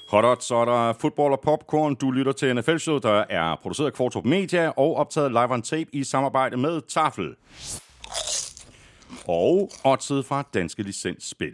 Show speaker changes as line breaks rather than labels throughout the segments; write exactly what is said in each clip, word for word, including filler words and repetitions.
Hot, så er der fodbold og popcorn. Du lytter til N F L-showet, der er produceret af Kvartrup Media og optaget live on tape i samarbejde med Tafel. Og oddset fra Danske Licens Spil.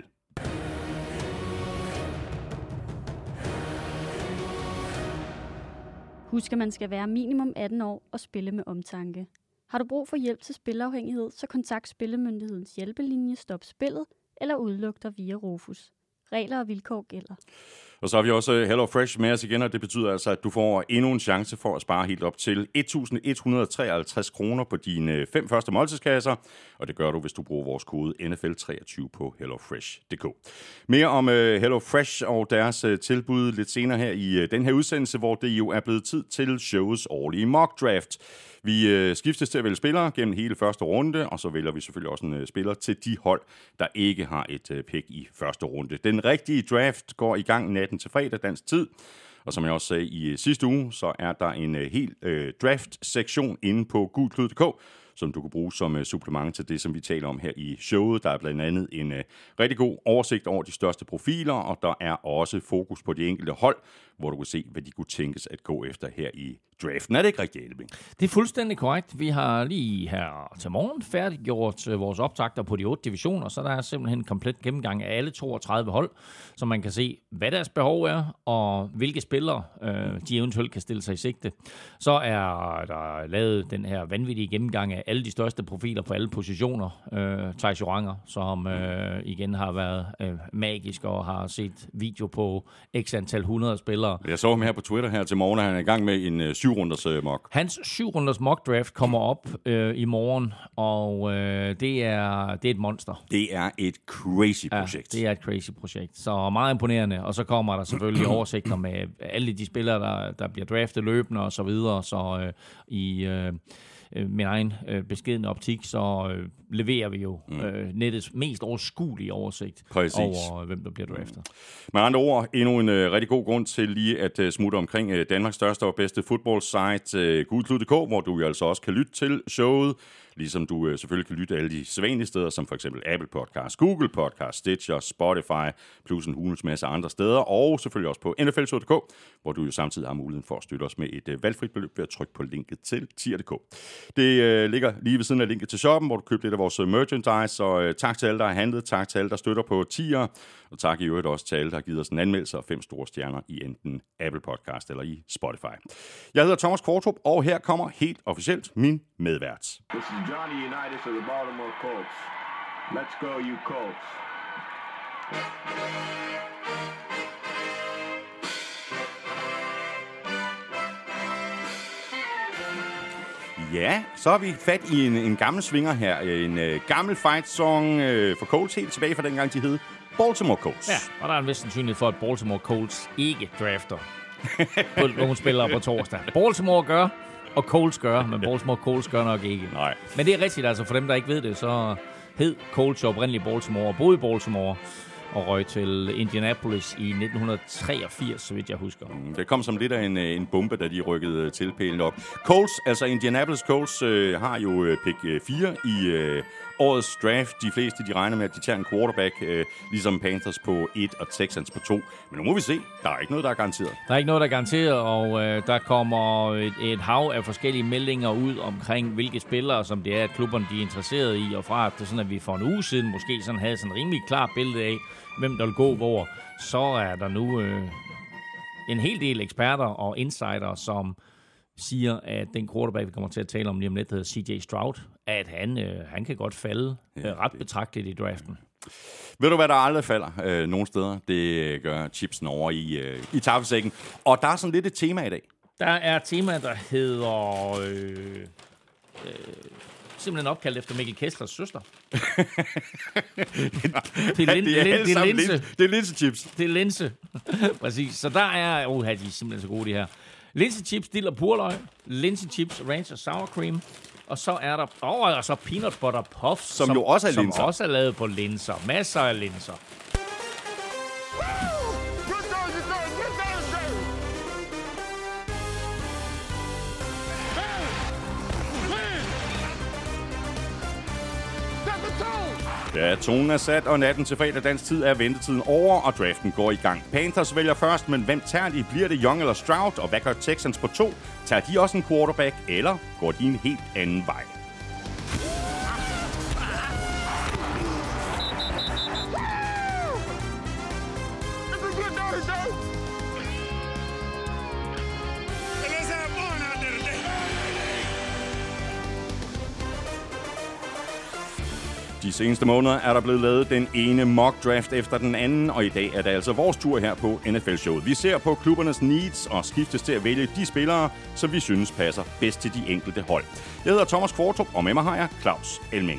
Husk, at man skal være minimum atten år og spille med omtanke. Har du brug for hjælp til spilafhængighed, så kontakt Spillemyndighedens hjælpelinje Stop Spillet eller udluk dig via Rufus. Regler og vilkår gælder. Og
så har vi også Hello Fresh med os igen, og det betyder altså, at du får endnu en chance for at spare helt op til et tusind et hundrede og treoghalvtreds kroner på dine fem første måltidskasser, og det gør du, hvis du bruger vores kode N F L treogtyve på hellofresh punktum d k. Mere om Hello Fresh og deres tilbud lidt senere her i den her udsendelse, hvor det jo er blevet tid til showets årlige mock draft. Vi øh, skiftes til at vælge spillere gennem hele første runde, og så vælger vi selvfølgelig også en øh, spiller til de hold, der ikke har et øh, pick i første runde. Den rigtige draft går i gang natten til fredag dansk tid, og som jeg også sagde i øh, sidste uge, så er der en øh, hel øh, draft-sektion inde på gulklud punktum d k, som du kan bruge som uh, supplement til det, som vi taler om her i showet. Der er blandt andet en uh, rigtig god oversigt over de største profiler, og der er også fokus på de enkelte hold, hvor du kan se, hvad de kunne tænkes at gå efter her i draften. Er det ikke rigtigt, Elving?
Det er fuldstændig korrekt. Vi har lige her til morgen færdiggjort uh, vores optagter på de otte divisioner, så der er simpelthen en komplet gennemgang af alle toogtredive hold, så man kan se, hvad deres behov er, og hvilke spillere uh, de eventuelt kan stille sig i sigte. Så er der lavet den her vanvittige gennemgang af alle de største profiler på alle positioner. Øh, Thijs Joranger, som øh, igen har været øh, magisk og har set video på x antal hundrede spillere.
Jeg så ham her på Twitter her til morgen, at han er i gang med en øh, syv-runders øh, mock.
Hans syv-runders mock draft kommer op øh, i morgen, og øh, det, er, det er et monster.
Det er et crazy projekt.
Ja, det er et crazy projekt, så meget imponerende. Og så kommer der selvfølgelig oversigter med alle de spillere, der, der bliver draftet løbende og så videre, så øh, i... Øh, min egen øh, beskedne optik, så øh, leverer vi jo øh, nettets mest overskuelige oversigt Præcis. over, hvem der bliver draftet.
Med andre ord, endnu en øh, rigtig god grund til lige at øh, smutte omkring øh, Danmarks største og bedste fodboldsite, øh, gulklud punktum d k, hvor du jo altså også kan lytte til showet, ligesom du øh, selvfølgelig kan lytte alle de sædvanlige steder, som for eksempel Apple Podcast, Google Podcast, Stitcher, Spotify, plus en hulens masse andre steder, og selvfølgelig også på N F L punktum d k, hvor du jo samtidig har muligheden for at støtte os med et øh, valgfrit beløb ved at trykke på linket til tier punktum d k. Det øh, ligger lige ved siden af linket til shoppen, hvor du køber lidt af vores merchandise, og øh, tak til alle, der har handlet, tak til alle, der støtter på tier, og tak i øvrigt også til alle, der har givet os en anmeldelse og fem store stjerner i enten Apple Podcast eller i Spotify. Jeg hedder Thomas Kvartrup, og her kommer helt officielt min medvært.
This is Johnny Unitas of the Baltimore Colts. Let's go, you Colts.
Ja, så har vi fat i en, en gammel svinger her. En uh, gammel fight-song uh, for Colts, helt tilbage fra dengang, de hed Baltimore Colts.
Ja, og der er en vis sandsynlighed for, at Baltimore Colts ikke drafter på nogle spillere på torsdag. Baltimore gør, og Colts gør, men Baltimore Colts gør nok ikke.
Nej.
Men det er rigtigt, altså for dem, der ikke ved det, så hed Colts oprindeligt Baltimore, og boede i Baltimore, og røg til Indianapolis i nitten treogfirs, så vidt jeg husker.
Det kom som lidt af en, en bombe, da de rykkede til pælen op. Colts, altså Indianapolis Colts, øh, har jo øh, pick øh, fire i øh, årets draft. De fleste, de regner med, at de tager en quarterback, øh, ligesom Panthers på et og Texans på to. Men nu må vi se. Der er ikke noget, der er garanteret.
Der er ikke noget, der er garanteret, og øh, der kommer et, et hav af forskellige meldinger ud omkring, hvilke spillere, som det er, at klubberne de er interesseret i, og fra at det sådan, at vi for en uge siden måske sådan havde sådan et rimelig klart billede af, hvem der vil gå hvor, så er der nu øh, en hel del eksperter og insider, som siger, at den quarterback, vi kommer til at tale om lige om lidt, hedder C J Stroud, at han, øh, han kan godt falde ja, øh, ret det. betragteligt i draften.
Ved du, hvad der aldrig falder øh, nogen steder? Det gør chipsen over i, øh, i tafelsækken. Og der er sådan lidt et tema i dag.
Der er et tema, der hedder... Øh, øh, simpelthen opkaldt efter Mikkel Kesslers søster. det er, lin-
det er,
lin- det er linse.
linse. Det er linsechips.
Det er linse. Præcis. Så der er... Åh, oh, de er simpelthen så gode, de her. Linsechips, dill og purløg. Linsechips, ranch og sour cream. Og så er der... Åh, oh, og så peanut butter puffs.
Som, som jo også er
som
linser.
Som også er lavet på linser. Masser af linser.
Ja, tonen er sat, og natten til fredag dansk tid er ventetiden over, og draften går i gang. Panthers vælger først, men hvem tager de? Bliver det Young eller Stroud? Og hvad gør Texans på to? Tager de også en quarterback, eller går de en helt anden vej? De seneste måneder er der blevet lavet den ene mock draft efter den anden, og i dag er det altså vores tur her på N F L-showet. Vi ser på klubbernes needs og skiftes til at vælge de spillere, som vi synes passer bedst til de enkelte hold. Jeg hedder Thomas Kvartrup, og med mig har jeg Claus Elming.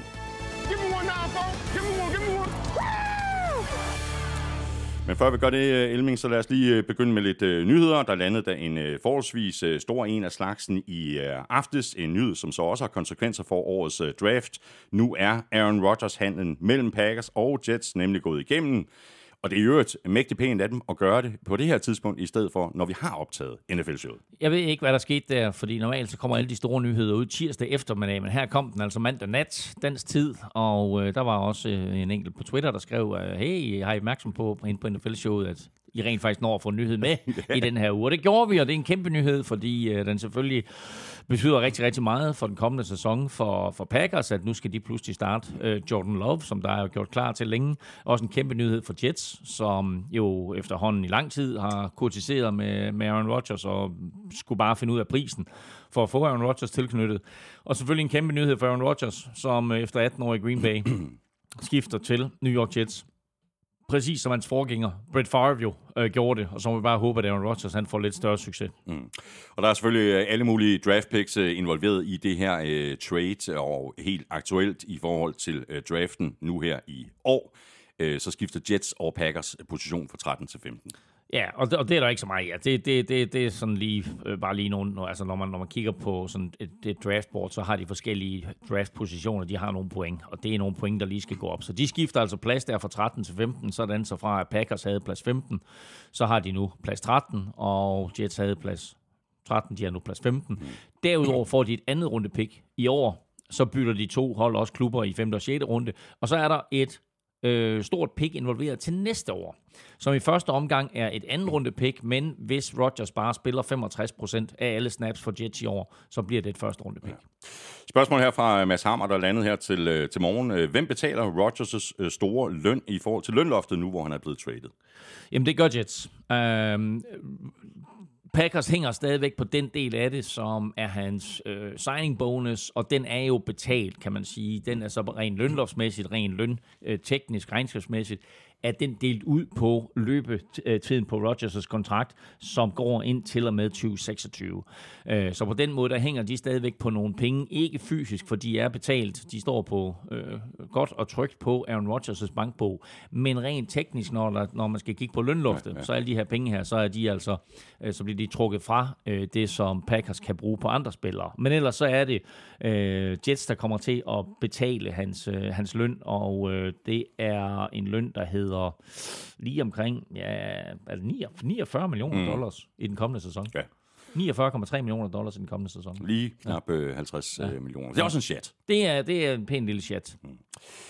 Men før vi gør det, Elming, så lad os lige begynde med lidt uh, nyheder. Der landede der en uh, forholdsvis uh, stor en af slagsen i uh, aftes. En nyhed, som så også har konsekvenser for årets uh, draft. Nu er Aaron Rodgers-handlen mellem Packers og Jets nemlig gået igennem. Og det er jo et mægtigt pænt af dem at gøre det på det her tidspunkt, i stedet for, når vi har optaget N F L-showet.
Jeg ved ikke, hvad der skete der, fordi normalt så kommer alle de store nyheder ud tirsdag eftermiddag, men her kom den altså mandag nat, dansk tid, og øh, der var også øh, en enkelt på Twitter, der skrev, øh, hey, jeg har I opmærksom på, inde på N F L-showet, at I rent faktisk når at få en nyhed med i den her uge. Og det gjorde vi, og det er en kæmpe nyhed, fordi øh, den selvfølgelig betyder rigtig, rigtig meget for den kommende sæson for, for Packers, at nu skal de pludselig starte øh, Jordan Love, som der er jo gjort klar til længe. Også en kæmpe nyhed for Jets, som jo efterhånden i lang tid har kurtiseret med, med Aaron Rodgers og skulle bare finde ud af prisen for at få Aaron Rodgers tilknyttet. Og selvfølgelig en kæmpe nyhed for Aaron Rodgers, som efter atten år i Green Bay skifter til New York Jets. Præcis som hans forgænger, Brett Favre jo, øh, gjorde det, og så må vi bare håbe, at Aaron Rodgers han får lidt større succes. Mm.
Og der er selvfølgelig alle mulige draft picks uh, involveret i det her uh, trade, og helt aktuelt i forhold til uh, draften nu her i år, uh, så skifter Jets og Packers position fra tretten til femten.
Ja, og det, og det er der ikke så meget. Ja, det, det, det, det er sådan lige øh, bare lige nogle, altså når man når man kigger på sådan et, et draftboard, så har de forskellige draftpositioner, de har nogle point, og det er nogle point, der lige skal gå op. Så de skifter altså plads der fra tretten til femten, sådan så fra at Packers havde plads femten, så har de nu plads tretten, og Jets havde plads tretten, de har nu plads femten. Derudover får de et andet runde pick i år, så bytter de to hold også klubber i femte og sjette runde, og så er der et Øh, stort pick involveret til næste år, som i første omgang er et anden runde pick, men hvis Rodgers bare spiller femogtres procent af alle snaps for Jets i år, så bliver det et første runde pick. Ja.
Spørgsmål her fra Mads Hammer, der landede her til, til morgen. Hvem betaler Rodgers' store løn i forhold til lønloftet nu, hvor han er blevet traded?
Jamen det gør Jets. Um, Packers hænger stadigvæk på den del af det, som er hans øh, signing bonus, og den er jo betalt, kan man sige. Den er så rent lønloftsmæssigt, rent løn, øh, teknisk, regnskabsmæssigt, er den delt ud på løbetiden på Rodgers' kontrakt, som går ind til og med tyve seksogtyve. Øh, så på den måde, der hænger de stadigvæk på nogle penge, ikke fysisk, for de er betalt. De står på øh, godt og trygt på Aaron Rodgers' bankbog, men rent teknisk, når, der, når man skal kigge på lønloftet, ja, ja. så alle de her penge her, så er de altså, øh, så bliver de trukket fra øh, det, som Packers kan bruge på andre spillere. Men ellers så er det øh, Jets, der kommer til at betale hans, øh, hans løn, og øh, det er en løn, der hedder lige omkring ja, niogfyrre millioner mm. dollars i den kommende sæson. Ja. niogfyrre komma tre millioner dollars i den kommende sæson.
Lige knap øh, halvtreds ja. millioner. Det er også en chat.
Det er, det er en pæn lille chat. Mm.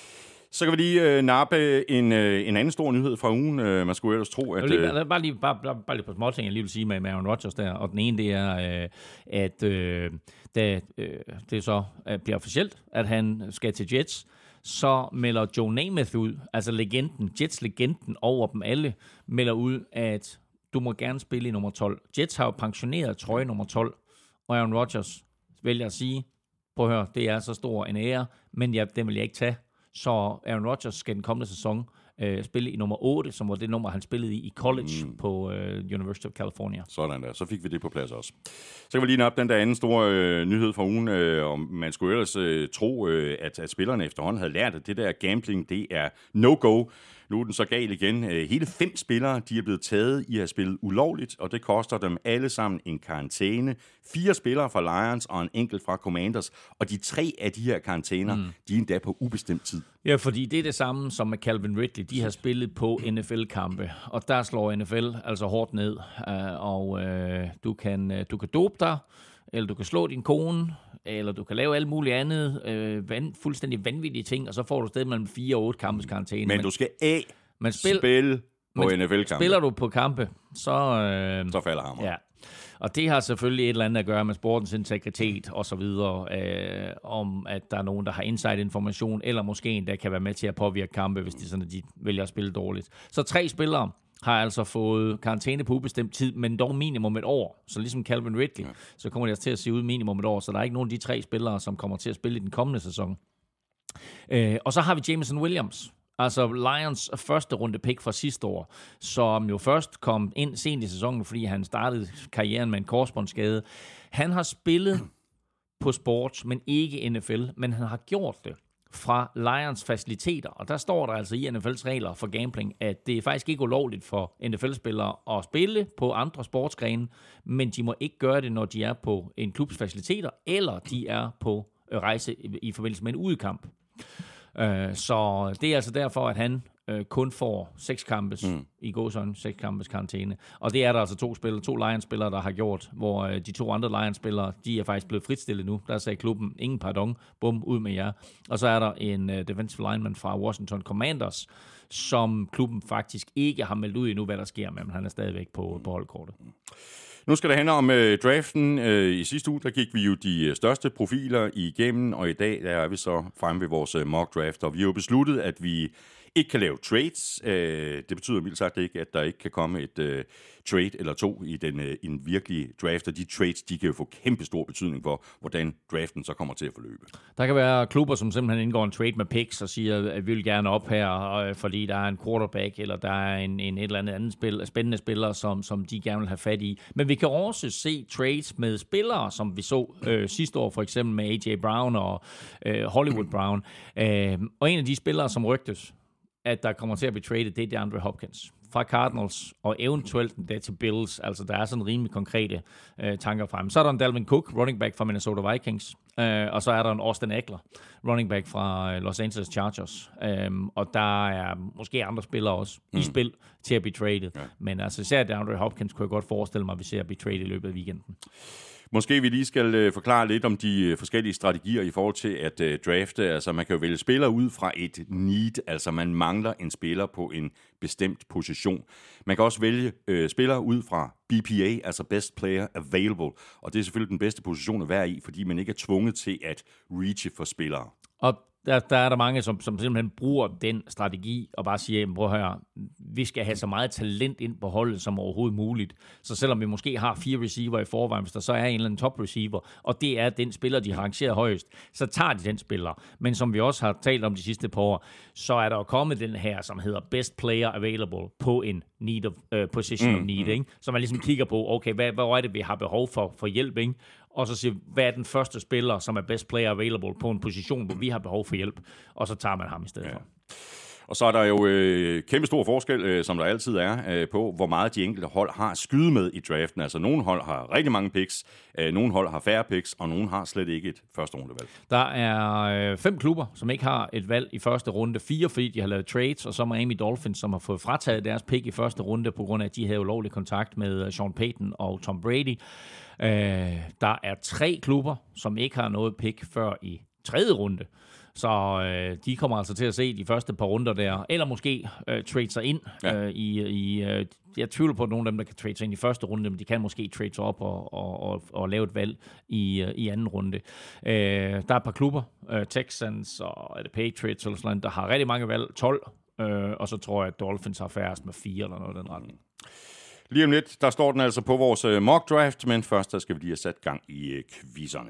Så kan vi lige øh, nappe en, øh, en anden stor nyhed fra ugen. Øh, man skulle ellers tro, at...
Lige, bare, lige, bare, bare, bare lige på små ting, jeg lige vil sige med, med Aaron Rodgers der. Og den ene, det er, øh, at øh, da øh, det så øh, bliver officielt, at han skal til Jets, så melder Joe Namath ud, altså legenden, Jets-legenden over dem alle, melder ud, at du må gerne spille i nummer tolv. Jets har jo pensioneret trøje nummer tolv, og Aaron Rodgers vælger at sige, prøv at høre, det er så stor en ære, men ja, den vil jeg ikke tage. Så Aaron Rodgers skal den kommende sæson øh, spille i nummer otte, som var det nummer, han spillede i i college mm. på øh, University of California.
Sådan der. Så fik vi det på plads også. Så kan vi lige nappe den der anden store øh, nyhed fra ugen, øh, om man skulle ellers øh, tro, øh, at, at spillerne efterhånden havde lært, at det der gambling, det er no-go. Nu er den så gal igen. Hele fem spillere, de er blevet taget i at have spillet ulovligt, og det koster dem alle sammen en karantæne. Fire spillere fra Lions og en enkelt fra Commanders, og de tre af de her karantæner, mm. de er endda på ubestemt tid.
Ja, fordi det er det samme som med Calvin Ridley. De har spillet på N F L-kampe, og der slår N F L altså hårdt ned, og du kan, du kan dope dig, eller du kan slå din kone, eller du kan lave alt muligt andet, øh, van, fuldstændig vanvittige ting, og så får du sted mellem fire og otte kampes karantæne.
Men, men du skal A,
men spil,
spille på N F L-kampe.
Spiller du på kampe, så... Øh,
så falder hammer.
Ja. Og det har selvfølgelig et eller andet at gøre med sportens integritet og så videre, øh, om at der er nogen, der har inside-information, eller måske en, der kan være med til at påvirke kampe, hvis de, sådan, at de vælger at spille dårligt. Så tre spillere har altså fået karantæne på ubestemt tid, men dog minimum et år. Så ligesom Calvin Ridley, ja. så kommer det altså til at se ud minimum et år, så der er ikke nogen af de tre spillere, som kommer til at spille i den kommende sæson. Øh, og så har vi Jameson Williams, altså Lions første runde pick fra sidste år, som jo først kom ind sent i sæsonen, fordi han startede karrieren med en korsbåndsskade. Han har spillet på sports, men ikke i N F L, men han har gjort det fra Lions faciliteter, og der står der altså i N F L's regler for gambling, at det er faktisk ikke ulovligt for N F L-spillere at spille på andre sportsgrene, men de må ikke gøre det, når de er på en klubs faciliteter, eller de er på rejse i forbindelse med en udekamp. Så det er altså derfor, at han kun får seks kampes, mm. i gåsøjne, seks kampes karantæne. Og det er der altså to spillere, to Lions-spillere, der har gjort, hvor de to andre Lions-spillere, de er faktisk blevet fritstillet nu. Der sagde klubben, ingen pardon, bum, ud med jer. Og så er der en uh, defensive lineman fra Washington Commanders, som klubben faktisk ikke har meldt ud endnu, hvad der sker med, men han er stadigvæk på, på holdkortet.
Nu skal det handle om øh, draften. Øh, I sidste uge, der gik vi jo de største profiler igennem, og i dag der er vi så fremme ved vores øh, mock draft, og vi har jo besluttet, at vi ikke kan lave trades. Øh, det betyder mildt sagt ikke, at der ikke kan komme et øh, trade eller to i den, øh, i den virkelige draft, og de trades, de kan jo få kæmpe stor betydning for, hvordan draften så kommer til at forløbe.
Der kan være klubber, som simpelthen indgår en trade med picks og siger, at vi vil gerne op her, fordi der er en quarterback, eller der er en, en et eller andet andet spil, spændende spiller, som, som de gerne vil have fat i. Men vi kan også se trades med spillere, som vi så øh, sidste år, for eksempel med A J Brown og øh, Hollywood Brown. Øh, og en af de spillere, som rygtes, at der kommer til at blive traded, det er DeAndre Hopkins fra Cardinals, og eventuelt det til Bills. Altså, der er sådan rimelig konkrete øh, tanker frem. Så er der en Dalvin Cook, running back fra Minnesota Vikings, øh, og så er der en Austin Eckler, running back fra øh, Los Angeles Chargers. Øh, og der er måske andre spillere også mm. i spil til at blive traded. Ja. Men altså, især DeAndre Hopkins kunne jeg godt forestille mig, at vi ser at blive traded i løbet af weekenden.
Måske vi lige skal øh, forklare lidt om de øh, forskellige strategier i forhold til at øh, drafte. Altså man kan jo vælge spillere ud fra et need, altså man mangler en spiller på en bestemt position. Man kan også vælge øh, spillere ud fra B P A, altså Best Player Available, og det er selvfølgelig den bedste position at være i, fordi man ikke er tvunget til at reache for spillere.
Og Der, der er der mange, som, som simpelthen bruger den strategi og bare siger, prøv at høre, vi skal have så meget talent ind på holdet som overhovedet muligt. Så selvom vi måske har fire receiver i forvejen, hvis der så er en eller anden top receiver, og det er den spiller, de har rangeret højst, så tager de den spiller. Men som vi også har talt om de sidste par år, så er der jo kommet den her, som hedder Best Player Available på en need of, uh, position of need, ikke? Så man ligesom kigger på, okay, hvad, hvad er det, vi har behov for, for hjælp, ikke? Og så siger, hvad er den første spiller, som er best player available på en position, hvor vi har behov for hjælp, og så tager man ham i stedet ja. for.
Og så er der jo øh, kæmpe stor forskel, øh, som der altid er, øh, på, hvor meget de enkelte hold har skyde med i draften. Altså, nogle hold har rigtig mange picks, øh, nogle hold har færre picks, og nogle har slet ikke et første rundevalg.
Der er øh, fem klubber, som ikke har et valg i første runde. Fire, fordi de har lavet trades, og så Miami Dolphins, som har fået frataget deres pick i første runde, på grund af, at de havde ulovlig kontakt med Sean Payton og Tom Brady. Øh, der er tre klubber, som ikke har noget pick før i tredje runde. Så øh, de kommer altså til at se de første par runder der, eller måske øh, trade sig ind ja. øh, i... i øh, jeg tvivler på, at nogle af dem, der kan trade sig ind i første runde, men de kan måske trade sig op og, og, og, og lave et valg i, øh, i anden runde. Øh, der er et par klubber, øh, Texans og er det Patriots, eller sådan, der har rigtig mange valg, tolv, øh, og så tror jeg, at Dolphins har færrest med fire eller noget i den retning.
Lige om lidt, der står den altså på vores øh, mock draft, men først der skal vi lige have sat gang i øh, quizzerne.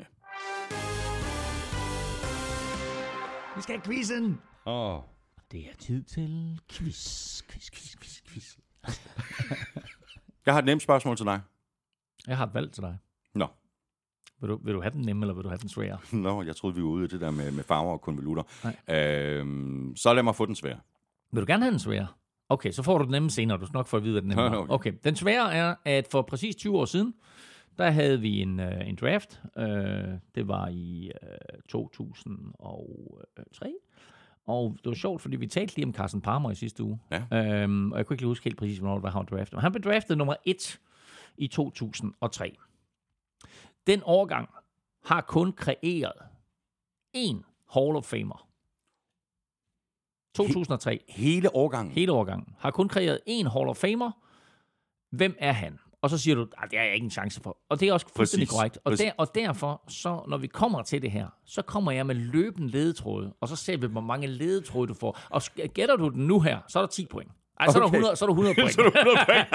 Vi skal have quizzen!
Åh. Oh.
Det er tid til quiz, quiz, quiz, quiz, quiz.
Jeg har et nemt spørgsmål til dig.
Jeg har et valg til dig.
Nå.
Vil du, vil du have den nemme, eller vil du have den svære?
Nå, jeg troede, vi var ude i det der med, med farver og konvolutter. Øhm, så lad mig få den svære.
Vil du gerne have den svære? Okay, så får du den nemme senere. Du skal nok få at vide, hvad den nemme er. Okay. okay, den svære er, at for præcis tyve år siden, der havde vi en, uh, en draft. Uh, det var i uh, to tusind og tre. Og det var sjovt, fordi vi talte lige om Carson Palmer i sidste uge. Ja. Um, og jeg kunne ikke lige huske helt præcis, hvornår det var, han var draftet. Men han blev draftet nummer et i to tusind og tre. Den årgang har kun kreeret én Hall of Famer. to tusind og tre.
Hele årgangen?
Hele årgangen. Har kun kreeret én Hall of Famer. Hvem er han? Og så siger du, at det er jeg ikke en chance for. Og det er også fuldstændig korrekt. Og, der, og derfor, så, når vi kommer til det her, så kommer jeg med løbende ledetråde, og så ser vi, hvor mange ledetråde du får. Og gætter du den nu her, så er der ti point. Ej, så, okay. er der hundrede, så er der hundrede point.
så er der hundrede point.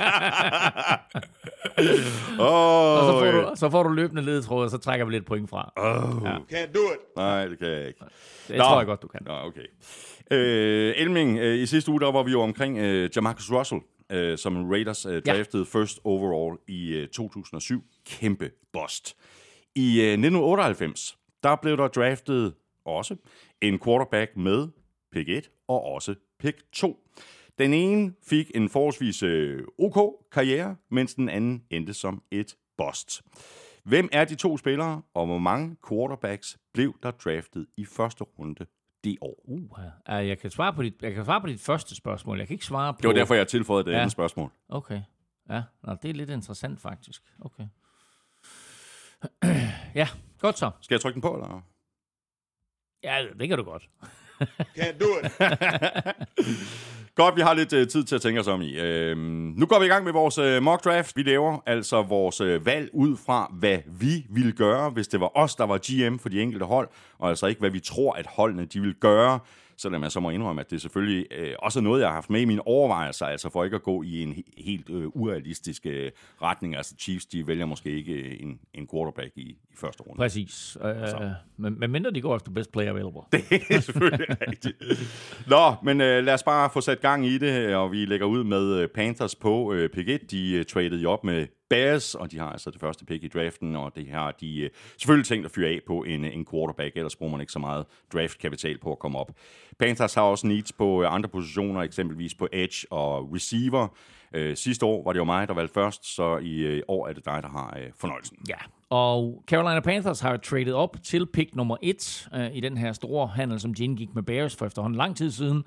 oh,
og så får, du, så får du løbende ledetråde, og så trækker vi lidt point fra.
Oh.
Ja.
Can't do it. Nej, det kan jeg ikke.
Det Nå. tror jeg godt, du kan.
Nå, okay. Øh, Elming, øh, i sidste uge, der var vi jo omkring øh, Jamarcus Russell, øh, som Raiders øh, draftede ja. first overall i øh, to tusind og syv. Kæmpe bust. I øh, nitten otteoghalvfems, der blev der draftet også en quarterback med pick et og også pick to. Den ene fik en forholdsvis øh, OK karriere, mens den anden endte som et bust. Hvem er de to spillere, og hvor mange quarterbacks blev der draftet i første runde det år?
Uh, jeg, kan svare på dit, jeg kan svare på dit første spørgsmål. Jeg kan ikke svare på...
Det var derfor, jeg tilføjede det ja. andet spørgsmål.
Okay. Ja, Nå, det er lidt interessant faktisk. Okay. Ja, godt så.
Skal jeg trykke den på, eller?
Ja, det kan du godt.
Can't do it. Godt, vi har lidt uh, tid til at tænke os om i. Uh, nu går vi i gang med vores uh, mock draft. Vi laver altså vores uh, valg ud fra, hvad vi ville gøre, hvis det var os, der var G M for de enkelte hold, og altså ikke, hvad vi tror, at holdene de vil gøre. Selvom jeg så må indrømme, at det er selvfølgelig øh, også noget, jeg har haft med i mine overvejelser, altså for ikke at gå i en he- helt øh, urealistisk øh, retning. Altså Chiefs, de vælger måske ikke en, en quarterback i, i første runde.
Præcis. Øh, men, men mindre de går efter best player available.
Det er selvfølgelig rigtigt. Nå, men øh, lad os bare få sat gang i det, og vi lægger ud med Panthers på øh, pick et. De øh, traded jo op med Bears, og de har altså det første pick i draften, og det har de øh, selvfølgelig tænkt at fyre af på en, en quarterback, ellers bruger man ikke så meget draftkapital på at komme op. Panthers har også needs på øh, andre positioner, eksempelvis på edge og receiver. Øh, sidste år var det jo mig, der valgte først, så i øh, år er det dig, der har øh, fornøjelsen.
Ja, og Carolina Panthers har traded op til pick nummer et øh, i den her store handel, som de indgik med Bears for efterhånden lang tid siden.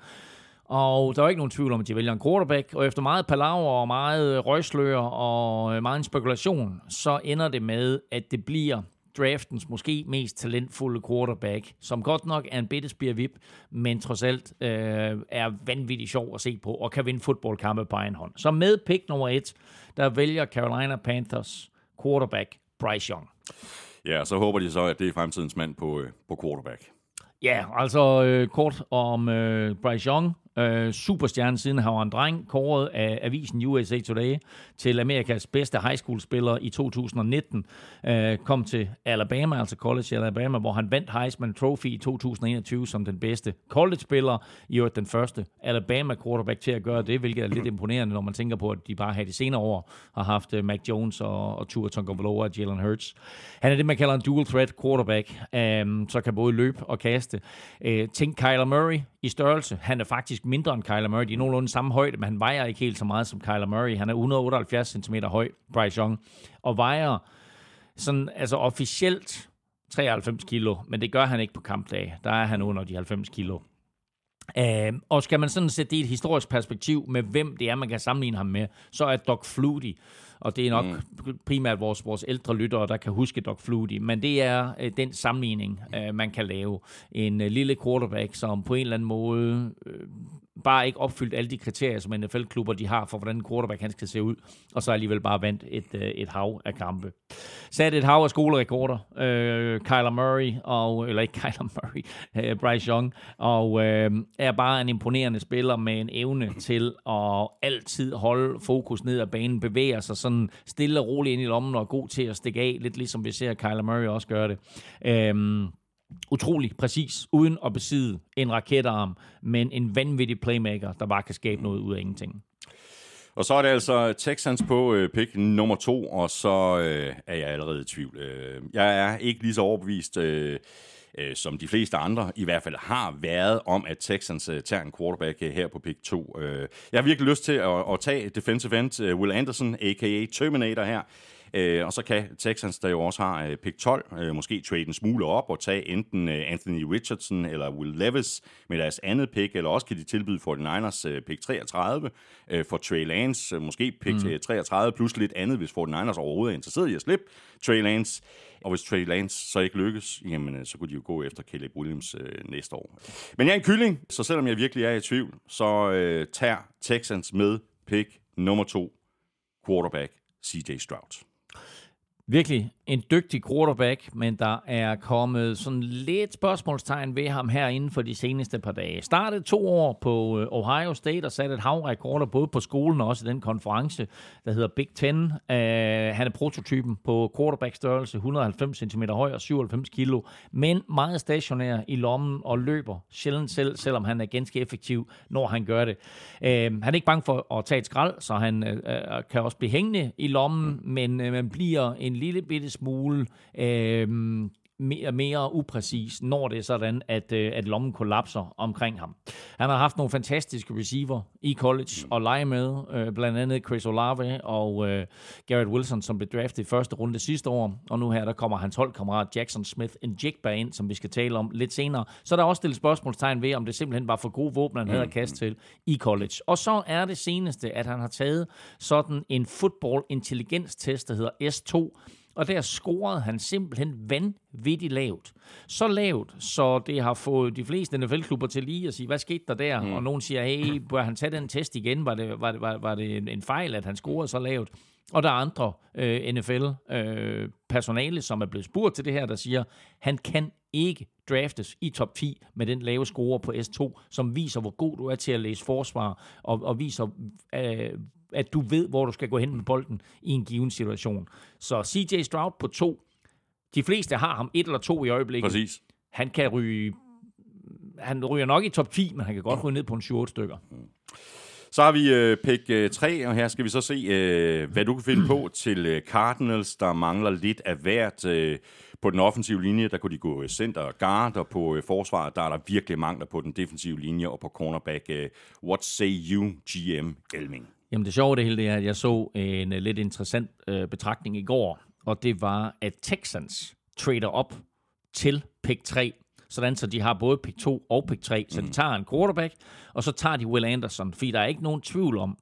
Og der er ikke nogen tvivl om, at de vælger en quarterback. Og efter meget palaver og meget røgslør og meget spekulation, så ender det med, at det bliver draftens måske mest talentfulde quarterback, som godt nok er en bitte spirvip, men trods alt øh, er vanvittigt sjov at se på og kan vinde fodboldkampe på egen hånd. Så med pick nummer et, der vælger Carolina Panthers quarterback Bryce Young.
Ja, så håber de så, at det er fremtidens mand på, øh, på quarterback.
Ja, altså øh, kort om øh, Bryce Young. Uh, superstjerne siden han var en dreng, kåret af avisen U S A Today til Amerikas bedste high school spiller i to tusind og nitten. Uh, kom til Alabama, altså college i Alabama, hvor han vandt Heisman Trophy i to tusind og enogtyve som den bedste college-spiller. I øvrigt den første Alabama quarterback til at gøre det, hvilket er lidt imponerende, når man tænker på, at de bare her de senere år har haft uh, Mac Jones og, og Tua Tagovailoa og Jalen Hurts. Han er det, man kalder en dual threat quarterback, um, så kan både løbe og kaste. Uh, tænk Kyler Murray i størrelse. Han er faktisk mindre end Kyler Murray. De er nogenlunde samme højde, men han vejer ikke helt så meget som Kyler Murray. Han er et hundrede og otteoghalvfjerds centimeter høj, Bryce Young, og vejer sådan, altså officielt treoghalvfems kilo, men det gør han ikke på kampdag. Der er han under de halvfems kilo. Uh, og skal man sådan sætte det i et historisk perspektiv med, hvem det er, man kan sammenligne ham med, så er Doug Flutie, og det er nok mm. primært vores, vores ældre lyttere, der kan huske Doug Flutie, men det er uh, den sammenligning, uh, man kan lave. En uh, lille quarterback, som på en eller anden måde uh, bare ikke opfyldt alle de kriterier, som N F L-klubber de har for, hvordan en quarterback han skal se ud, og så alligevel bare vandt et, uh, et hav af kampe. Sat et hav af skolerekorder, uh, Kyler Murray, og, eller ikke Kyler Murray, uh, Bryce Young, og uh, er bare en imponerende spiller med en evne til at altid holde fokus ned ad banen, bevæger sig sådan stille og roligt ind i lommen og er god til at stikke af, lidt ligesom vi ser Kyler Murray også gøre det. Um, utrolig præcis, uden at besidde en raketarm, men en vanvittig playmaker, der bare kan skabe noget ud af ingenting.
Og så er det altså Texans på øh, pick nummer to, og så øh, er jeg allerede i tvivl. Øh, jeg er ikke lige så overbevist, øh, øh, som de fleste andre i hvert fald har været, om at Texans øh, tager en quarterback øh, her på pick to. Øh, jeg har virkelig lyst til at, at tage defensive end øh, Will Anderson, a k a. Terminator her. Øh, og så kan Texans, der jo også har øh, pick tolv, øh, måske trade en smule op og tage enten øh, Anthony Richardson eller Will Levis med deres andet pick, eller også kan de tilbyde forty-niners øh, pick treogtredive øh, for Trey Lance, øh, måske pick mm. treogtredive plus lidt andet, hvis forty-niners overhovedet er interesseret i at slippe Trey Lance. Og hvis Trey Lance så ikke lykkes, jamen, så kunne de jo gå efter Caleb Williams øh, næste år. Men jeg er en kylling, så selvom jeg virkelig er i tvivl, så øh, tager Texans med pick nummer to, quarterback C J Stroud.
Virkelig en dygtig quarterback, men der er kommet sådan lidt spørgsmålstegn ved ham her inden for de seneste par dage. Startede to år på Ohio State og satte et havrekorder både på skolen og også i den konference, der hedder Big Ten. Uh, han er prototypen på quarterback-størrelse, et hundrede og halvfems centimeter høj og syvoghalvfems kilo, men meget stationær i lommen og løber sjældent selv, selvom han er ganske effektiv, når han gør det. Uh, han er ikke bange for at tage et skrald, så han uh, kan også blive hængende i lommen, men uh, man bliver en lille bitte smule øh, mere, mere upræcis, når det er sådan, at, øh, at lommen kollapser omkring ham. Han har haft nogle fantastiske receiver i college og lege med, øh, blandt andet Chris Olave og øh, Garrett Wilson, som blev draftet i første runde sidste år, og nu her, der kommer hans holdkammerat Jackson Smith-Njigba ind, som vi skal tale om lidt senere. Så der er også stillet spørgsmålstegn ved, om det simpelthen var for gode våben, han havde at kaste til i college. Og så er det seneste, at han har taget sådan en football-intelligens-test, der hedder S to, og der scorede han simpelthen vanvittigt lavt. Så lavt, så det har fået de fleste N F L-klubber til lige at sige, hvad skete der der? Mm. Og nogen siger, hey, bør han tage den test igen? Var det, var det, var, var det en fejl, at han scorede så lavt? Og der er andre øh, N F L-personale, øh, som er blevet spurgt til det her, der siger, han kan ikke draftes i top ti med den lave score på S to, som viser, hvor god du er til at læse forsvar, og, og viser, øh, at du ved, hvor du skal gå hen med bolden i en given situation. Så C J Stroud på to. De fleste har ham et eller to i øjeblikket.
Præcis.
Han kan ryge... Han ryger nok i top ti, men han kan godt ryge ned på en syv otte stykker.
Så har vi øh, pick øh, tre, og her skal vi så se, øh, hvad du kan finde på til øh, Cardinals, der mangler lidt af hvert. Øh, på den offensive linje, der kunne de gå center og guard, og på øh, forsvaret, der er der virkelig mangler på den defensive linje, og på cornerback. Øh, what say you, G M Elming?
Jamen det sjove det hele det er, at jeg så en uh, lidt interessant uh, betragtning i går, og det var, at Texans trader op til pick tre, sådan så de har både pick to og pick tre, så de tager en quarterback, og så tager de Will Anderson, fordi der er ikke nogen tvivl om,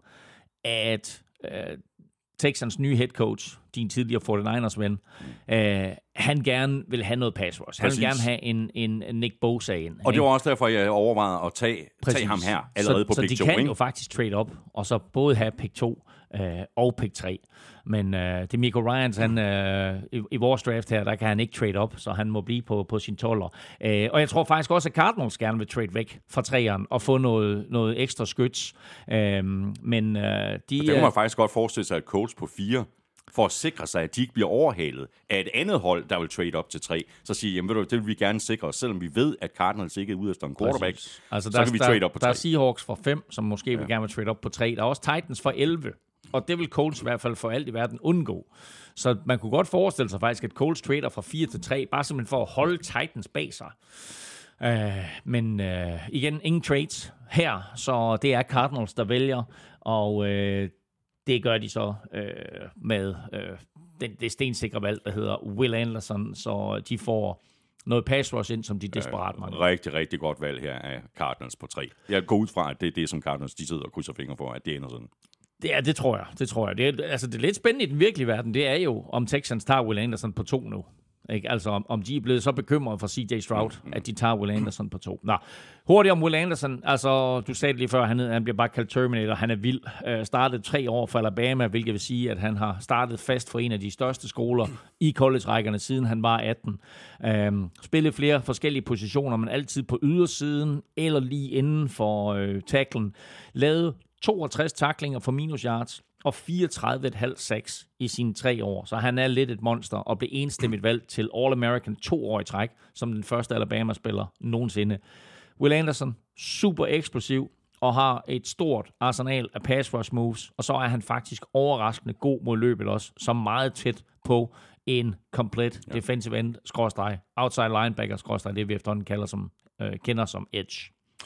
at uh, Texans nye head coach, din tidligere forty-niners ven, øh, han gerne vil have noget pass rush. Han vil gerne have en, en Nick Bosa ind.
Og det var også derfor, jeg overvejede at tage, tage ham her allerede
så,
på
så
pick to.
Så de kan
ikke?
jo faktisk trade op, og så både have pick to øh, og pick tre. Men øh, D'Amico Ryans, han, øh, i, i vores draft her, der kan han ikke trade op, så han må blive på, på sin tolver. Øh, og jeg tror faktisk også, at Cardinals gerne vil trade væk fra træeren og få noget, noget ekstra skyts. Øh, men øh, de...
Det kunne man faktisk godt forestille sig, at Colts på fire, for at sikre sig, at de ikke bliver overhalet af et andet hold, der vil trade op til tre, så siger jamen ved du, det vil vi gerne sikre os, selvom vi ved, at Cardinals ikke er ude efter en quarterback,
altså,
så
der,
kan vi
der,
trade op på
der tre. Der er Seahawks for fem, som måske ja. vil gerne vil trade op på tre. Der er også Titans for elleve, og det vil Colts i hvert fald for alt i verden undgå. Så man kunne godt forestille sig faktisk, at Colts trader fra fire til tre, bare simpelthen for at holde Titans bag sig. Uh, men uh, igen, ingen trades her, så det er Cardinals, der vælger, og uh, det gør de så øh, med øh, det, det stensikre valg, der hedder Will Anderson, så de får noget pass rush ind, som de desperat mangler.
Øh, rigtig, rigtig godt valg her af Cardinals på tre. Jeg går ud fra, at det er det, som Cardinals de sidder og krydser fingre for, at det ender sådan.
Det, er, det tror jeg, det tror jeg. Det er, altså, det er lidt spændende i den virkelige verden, det er jo, om Texans tager Will Anderson på to nu. Ikke? Altså om, om de er blevet så bekymrede for C J Stroud, mm, mm. at de tager Will Anderson på to. Nå, hurtigt om Will Anderson. Altså, du sagde det lige før, han, han bliver bare kaldt Terminator. Han er vild. Uh, startet tre år for Alabama, hvilket vil sige, at han har startet fast for en af de største skoler i college-rækkerne, siden han var atten. Uh, spillet flere forskellige positioner, men altid på ydersiden, eller lige inden for uh, tacklen. Lavet toogtres tacklinger for minus yards, og fireogtredive komma fem sacks i sine tre år. Så han er lidt et monster, og blev enstemmigt valgt til All-American to år i træk, som den første Alabama-spiller nogensinde. Will Anderson, super eksplosiv, og har et stort arsenal af pass rush moves, og så er han faktisk overraskende god mod løbet også, så meget tæt på en komplet ja. defensive end, skråstreg, outside linebacker, skråstreg, det vi efterhånden kalder som, øh, kender som edge.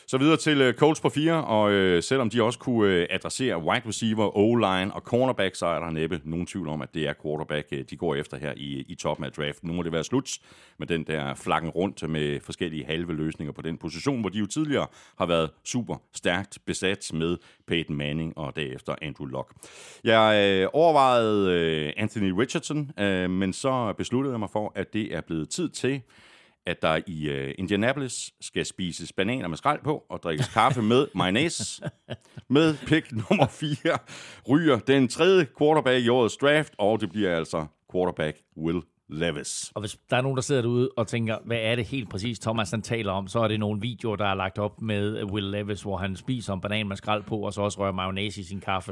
Så videre til Colts på fire, og øh, selvom de også kunne øh, adressere wide receiver, O-line og cornerback, så er der næppe nogen tvivl om, at det er quarterback, øh, de går efter her i, i toppen af draften. Nu må det være slut med den der flakken rundt med forskellige halve løsninger på den position, hvor de jo tidligere har været super stærkt besat med Peyton Manning og derefter Andrew Luck. Jeg øh, overvejede øh, Anthony Richardson, øh, men så besluttede jeg mig for, at det er blevet tid til, at der i uh, Indianapolis skal spises bananer med skrald på og drikkes kaffe med mayonnaise. Med pick nummer fire ryger den tredje quarterback i årets draft, og det bliver altså quarterback Will Levis.
Og hvis der er nogen, der sidder derude og tænker, hvad er det helt præcis, Thomas han taler om, så er det nogle videoer, der er lagt op med Will Levis, hvor han spiser en banan med skrald på, og så også rører mayonnaise i sin kaffe.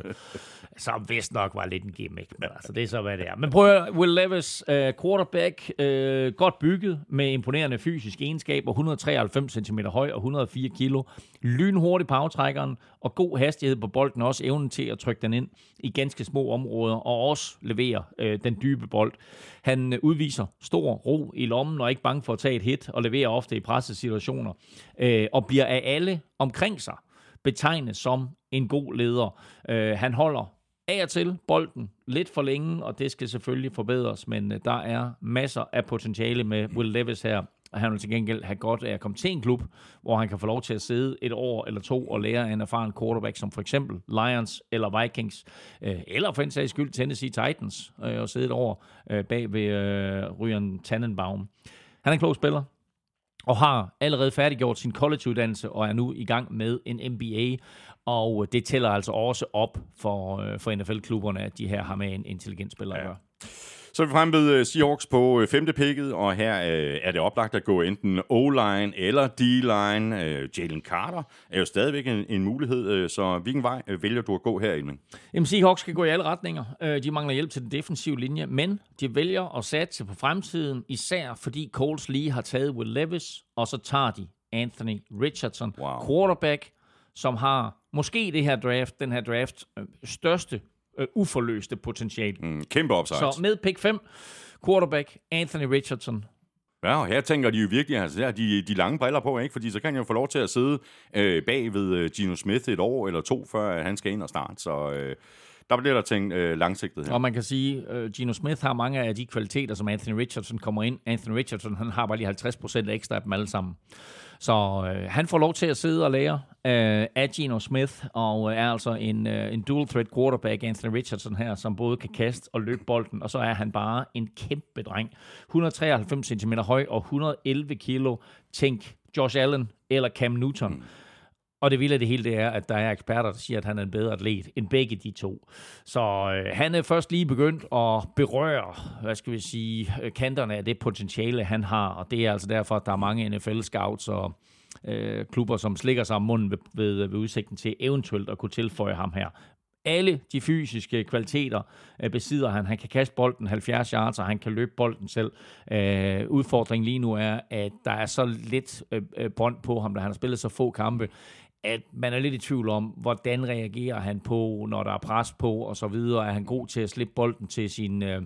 Som vist nok var lidt en gimmick, men altså, det er så, hvad det er. Men prøv at Will Levis, uh, quarterback, uh, godt bygget, med imponerende fysiske egenskaber, et hundrede og treoghalvfems centimeter høj og et hundrede og fire kilo. Lynhurtig på aftrækkeren, og god hastighed på bolden, også evnen til at trykke den ind i ganske små områder, og også levere uh, den dybe bold. Han uh, udviser stor ro i lommen, og er ikke bange for at tage et hit, og leverer ofte i pressesituationer, uh, og bliver af alle omkring sig betegnet som en god leder. Uh, han holder af og til bolden lidt for længe, og det skal selvfølgelig forbedres, men uh, der er masser af potentiale med Will Levis her, og han vil til gengæld have godt af at komme til en klub, hvor han kan få lov til at sidde et år eller to og lære af en erfaren quarterback, som for eksempel Lions eller Vikings, øh, eller for en sags skyld Tennessee Titans, øh, og sidde et år øh, bag ved øh, Ryan Tannenbaum. Han er en klog spiller, og har allerede færdiggjort sin college-uddannelse, og er nu i gang med en M B A, og det tæller altså også op for, øh, for N F L-klubberne, at de her har med en intelligent spiller at gøre.
Så er vi fremme ved Seahawks på femte picket, og her øh, er det oplagt at gå enten O-line eller D-line. Øh, Jalen Carter er jo stadigvæk en, en mulighed, øh, så hvilken vej øh, vælger du at gå her, Elming?
Jamen, Seahawks skal gå i alle retninger. Øh, de mangler hjælp til den defensive linje, men de vælger at satse på fremtiden, især fordi Colts lige har taget Will Levis, og så tager de Anthony Richardson, wow. quarterback, som har måske det her draft, den her draft, øh, største Uh, uforløste potentiale.
Mm, kæmpe upside.
Så med pick fem, quarterback Anthony Richardson.
Ja, og her tænker de jo virkelig, altså der de, de lange briller på, ikke? Fordi så kan han jo få lov til at sidde øh, bag ved øh, Geno Smith et år eller to, før han skal ind og starte. Så øh, der bliver der tænkt øh, langsigtet her.
Og man kan sige, at øh, Geno Smith har mange af de kvaliteter, som Anthony Richardson kommer ind. Anthony Richardson, han har bare lige halvtreds procent ekstra af dem alle sammen. Så øh, han får lov til at sidde og lære øh, af Geno Smith, og øh, er altså en, øh, en dual threat quarterback, Anthony Richardson her, som både kan kaste og løbe bolden, og så er han bare en kæmpe dreng. et hundrede og treoghalvfems centimeter høj og et hundrede og elleve kilo. Tænk Josh Allen eller Cam Newton. Mm. Og det vilde af det hele, det er, at der er eksperter, der siger, at han er en bedre atlet end begge de to. Så øh, han er først lige begyndt at berøre, hvad skal vi sige, kanterne af det potentiale, han har. Og det er altså derfor, at der er mange N F L-scouts og øh, klubber, som slikker sig om munden ved, ved, ved udsigten til eventuelt at kunne tilføje ham her. Alle de fysiske kvaliteter øh, besidder han. Han kan kaste bolden halvfjerds yards, og han kan løbe bolden selv. Øh, udfordringen lige nu er, at der er så lidt øh, bånd på ham, da han har spillet så få kampe, at man er lidt i tvivl om, hvordan reagerer han på, når der er pres på, og så videre. Er han god til at slippe bolden til sin øh,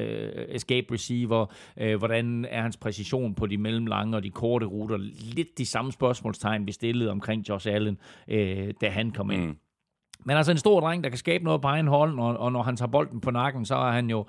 escape receiver? Øh, hvordan er hans præcision på de mellemlange og de korte ruter? Lidt de samme spørgsmålstegn, vi stillede omkring Josh Allen, øh, da han kom ind. Mm. Men altså en stor dreng, der kan skabe noget på egen hånd, og, og når han tager bolden på nakken, så er han jo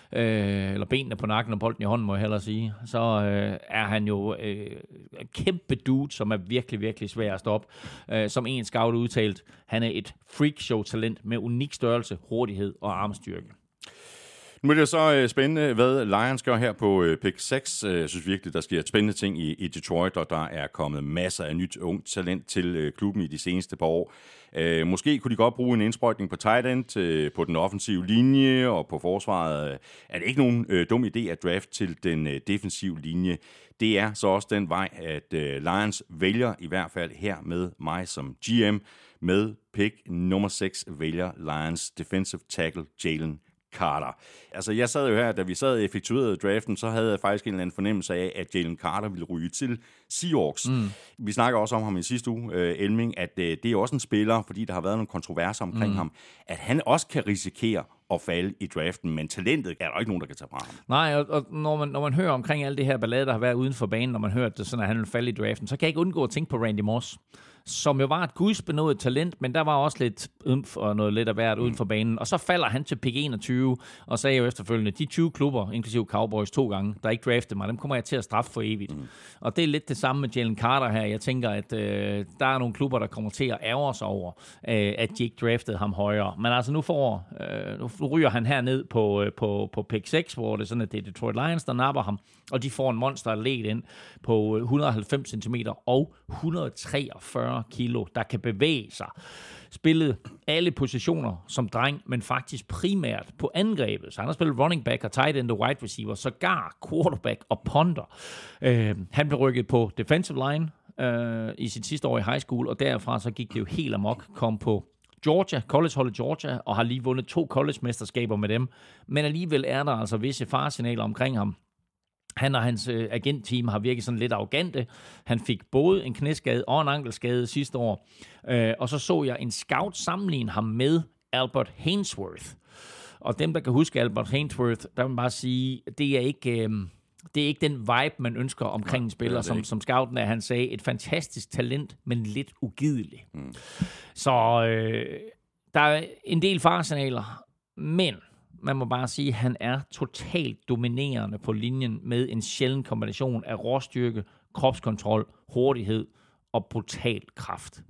Øh, eller benene på nakken og bolden i hånden, må jeg hellere sige, så øh, er han jo øh, en kæmpe dude, som er virkelig, virkelig svær at stoppe. Øh, som en scout udtalt, han er et freakshow-talent med unik størrelse, hurtighed og armstyrke.
Nu er det så øh, spændende, hvad Lions gør her på øh, pick seks. Jeg synes virkelig, der sker spændende ting i, i Detroit, og der er kommet masser af nyt ungt talent til øh, klubben i de seneste par år. Øh, måske kunne de godt bruge en indsprøjtning på tight end, øh, på den offensive linje og på forsvaret. Øh, er det ikke nogen øh, dum idé at draft til den øh, defensive linje? Det er så også den vej, at øh, Lions vælger, i hvert fald her med mig som G M. Med pick nummer seks vælger Lions defensive tackle Jalen Carter. Altså, jeg sad jo her, da vi sad og effektuerede draften, så havde jeg faktisk en eller anden fornemmelse af, at Jalen Carter ville ryge til Seahawks. Mm. Vi snakker også om ham i sidste uge, uh, Elming, at uh, det er også en spiller, fordi der har været nogle kontroverser omkring mm. ham, at han også kan risikere at falde i draften, men talentet er der ikke nogen, der kan tage fra ham.
Nej, og, og når, man, når man hører omkring alt det her ballade, der har været uden for banen, når man hører, at det sådan, at han vil falde i draften, så kan jeg ikke undgå at tænke på Randy Moss, som jo var et gudsbenået talent, men der var også lidt ymf og noget lidt af hvert uden for banen. Og så falder han til pick enogtyve, og sagde jo efterfølgende, de tyve klubber, inklusive Cowboys to gange, der ikke draftede mig, dem kommer jeg til at straffe for evigt. Mm. Og det er lidt det samme med Jalen Carter her. Jeg tænker, at øh, der er nogle klubber, der kommer til at ærge sig over, øh, at de ikke draftede ham højere. Men altså nu får, øh, nu ryger han her ned på, øh, på, på pick seks, hvor det er sådan, at det er Detroit Lions, der napper ham, og de får en monsteratlet ind på et hundrede og halvfems centimeter og et hundrede og treogfyrre kilo, der kan bevæge sig. Spillet alle positioner som dreng, men faktisk primært på angrebet. Så han har spillet running back og tight end og wide receiver, sågar quarterback og punter. Øh, han blev rykket på defensive line øh, i sit sidste år i high school, og derfra så gik det jo helt amok, kom på Georgia, collegeholdet Georgia, og har lige vundet to college-mesterskaber med dem. Men alligevel er der altså visse faresignaler omkring ham. Han og hans øh, agentteam har virket sådan lidt arrogante. Han fik både en knæskade og en ankelskade sidste år. Øh, og så så jeg en scout sammenligne ham med Albert Haynesworth. Og dem, der kan huske Albert Haynesworth, der vil man bare sige, det er ikke... Øh, Det er ikke den vibe, man ønsker omkring en spiller, som, som scouten er. Han sagde, et fantastisk talent, men lidt ugidelig. Mm. Så øh, der er en del faresignaler, men man må bare sige, at han er totalt dominerende på linjen med en sjælden kombination af råstyrke, kropskontrol, hurtighed og brutal kraft.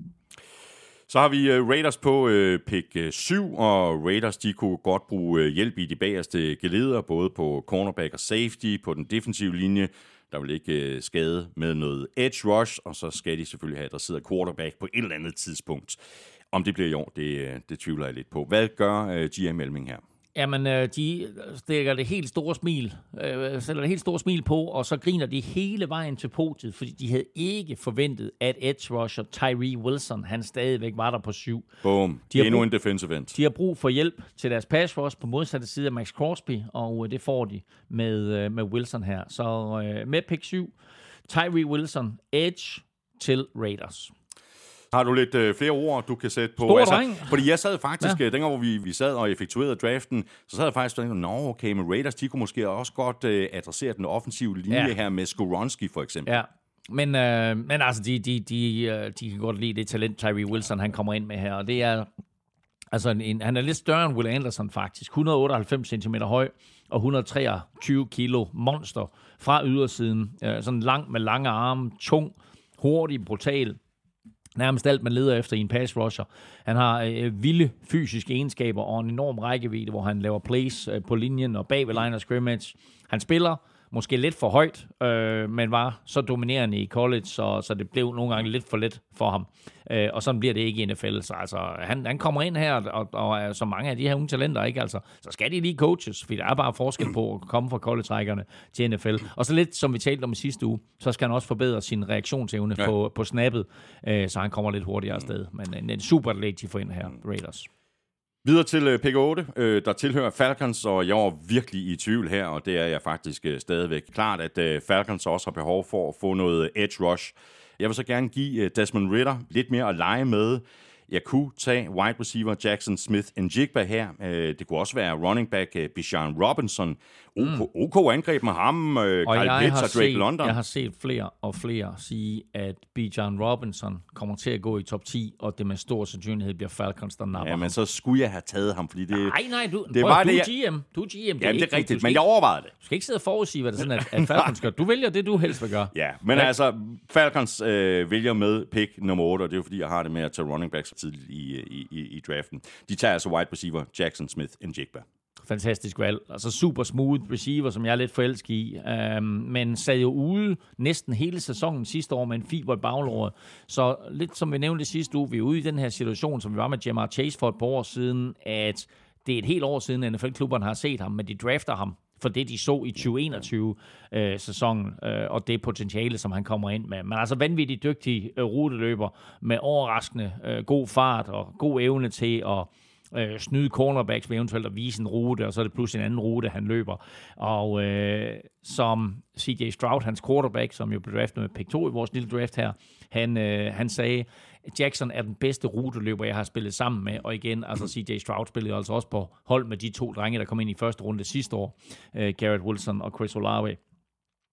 Så har vi uh, Raiders på uh, pick syv, og Raiders de kunne godt bruge uh, hjælp i de bagerste geleder, både på cornerback og safety, på den defensive linje. Der vil ikke uh, skade med noget edge rush, og så skal de selvfølgelig have adresseret quarterback på et eller andet tidspunkt. Om det bliver i år, det, det tvivler jeg lidt på. Hvad gør uh, G M Elming her?
Jamen, de stikker det helt store smil, øh, sætter det helt store smil på, og så griner de hele vejen til podiet, fordi de havde ikke forventet, at edge rusher Tyree Wilson, han stadigvæk var der på syv.
Boom. De endnu brug, en defensive end.
De har brug for hjælp til deres pass rush på modsatte side af Max Crosby, og øh, det får de med, øh, med Wilson her. Så øh, med pick syv, Tyree Wilson, edge til Raiders.
Har du lidt øh, flere ord, du kan sætte på?
Stor altså, dreng.
Fordi jeg sad faktisk, ja. dengang hvor vi, vi sad og effektuerede draften, så sad jeg faktisk og tænkte, nå okay, men Raiders, de kunne måske også godt øh, adressere den offensive linje ja. her med Skoronski for eksempel.
Ja, men, øh, men altså, de, de, de, de kan godt lide det talent, Tyree Wilson, han kommer ind med her, og det er, altså, en, han er lidt større end Will Anderson faktisk, et hundrede og otteoghalvfems centimeter høj, og et hundrede og treogtyve kilo monster fra ydersiden, øh, sådan lang med lange arme, tung, hurtig, brutal, nærmest alt, man leder efter i en pass rusher. Han har øh, vilde fysiske egenskaber og en enorm rækkevidde, hvor han laver plays øh, på linjen og bag ved line of scrimmage. Han spiller måske lidt for højt, øh, men var så dominerende i college, så, så det blev nogle gange lidt for let for ham. Øh, og sådan bliver det ikke i N F L. Så altså, han, han kommer ind her, og, og så mange af de her unge talenter, ikke? Altså, så skal de lige coaches, fordi der er bare forskel på at komme fra college-rækkerne til N F L. Og så lidt, som vi talte om i sidste uge, så skal han også forbedre sin reaktionsevne ja. på, på snappet, øh, så han kommer lidt hurtigere afsted. Men en, en super atlet, de får ind her, Raiders.
Videre til pick otte, øh, der tilhører Falcons, og jeg var virkelig i tvivl her, og det er jeg faktisk øh, stadigvæk. Klart, at øh, Falcons også har behov for at få noget edge rush. Jeg vil så gerne give øh, Desmond Ridder lidt mere at lege med. Jeg kunne tage wide receiver Jackson Smith-Njigba her. Det kunne også være running back Bijan Robinson. OK, OK angreb med ham, Kyle Pitts og Drake London.
Jeg har set flere og flere sige, at Bijan Robinson kommer til at gå i top ti, og det med stor sandsynlighed bliver Falcons, der napper
Ja, men så skulle jeg have taget ham, fordi det...
Nej, nej, du,
det
prøv,
var
du
det,
er G M. Du er G M.
Det Jamen, det er rigtigt, men jeg overvejede det.
Du skal ikke sidde og forudsige, hvad det er sådan, at, at Falcons gør. Du vælger det, du helst vil gøre.
Ja, men ja. altså, Falcons øh, vælger med pick nummer otte, og det er jo fordi, jeg har det med at tage running backs tidligt i, i, i, i draften. De tager altså wide receiver Jackson Smith-Njigba.
Fantastisk valg. Altså super smooth receiver, som jeg er lidt forelsket i. Um, men sad jo ude næsten hele sæsonen sidste år med en fiber i baglåret. Så lidt som vi nævnte sidste uge, vi er ude i den her situation, som vi var med Jamar Chase for et par år siden, at det er et helt år siden, at N F L-klubberne har set ham, men de drafter ham for det, de så i tyve enogtyve-sæsonen, øh, øh, og det potentiale, som han kommer ind med. Men altså vanvittigt dygtig øh, ruteløber med overraskende øh, god fart og god evne til at øh, snyde cornerbacks ved eventuelt at vise en rute, og så er det pludselig en anden rute, han løber. Og øh, som C J Stroud, hans quarterback, som jo blev draftet med pick to i vores lille draft her, han, øh, han sagde, Jackson er den bedste ruteløber, jeg har spillet sammen med. Og igen, altså C J Stroud spillede altså også på hold med de to drenge, der kom ind i første runde sidste år. Uh, Garrett Wilson og Chris Olave.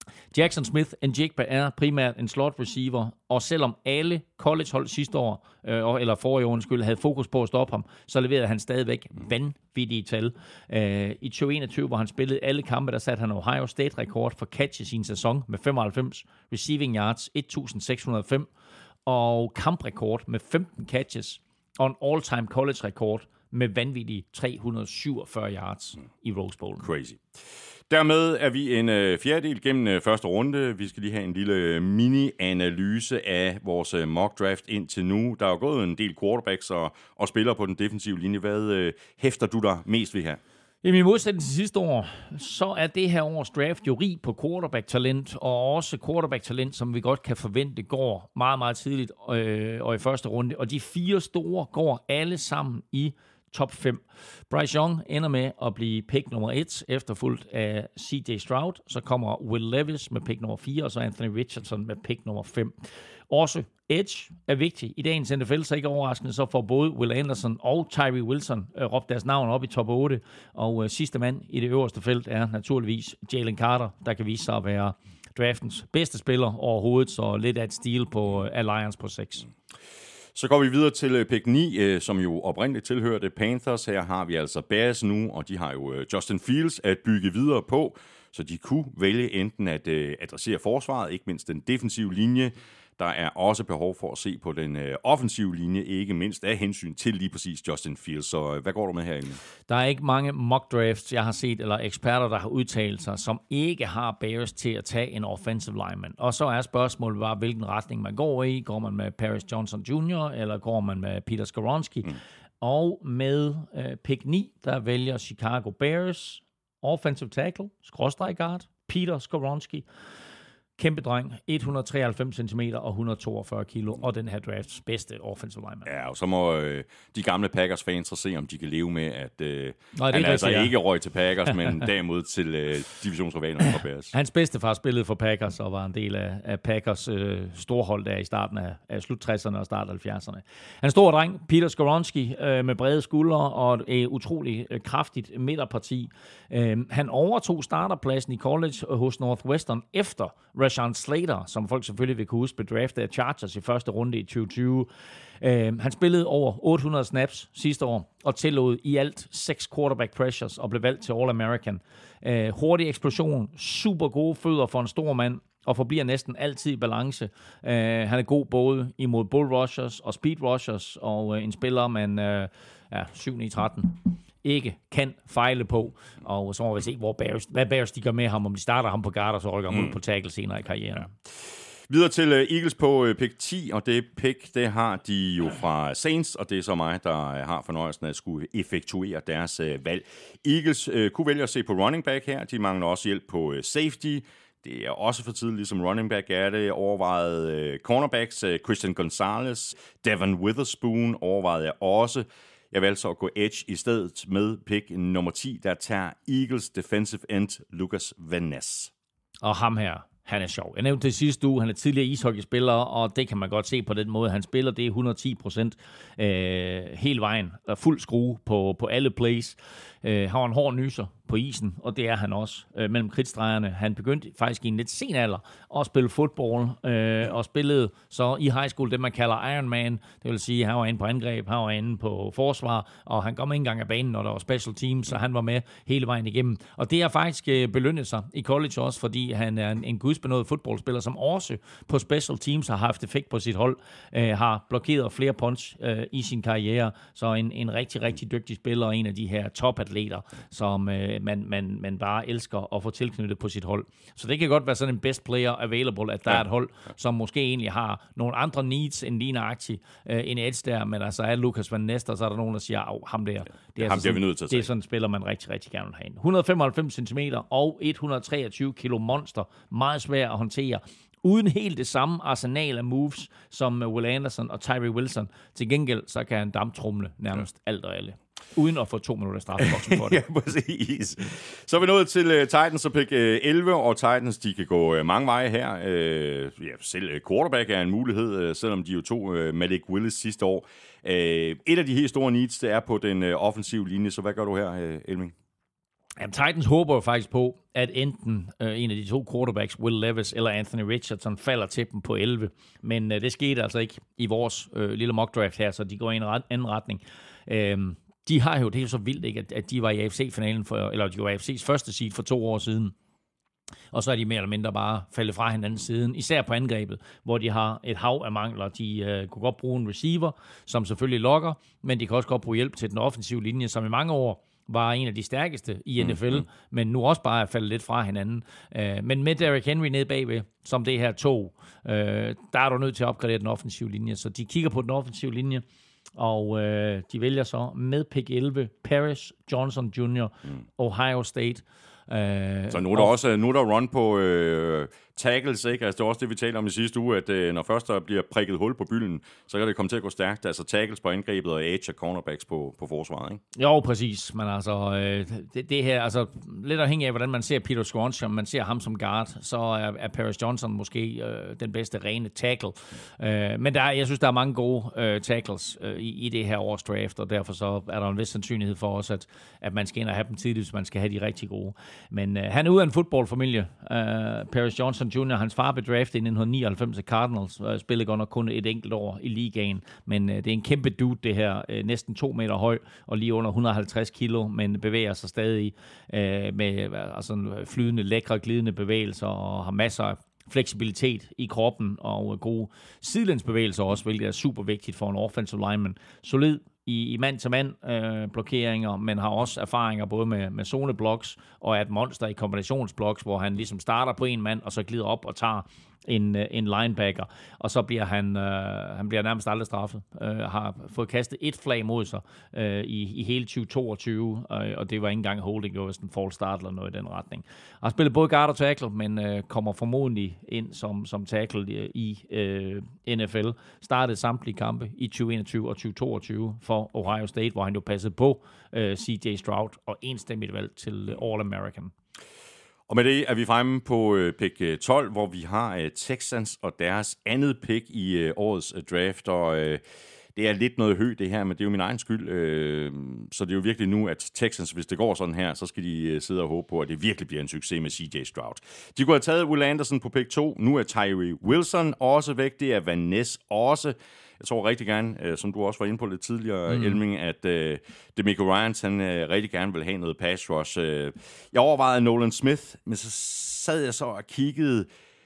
Jackson Smith Njigba er primært en slot receiver, og selvom alle collegehold sidste år, øh, eller forrige år, undskyld, havde fokus på at stoppe ham, så leverede han stadigvæk vanvittige tal. Øh, I tyve enogtyve, hvor han spillede alle kampe, der satte han Ohio State-rekord for catch i sin sæson med femoghalvfems receiving yards, et tusind seks hundrede og fem, og kamprekord med femten catches, og en all-time college-rekord med vanvittige tre hundrede og syvogfyrre yards i Rose Bowl.
Crazy. Dermed er vi en øh, fjerdedel gennem øh, første runde. Vi skal lige have en lille mini-analyse af vores øh, mock draft indtil nu. Der er jo gået en del quarterbacks og, og spillere på den defensive linje. Hvad øh, hæfter du dig mest ved her?
I min modsætning til sidste år, så er det her års draft jo rig på quarterback-talent, og også quarterback-talent, som vi godt kan forvente, går meget, meget tidligt øh, og i første runde. Og de fire store går alle sammen i top fem. Bryce Young ender med at blive pick nummer et, efterfulgt af C J Stroud. Så kommer Will Levis med pick nummer fire, og så Anthony Richardson med pick nummer fem. Også edge er vigtig. I dagens N F L, så ikke overraskende, så får både Will Anderson og Tyree Wilson øh, råbt deres navn op i top otte. Og øh, sidste mand i det øverste felt er naturligvis Jalen Carter, der kan vise sig at være draftens bedste spiller overhovedet, så lidt af et stil på øh, Alliance på seks.
Så går vi videre til pick ni, som jo oprindeligt tilhørte Panthers. Her har vi altså Bears nu, og de har jo Justin Fields at bygge videre på, så de kunne vælge enten at adressere forsvaret, ikke mindst den defensive linje. Der er også behov for at se på den øh, offensive linje, ikke mindst af hensyn til lige præcis Justin Fields. Så øh, hvad går du med her, Elvin?
Der er ikke mange mock drafts, jeg har set, eller eksperter, der har udtalt sig, som ikke har Bears til at tage en offensive lineman. Og så er spørgsmålet bare, hvilken retning man går i. Går man med Paris Johnson junior, eller går man med Peter Skoronski? Mm. Og med øh, pick ni, der vælger Chicago Bears offensive tackle, skråstreg guard, Peter Skoronski. Kæmpe dreng, et hundrede og treoghalvfems centimeter og et hundrede og toogfyrre kilo, og den her drafts bedste offensive lineman.
Ja, og så må øh, de gamle Packers-fans så se, om de kan leve med, at øh,
Nå,
han altså ja. ikke røg til Packers, men derimod til øh, divisionsrivalerne for Bears.
Hans bedstefar spillede for Packers og var en del af, af Packers øh, storhold der i starten af, af slut tresserne og start halvfjerdserne. Han er stor dreng, Peter Skoronski, øh, med brede skuldre og et øh, utroligt øh, kraftigt midterparti. Øh, han overtog starterpladsen i college hos Northwestern efter Rashawn Slater, som folk selvfølgelig vil kunne huske, blev draftet af Chargers i første runde i tyve tyve. Uh, han spillede over otte hundrede snaps sidste år, og tillod i alt seks quarterback pressures, og blev valgt til All-American. Uh, hurtig eksplosion, super gode fødder for en stor mand, og forbliver næsten altid i balance. Uh, han er god både imod bull rushers og speed rushers, og uh, en spiller, man uh, ja, syv ni tretten ikke kan fejle på, og så må vi se, hvor Bears, hvad Bears de gør med ham, om de starter ham på guard, og så rykker ham mm. ud på tackle senere i karrieren. Ja.
Videre til uh, Eagles på uh, pick ti, og det pick, det har de jo fra Saints, og det er så mig, der uh, har fornøjelsen af at skulle effektuere deres uh, valg. Eagles uh, kunne vælge at se på running back her, de mangler også hjælp på uh, safety. Det er også for tidligt, ligesom running back er det. Overvejet uh, cornerbacks, uh, Christian Gonzalez, Devon Witherspoon overvejede jeg også. Jeg valgte så at gå edge i stedet med pick nummer ti, der tager Eagles defensive end Lucas Van Ness.
Og ham her, han er sjov. Jeg nævnte det sidste uge, han er tidligere ishockeyspiller, og det kan man godt se på den måde. Han spiller det hundrede og ti procent øh, hele vejen, fuld skrue på, på alle plays. Øh, han var en hård nyser på isen, og det er han også øh, mellem kridtstregerne. Han begyndte faktisk i en lidt sen alder at spille fodbold, øh, og spillede så i high school det, man kalder Ironman. Det vil sige, at han var inde på angreb, han var inde på forsvar, og han kom ikke engang af banen, når der var special teams, så han var med hele vejen igennem. Og det har faktisk øh, belønnet sig i college også, fordi han er en, en gudsbenået fodboldspiller, som også på special teams har haft effekt på sit hold, øh, har blokeret flere punch øh, i sin karriere, så en, en rigtig, rigtig dygtig spiller, og en af de her topatleter, som øh, Man, man, man bare elsker at få tilknyttet på sit hold. Så det kan godt være sådan en best player available, at der ja. er et hold, som måske egentlig har nogle andre needs end lige nøjagtigt uh, en edge der, men altså er Lucas Van Ness, så er der nogen, der siger, af ham der. Det er,
ham,
altså sådan,
vi nødt til at
det er sådan en spiller, man rigtig, rigtig gerne vil have. et hundrede og femoghalvfems centimeter og et hundrede og treogtyve kilo monster. Meget svær at håndtere. Uden helt det samme arsenal af moves som Will Anderson og Tyree Wilson. Til gengæld, så kan han damptrumle nærmest ja. alt og alle. Uden at få to minutter straffeboksen for det.
Ja, præcis. Så er vi nået til uh, Titans og pick uh, elleve, og Titans, de kan gå uh, mange veje her. Uh, ja, selv uh, quarterback er en mulighed, uh, selvom de jo tog uh, Malik Willis sidste år. Uh, et af de helt store needs, det er på den uh, offensive linje, så hvad gør du her, uh, Elming?
Jamen, Titans håber jo faktisk på, at enten øh, en af de to quarterbacks, Will Levis eller Anthony Richardson, falder til dem på elleve. Men øh, det skete altså ikke i vores øh, lille mock draft her, så de går i en ret, anden retning. Øh, de har jo, det er jo så vildt, ikke, at, at de var i A F C-finalen, for, eller de var A F C's første seed for to år siden. Og så er de mere eller mindre bare faldet fra hinanden siden, især på angrebet, hvor de har et hav af mangler. De øh, kunne godt bruge en receiver, som selvfølgelig lokker, men de kan også godt bruge hjælp til den offensive linje, som i mange år var en af de stærkeste i N F L, mm-hmm. men nu også bare er faldet lidt fra hinanden. Uh, men med Derrick Henry nede bagved, som det her tog, uh, der er du nødt til at opgradere den offensive linje. Så de kigger på den offensive linje, og uh, de vælger så med pick elleve, Paris Johnson junior, mm. Ohio State. Uh,
så nu er der og, også nu er der run på øh, tackles, ikke? Altså, det er også det, vi talte om i sidste uge, at øh, når først der bliver prikket hul på bylden, så kan det komme til at gå stærkt. Altså tackles på angrebet og edge og cornerbacks på, på forsvaret, ikke?
Jo, præcis. Men altså, øh, det, det her, altså lidt afhængig af, hvordan man ser Peter Squanch, om man ser ham som guard, så er, er Paris Johnson måske øh, den bedste rene tackle. Øh, men der, jeg synes, der er mange gode øh, tackles øh, i, i det her års draft, og derfor så er der en vis sandsynlighed for os, at, at man skal ind og have dem tidligt, hvis man skal have de rigtig gode. Men øh, han er ude af en fodboldfamilie. Øh, Paris Johnson junior, hans far blev draftet i nitten nioghalvfems af Cardinals, og spillede godt nok kun et enkelt år i ligaen. Men øh, det er en kæmpe dude, det her. Øh, næsten to meter høj og lige under et hundrede og halvtreds kilo, men bevæger sig stadig øh, med altså, flydende, lækre, glidende bevægelser og har masser af fleksibilitet i kroppen og gode sidelænsbevægelser også, hvilket er super vigtigt for en offensive lineman. Solid i, i mand-til-mand øh, blokeringer, men har også erfaringer både med, med zoneblocks og er et monster i kombinationsblocks, hvor han ligesom starter på en mand, og så glider op og tager en, en linebacker, og så bliver han, øh, han bliver nærmest aldrig straffet. Øh, har fået kastet et flag mod sig øh, i, i hele tyve toogtyve, øh, og det var ikke engang holding, det var sådan en false start eller noget i den retning. Har spillet både guard og tackle, men øh, kommer formodentlig ind som, som tackle i øh, N F L. Startede samtlige kampe i tyve enogtyve og tyve toogtyve for Ohio State, hvor han jo passede på øh, C J Stroud og enstemmigt valg til øh, All-American.
Og med det er vi fremme på øh, pick tolv, hvor vi har øh, Texans og deres andet pick i øh, årets øh, draft, og øh, det er lidt noget højt det her, men det er jo min egen skyld, øh, så det er jo virkelig nu, at Texans, hvis det går sådan her, så skal de øh, sidde og håbe på, at det virkelig bliver en succes med C J Stroud. De kunne have taget Will Anderson på pick to, nu er Tyree Wilson også væk, det er Van Ness også. Jeg tror rigtig gerne, øh, som du også var inde på lidt tidligere, mm. Elming, at øh, DeMeco Ryans, han øh, rigtig gerne vil have noget pass rush. Øh, jeg overvejede Nolan Smith, men så sad jeg så og kiggede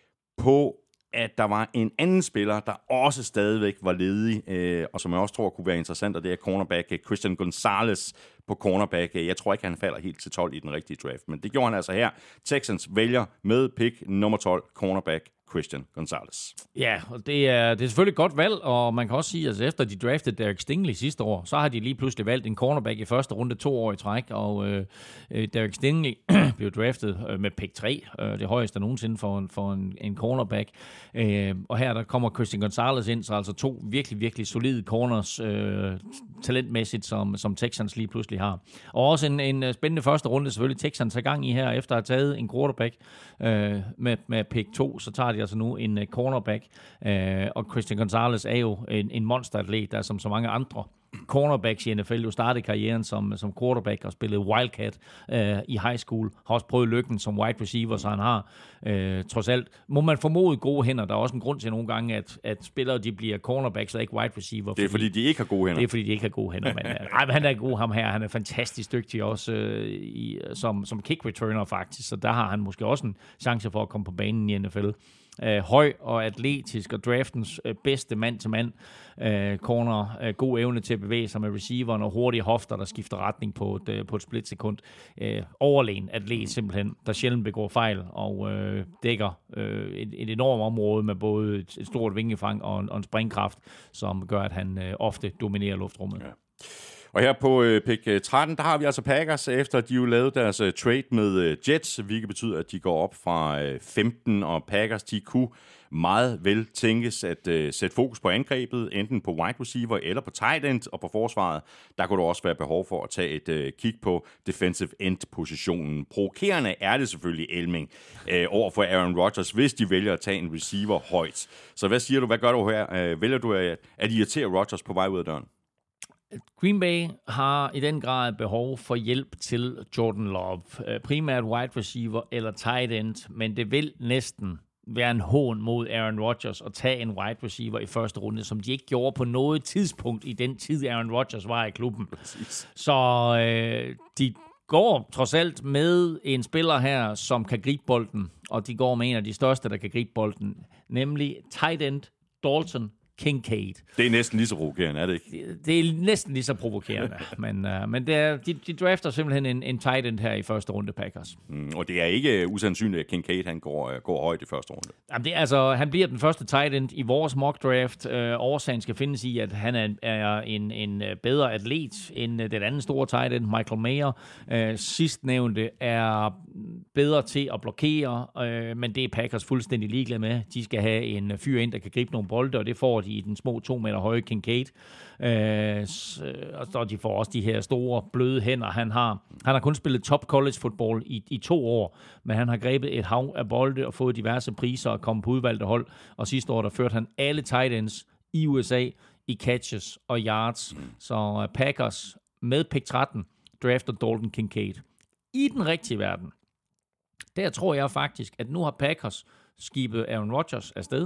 på, at der var en anden spiller, der også stadigvæk var ledig, øh, og som jeg også tror kunne være interessant, og det er cornerback Christian Gonzalez på cornerback. Jeg tror ikke, han falder helt til tolv i den rigtige draft, men det gjorde han altså her. Texans vælger med pick nummer tolv, cornerback Christian Gonzalez.
Ja, og det er, det er selvfølgelig et godt valg, og man kan også sige, at altså, efter de draftede Derek Stingley sidste år, så har de lige pludselig valgt en cornerback i første runde to år i træk, og øh, Derek Stingley blev draftet øh, med pick tre, øh, det højeste nogensinde for en, for en, en cornerback. Øh, og her der kommer Christian Gonzalez ind, så altså to virkelig, virkelig solide corners, øh, talentmæssigt, som, som Texans lige pludselig har. Og også en, en spændende første runde, selvfølgelig Texans er gang i her, efter at have taget en quarterback øh, med, med pick to, så tager de altså nu en uh, cornerback, uh, og Christian Gonzalez er jo en, en monsteratlet, der som så mange andre cornerbacks i N F L jo startede karrieren som, som quarterback og spillede Wildcat uh, i high school, har også prøvet lykken som wide receiver, så han har uh, trods alt, må man formode gode hænder. Der er også en grund til nogle gange, at, at spillere de bliver cornerbacks og ikke wide receiver.
Det er fordi, fordi de ikke har gode hænder.
Det er fordi, de ikke har gode hænder. Men, uh, ej, men han er god, ham her. Han er fantastisk dygtig også uh, i, som, som kick returner faktisk, så der har han måske også en chance for at komme på banen i N F L. Uh, høj og atletisk og draftens uh, bedste mand-til-mand uh, corner, uh, god evne til at bevæge sig med receiveren og hurtige hofter, der skifter retning på et, uh, på et splitsekund. Uh, overlegen atlet simpelthen, der sjældent begår fejl og uh, dækker uh, et, et enormt område med både et, et stort vingefang og en, og en springkraft, som gør, at han uh, ofte dominerer luftrummet. Ja.
Og her på øh, pick tretten, der har vi altså Packers, efter de jo lavede deres øh, trade med øh, Jets, hvilket betyder, at de går op fra øh, femten, og Packers, de kunne meget vel tænkes at øh, sætte fokus på angrebet, enten på wide receiver eller på tight end, og på forsvaret, der kunne der også være behov for at tage et øh, kig på defensive end-positionen. Provokerende er det selvfølgelig, Elming, øh, over for Aaron Rodgers, hvis de vælger at tage en receiver højt. Så hvad siger du, hvad gør du her? Øh, vælger du at, at irritere Rodgers på vej ud af døren?
Green Bay har i den grad behov for hjælp til Jordan Love. Primært wide receiver eller tight end, men det vil næsten være en hån mod Aaron Rodgers at tage en wide receiver i første runde, som de ikke gjorde på noget tidspunkt i den tid, Aaron Rodgers var i klubben. Præcis. Så øh, de går trods alt med en spiller her, som kan gribe bolden, og de går med en af de største, der kan gribe bolden, nemlig tight end Dalton Kincaid.
Det er næsten lige så provokerende, er det ikke?
Det, det er næsten lige så provokerende, men, uh, men det er, de, de drafter simpelthen en, en tight end her i første runde, Packers.
Mm, og det er ikke usandsynligt, at Kincaid han går, går højt i første runde.
Jamen det er, altså, han bliver den første tight end i vores mock draft. Uh, årsagen skal findes i, at han er, er en, en bedre atlet end den anden store tight end, Michael Mayer. Uh, sidstnævnte er bedre til at blokere, uh, men det er Packers fuldstændig ligeglade med. De skal have en fyr ind, der kan gribe nogle bolde, og det får de i den små to meter høje Kincaid. Øh, og de får også de her store, bløde hænder, han har. Han har kun spillet top college football i, i to år, men han har grebet et hav af bolde og fået diverse priser og kommet på udvalgte hold. Og sidste år, der førte han alle tight ends i U S A i catches og yards. Så Packers med pick tretten drafter Dalton Kincaid. I den rigtige verden, der tror jeg faktisk, at nu har Packers skibet Aaron Rodgers afsted.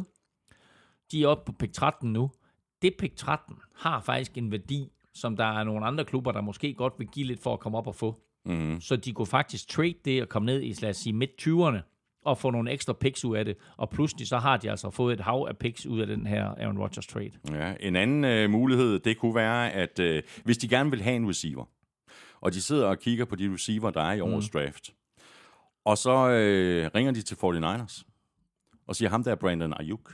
De er oppe på pick tretten nu. Det pick tretten har faktisk en værdi, som der er nogle andre klubber, der måske godt vil give lidt for at komme op og få. Mm. Så de kunne faktisk trade det og komme ned i, lad os sige, midt tyverne og få nogle ekstra picks ud af det. Og pludselig så har de altså fået et hav af picks ud af den her Aaron Rodgers trade.
Ja, en anden øh, mulighed, det kunne være, at øh, hvis de gerne vil have en receiver, og de sidder og kigger på de receiver, der er i årets mm. draft, og så øh, ringer de til forty-niners og siger, ham der er Brandon Ayuk.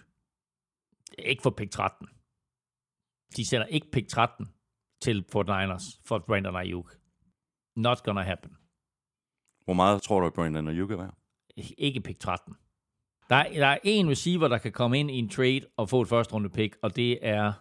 Ikke for pick tretten. De sætter ikke pick tretten til forty-niners for Brandon Ayuk. Not gonna happen.
Hvor meget tror du, at Brandon Ayuk er værd?
Ikke pick tretten. Der er, der er en receiver, der kan komme ind i en trade og få et første runde pick, og det er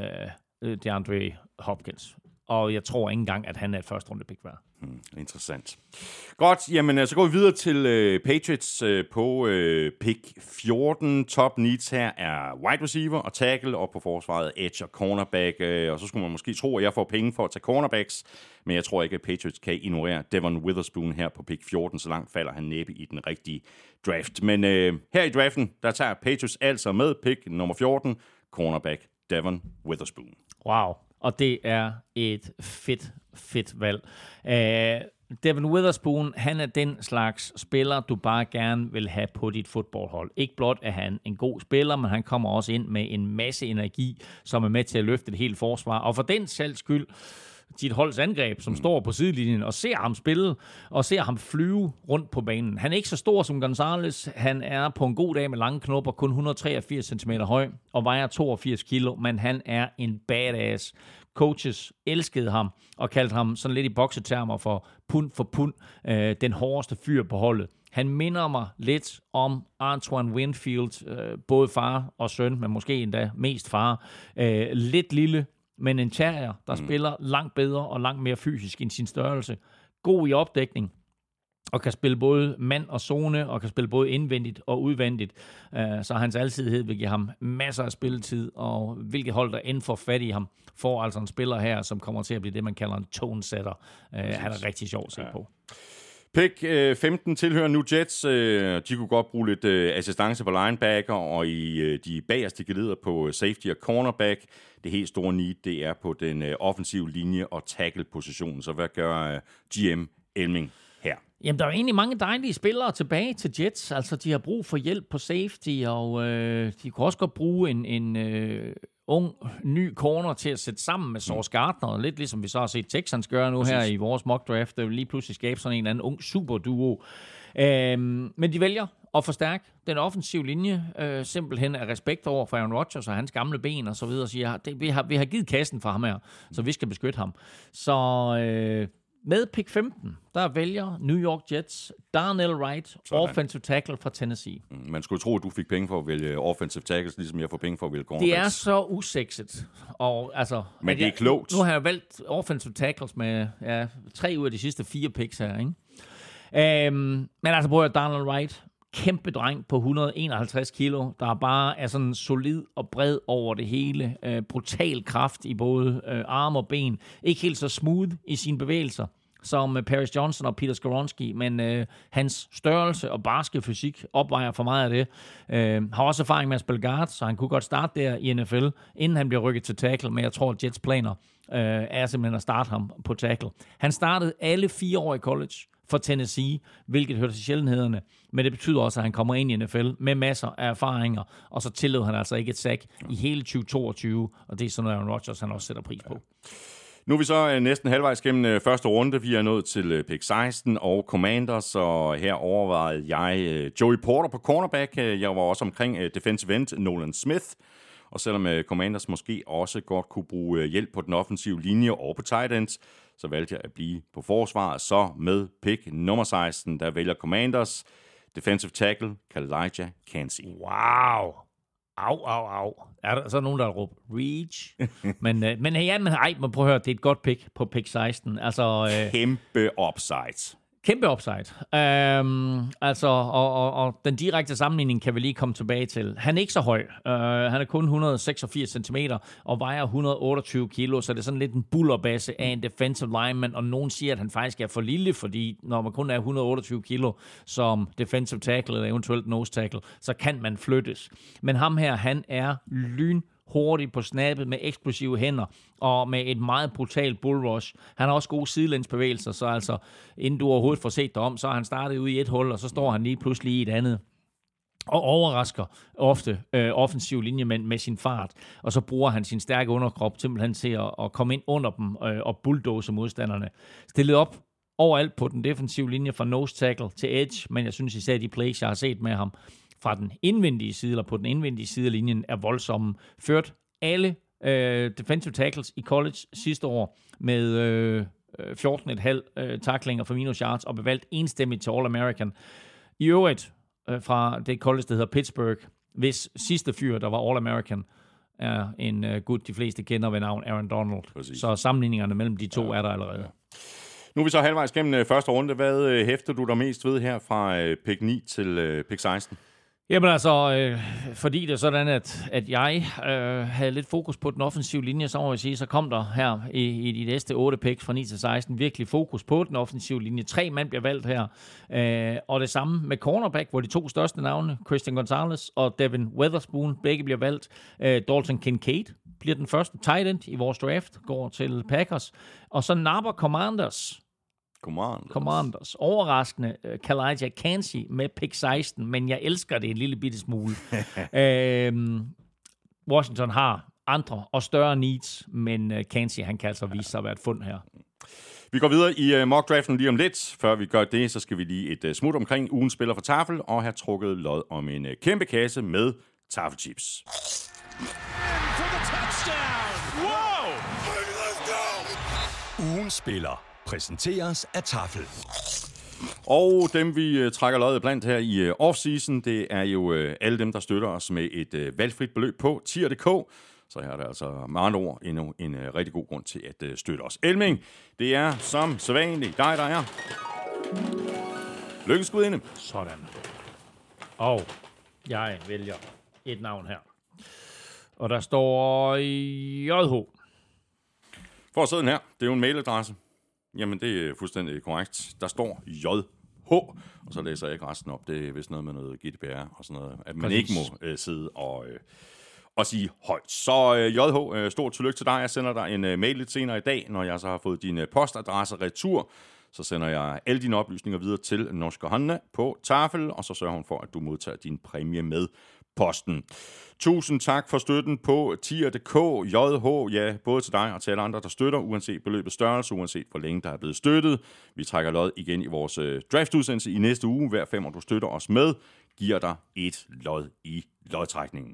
øh, DeAndre Hopkins. Og jeg tror ikke engang, at han er et første runde pick værd.
Hmm, interessant. Godt, jamen så går vi videre til øh, Patriots øh, på øh, pick fjorten. Top needs her er wide receiver og tackle, og på forsvaret edge og cornerback. Øh, og så skulle man måske tro, at jeg får penge for at tage cornerbacks, men jeg tror ikke, at Patriots kan ignorere Devon Witherspoon her på pick fjorten. Så langt falder han næppe i den rigtige draft. Men øh, her i draften, der tager Patriots altså med pick nummer fjorten, cornerback Devon Witherspoon.
Wow. Og det er et fedt, fedt valg. Uh, Devon Witherspoon, han er den slags spiller, du bare gerne vil have på dit fodboldhold. Ikke blot er han en god spiller, men han kommer også ind med en masse energi, som er med til at løfte et helt forsvar. Og for den selv skyld, dit holds angreb, som står på sidelinjen og ser ham spille, og ser ham flyve rundt på banen. Han er ikke så stor som Gonzalez. Han er på en god dag med lange knopper, kun et hundrede og treogfirs centimeter høj, og vejer toogfirs kilo, men han er en badass. Coaches elskede ham, og kaldte ham sådan lidt i boksetermer for pund for pund, øh, den hårdeste fyr på holdet. Han minder mig lidt om Antoine Winfield, øh, både far og søn, men måske endda mest far. Øh, lidt lille, men en terrier, der mm. spiller langt bedre og langt mere fysisk end sin størrelse. God i opdækning, og kan spille både mand og zone, og kan spille både indvendigt og udvendigt. Så hans alsidighed vil give ham masser af spilletid, og hvilket hold, der end får fat i ham, får altså en spiller her, som kommer til at blive det, man kalder en tone-setter. Han er rigtig sjov at se på.
Pick femten tilhører nu Jets. De kunne godt bruge lidt assistance på linebacker, og i de bagerste geleder på safety og cornerback. Det helt store need, det er på den offensive linje og tackle-positionen. Så hvad gør G M Elming her?
Jamen, der er egentlig mange dejlige spillere tilbage til Jets. Altså, de har brug for hjælp på safety, og øh, de kunne også godt bruge en, en øh, ung, ny corner til at sætte sammen med Sauce Gardner. Lidt ligesom vi så har set Texans gøre nu. Præcis. Her i vores mock draft. Der vil lige pludselig skabe sådan en eller anden ung superduo. Øhm, men de vælger at forstærke den offensive linje, øh, simpelthen af respekt over for Aaron Rodgers og hans gamle ben og så videre, og siger, det, vi, har, vi har givet kassen for ham her, så vi skal beskytte ham. Så øh, med pick femten, der vælger New York Jets Darnell Wright, sådan. Offensive tackle fra Tennessee.
Man skulle tro, at du fik penge for at vælge offensive tackles, ligesom jeg får penge for at vælge cornerbacks.
Det er så usexet. Og, altså,
men det er klogt.
Nu, nu har jeg valgt offensive tackles med ja, tre ud af de sidste fire picks her, ikke? Øhm, men altså prøv at Darnell Wright, kæmpe dreng på et hundrede og enoghalvtreds kilo, der bare er sådan solid og bred over det hele. Øh, brutal kraft i både øh, arme og ben. Ikke helt så smooth i sine bevægelser som øh, Paris Johnson og Peter Skoronski, men øh, hans størrelse og barske fysik opvejer for meget af det. Øh, har også erfaring med at spille guard, så han kunne godt starte der i N F L, inden han bliver rykket til tackle, men jeg tror, at Jets planer øh, er simpelthen at starte ham på tackle. Han startede alle fire år i college for Tennessee, hvilket hører til sjældenhederne, men det betyder også, at han kommer ind i N F L med masser af erfaringer, og så tillod han altså ikke et sack i hele tyve toogtyve, og det er sådan noget, Aaron Rodgers han også sætter pris på.
Nu er vi så uh, næsten halvvejs gennem uh, første runde. Vi er nået til uh, pick seksten og Commanders, og her overvejede jeg uh, Joey Porter på cornerback. Uh, jeg var også omkring uh, defensive end Nolan Smith, og selvom uh, Commanders måske også godt kunne bruge uh, hjælp på den offensive linje og på tight ends, så valgte jeg at blive på forsvaret. Så med pick nummer seksten, der vælger Commanders defensive tackle Kalijah Kancey.
Wow! Au, au, au. Er der så nogen, der har råbt reach? men, øh, men ja, men, ej, men prøv at høre, det er et godt pick på pick seksten. Altså, øh,
kæmpe upside.
Kæmpe upside. Øhm, altså, og, og, og den direkte sammenligning kan vi lige komme tilbage til. Han er ikke så høj. Øh, han er kun et hundrede og seksogfirs centimeter og vejer et hundrede og otteogtyve kilo, så det er sådan lidt en bullerbasse af en defensive lineman, og nogen siger, at han faktisk er for lille, fordi når man kun er et hundrede og otteogtyve kilo som defensive tackle eller eventuelt nose tackle, så kan man flyttes. Men ham her, han er lyn hurtigt på snappet med eksplosive hænder og med et meget brutalt bullrush. Han har også gode sidelænsbevægelser, så altså inden du overhovedet får set dig om, så har han startet ude i et hul, og så står han lige pludselig i et andet. Og overrasker ofte øh, offensiv linjemænd med sin fart, og så bruger han sin stærke underkrop simpelthen til at, at komme ind under dem øh, og bulldose modstanderne. Stillet op overalt på den defensive linje fra nose tackle til edge, men jeg synes især de plays, jeg har set med ham, fra den indvendige side, eller på den indvendige side af linjen, er voldsomme. Ført alle øh, defensive tackles i college sidste år med øh, fjorten komma fem øh, tacklinger for minus yards, og bevalgt enstemmigt til All-American. I øvrigt øh, fra det college, der hedder Pittsburgh, hvis sidste fyr, der var All-American, er en øh, gut, de fleste kender ved navn Aaron Donald. Præcis. Så sammenligningerne mellem de to ja, er der allerede. Ja.
Nu er vi så halvvejs gennem første runde. Hvad hæfter du dig mest ved her fra pick ni til pick seksten?
Jamen altså, øh, fordi det er sådan, at, at jeg øh, havde lidt fokus på den offensive linje, så må jeg sige, så kom der her i, i de næste otte picks fra ni til seksten virkelig fokus på den offensive linje. Tre mand bliver valgt her, øh, og det samme med cornerback, hvor de to største navne, Christian Gonzalez og Devin Witherspoon, begge bliver valgt. Øh, Dalton Kincaid bliver den første tight end i vores draft, går til Packers, og så napper Commanders.
Commanders.
Commanders. Overraskende uh, Kalijah Kancey med pick seksten, men jeg elsker det en lille bitte smule. øhm, Washington har andre og større needs, men uh, Kancey, han kan altså vise sig at være et fund her.
Vi går videre i uh, mock-draften lige om lidt. Før vi gør det, så skal vi lige et uh, smut omkring ugens spiller for Tafel, og have trukket lod om en uh, kæmpe kasse med Tafelchips.
Ugens spiller præsenteres af Tafel.
Og dem, vi uh, trækker løjet blandt her i uh, off-season, det er jo uh, alle dem, der støtter os med et uh, valgfrit beløb på tier punktum d k. Så her er der altså med andre ord endnu en uh, rigtig god grund til at uh, støtte os. Elming, det er som sædvanligt dig, der er. Lykkes Gud inde.
Sådan. Og jeg vælger et navn her. Og der står J H.
For at sidde her, det er jo en mailadresse. Jamen, det er fuldstændig korrekt. Der står J H, og så læser jeg ikke resten op. Det er vist noget med noget G D P R og sådan noget, at man Præcis. ikke må øh, sidde og, øh, og sige højt. Så øh, J H, øh, stort tillykke til dig. Jeg sender dig en øh, mail lidt senere i dag, når jeg så har fået din øh, postadresse retur. Så sender jeg alle dine oplysninger videre til Norske Håndne på Tafel, og så sørger hun for, at du modtager din præmie med posten. Tusind tak for støtten på tier punktum d k. J H, ja, både til dig og til alle andre, der støtter, uanset beløbets størrelse, uanset hvor længe der er blevet støttet. Vi trækker lod igen i vores øh, draftudsendelse i næste uge. Hver fem år, du støtter os med, giver dig et lod i lodtrækningen.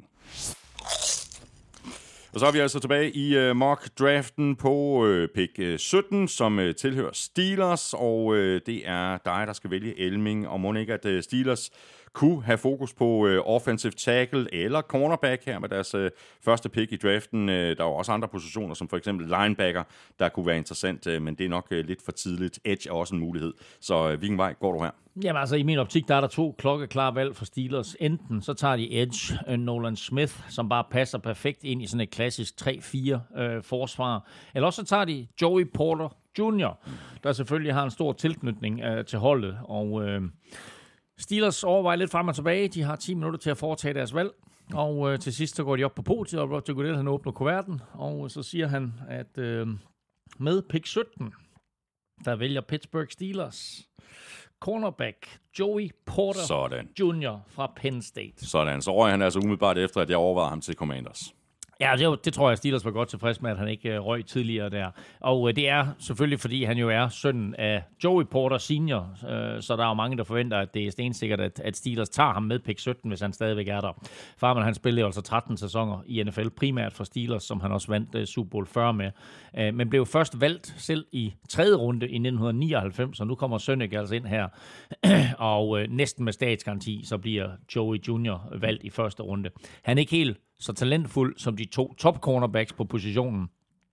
Og så er vi altså tilbage i uh, mock-draften på uh, pick uh, sytten, som uh, tilhører Steelers, og uh, det er dig, der skal vælge Elming, og må ikke, at uh, Steelers kunne have fokus på øh, offensive tackle eller cornerback her med deres øh, første pick i draften. Øh, der er også andre positioner, som for eksempel linebacker, der kunne være interessant, øh, men det er nok øh, lidt for tidligt. Edge er også en mulighed. Så øh, hvilken vej går du her?
Jamen altså, i min optik, der er der to klokkeklare valg for Steelers. Enten så tager de Edge, uh, Nolan Smith, som bare passer perfekt ind i sådan et klassisk tre fire øh, forsvar. Eller også så tager de Joey Porter junior, der selvfølgelig har en stor tilknytning øh, til holdet. Og øh, Steelers overvejer lidt frem og tilbage. De har ti minutter til at foretage deres valg. Og øh, til sidst så går de op på podiet, og Roger Goodell, han åbner kuverten. Og så siger han, at øh, med pick sytten, der vælger Pittsburgh Steelers cornerback Joey Porter
Sådan.
junior fra Penn State.
Sådan, så røg han altså umiddelbart efter, at jeg overvejede ham til Commanders.
Ja, det, det tror jeg, Steelers var godt tilfreds med, at han ikke uh, røg tidligere der. Og uh, det er selvfølgelig, fordi han jo er sønnen af Joey Porter senior, uh, så der er jo mange, der forventer, at det er stensikkert, at, at Steelers tager ham med pick sytten, hvis han stadigvæk er der. Farman, han spillede altså tretten sæsoner i N F L, primært for Steelers, som han også vandt uh, Super Bowl fyrre med. Uh, men blev først valgt selv i tredje runde i nitten nioghalvfems, og nu kommer Sønnek altså ind her, og uh, næsten med statsgaranti, så bliver Joey junior valgt i første runde. Han er ikke helt så talentfuld som de to top cornerbacks på positionen.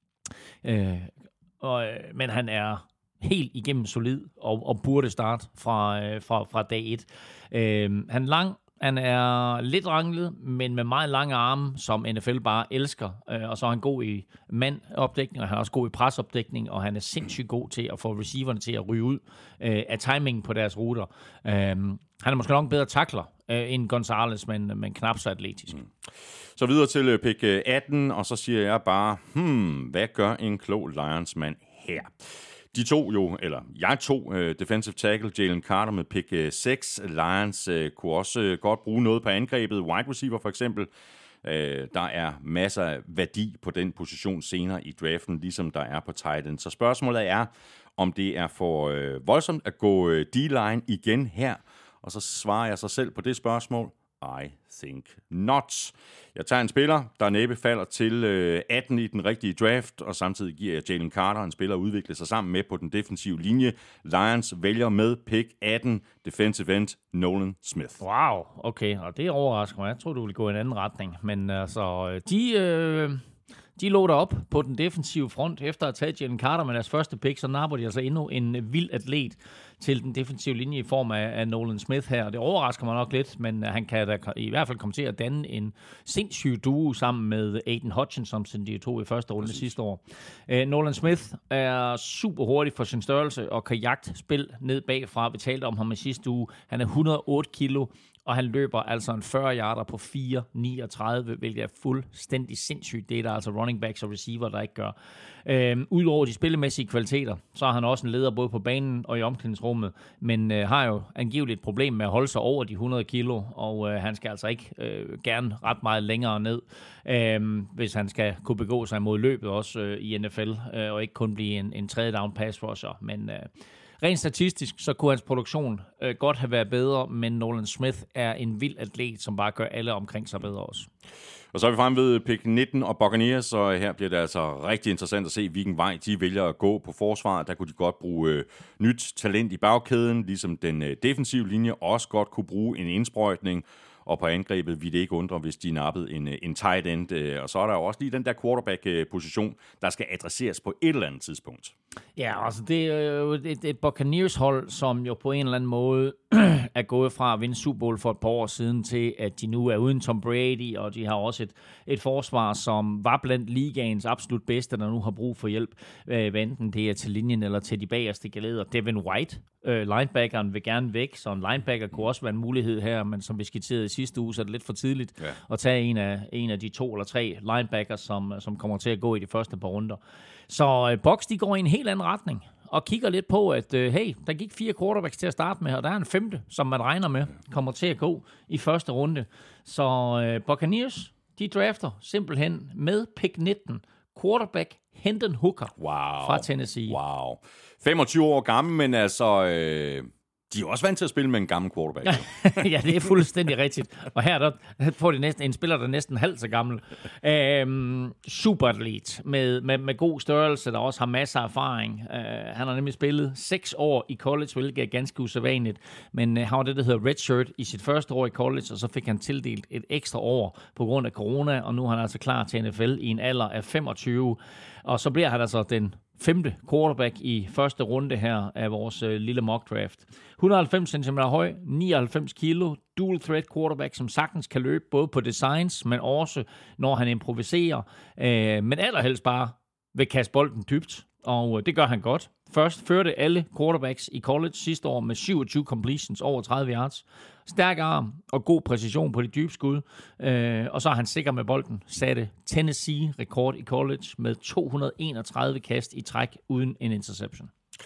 Øh, og, men han er helt igennem solid og, og burde starte fra, øh, fra, fra dag et. Øh, han er lang, han er lidt ranglet, men med meget lange arme, som N F L bare elsker. Øh, og så er han god i mandopdækning, og han er også god i presopdækning, og han er sindssygt god til at få receiverne til at ryge ud øh, af timingen på deres ruter. Øh, han er måske nok en bedre tackler øh, end Gonzalez, men, men knap så atletisk. Mm.
Så videre til pick atten, og så siger jeg bare, hmm, hvad gør en klog Lions-mand her? De to jo, eller jeg tog uh, defensive tackle Jalen Carter med pick uh, seks. Lions uh, kunne også uh, godt bruge noget på angrebet. Wide receiver for eksempel. Uh, der er masser af værdi på den position senere i draften, ligesom der er på tight end. Så spørgsmålet er, om det er for uh, voldsomt at gå uh, D-line igen her. Og så svarer jeg sig selv på det spørgsmål. I think not. Jeg tager en spiller, der næppe falder til øh, atten i den rigtige draft, og samtidig giver jeg Jalen Carter en spiller at udvikle sig sammen med på den defensive linje. Lions vælger med pick atten, defensive end Nolan Smith.
Wow, okay, og det overrasker mig. Jeg tror, du ville gå i en anden retning. Men altså, de... Øh De lå op på den defensive front. Efter at have taget Jalen Carter med deres første pick, så napper de altså endnu en vild atlet til den defensive linje i form af, af Nolan Smith her. Det overrasker mig nok lidt, men han kan da i hvert fald komme til at danne en sindssyg duo sammen med Aiden Hutchinson, som de to i første runde sidste år. Uh, Nolan Smith er super hurtig for sin størrelse og kan jagte spil ned bagfra. Vi talte om ham i sidste uge. Han er et hundrede og otte kilo. Og han løber altså en fyrre yarder på fire niogtredive, hvilket er fuldstændig sindssygt. Det er der altså running backs og receiver, der ikke gør. Øhm, Udover de spillemæssige kvaliteter, så er han også en leder både på banen og i omklædningsrummet, men øh, har jo angiveligt et problem med at holde sig over de hundrede kilo, og øh, han skal altså ikke øh, gerne ret meget længere ned, øh, hvis han skal kunne begå sig mod løbet også øh, i N F L, øh, og ikke kun blive en, en tredje down pass rusher, men... Øh, Rent statistisk, så kunne hans produktion øh, godt have været bedre, men Nolan Smith er en vild atlet, som bare gør alle omkring sig bedre også.
Og så er vi fremme ved pick nitten og Buccaneers, så her bliver det altså rigtig interessant at se, hvilken vej de vælger at gå på forsvaret. Der kunne de godt bruge øh, nyt talent i bagkæden, ligesom den øh, defensive linje også godt kunne bruge en indsprøjtning. Og på angrebet ville det ikke undre, hvis de nappede en, en tight end. Og så er der jo også lige den der quarterback-position, der skal adresseres på et eller andet tidspunkt.
Ja, altså det er jo et, et Buccaneers-hold, som jo på en eller anden måde er gået fra at vinde Super Bowl for et par år siden til, at de nu er uden Tom Brady, og de har også et, et forsvar, som var blandt ligaens absolut bedste, der nu har brug for hjælp, hvad enten det er til linjen eller til de bagerste geleder. Devin White, øh, linebackeren, vil gerne væk, så en linebacker kunne også være en mulighed her, men som vi skitserede i sidste uge, så er det lidt for tidligt ja. at tage en af, en af de to eller tre linebackers, som, som kommer til at gå i de første par runder. Så øh, Bucs, de går i en helt anden retning, og kigger lidt på, at øh, hey, der gik fire quarterbacks til at starte med, og der er en femte, som man regner med, kommer til at gå i første runde. Så øh, Buccaneers, de drafter simpelthen med pick nitten, quarterback Hendon Hooker
wow.
fra Tennessee.
Wow. femogtyve år gammel, men altså... Øh De er også vant til at spille med en gammel quarterback.
Ja, det er fuldstændig rigtigt. Og her der får de næsten en spiller, der er næsten halvt så gammel. Øhm, superatlet med, med, med god størrelse, der også har masser af erfaring. Øh, han har nemlig spillet seks år i college, hvilket er ganske usædvanligt. Men øh, han var det, der hedder redshirt i sit første år i college, og så fik han tildelt et ekstra år på grund af corona, og nu er han altså klar til N F L i en alder af femogtyve. Og så bliver han altså den femte quarterback i første runde her af vores øh, lille mock draft. et hundrede og halvfems centimeter høj, nioghalvfems kilo, dual threat quarterback, som sagtens kan løbe både på designs, men også når han improviserer. Øh, men allerhelst bare vil kaste bolden dybt, og øh, det gør han godt. Først førte alle quarterbacks i college sidste år med syvogtyve completions over tredive yards. Stærk arm og god præcision på de dybe skud. Øh, og så er han sikker med bolden. Satte Tennessee-rekord i college med to hundrede og enogtredive kast i træk uden en interception.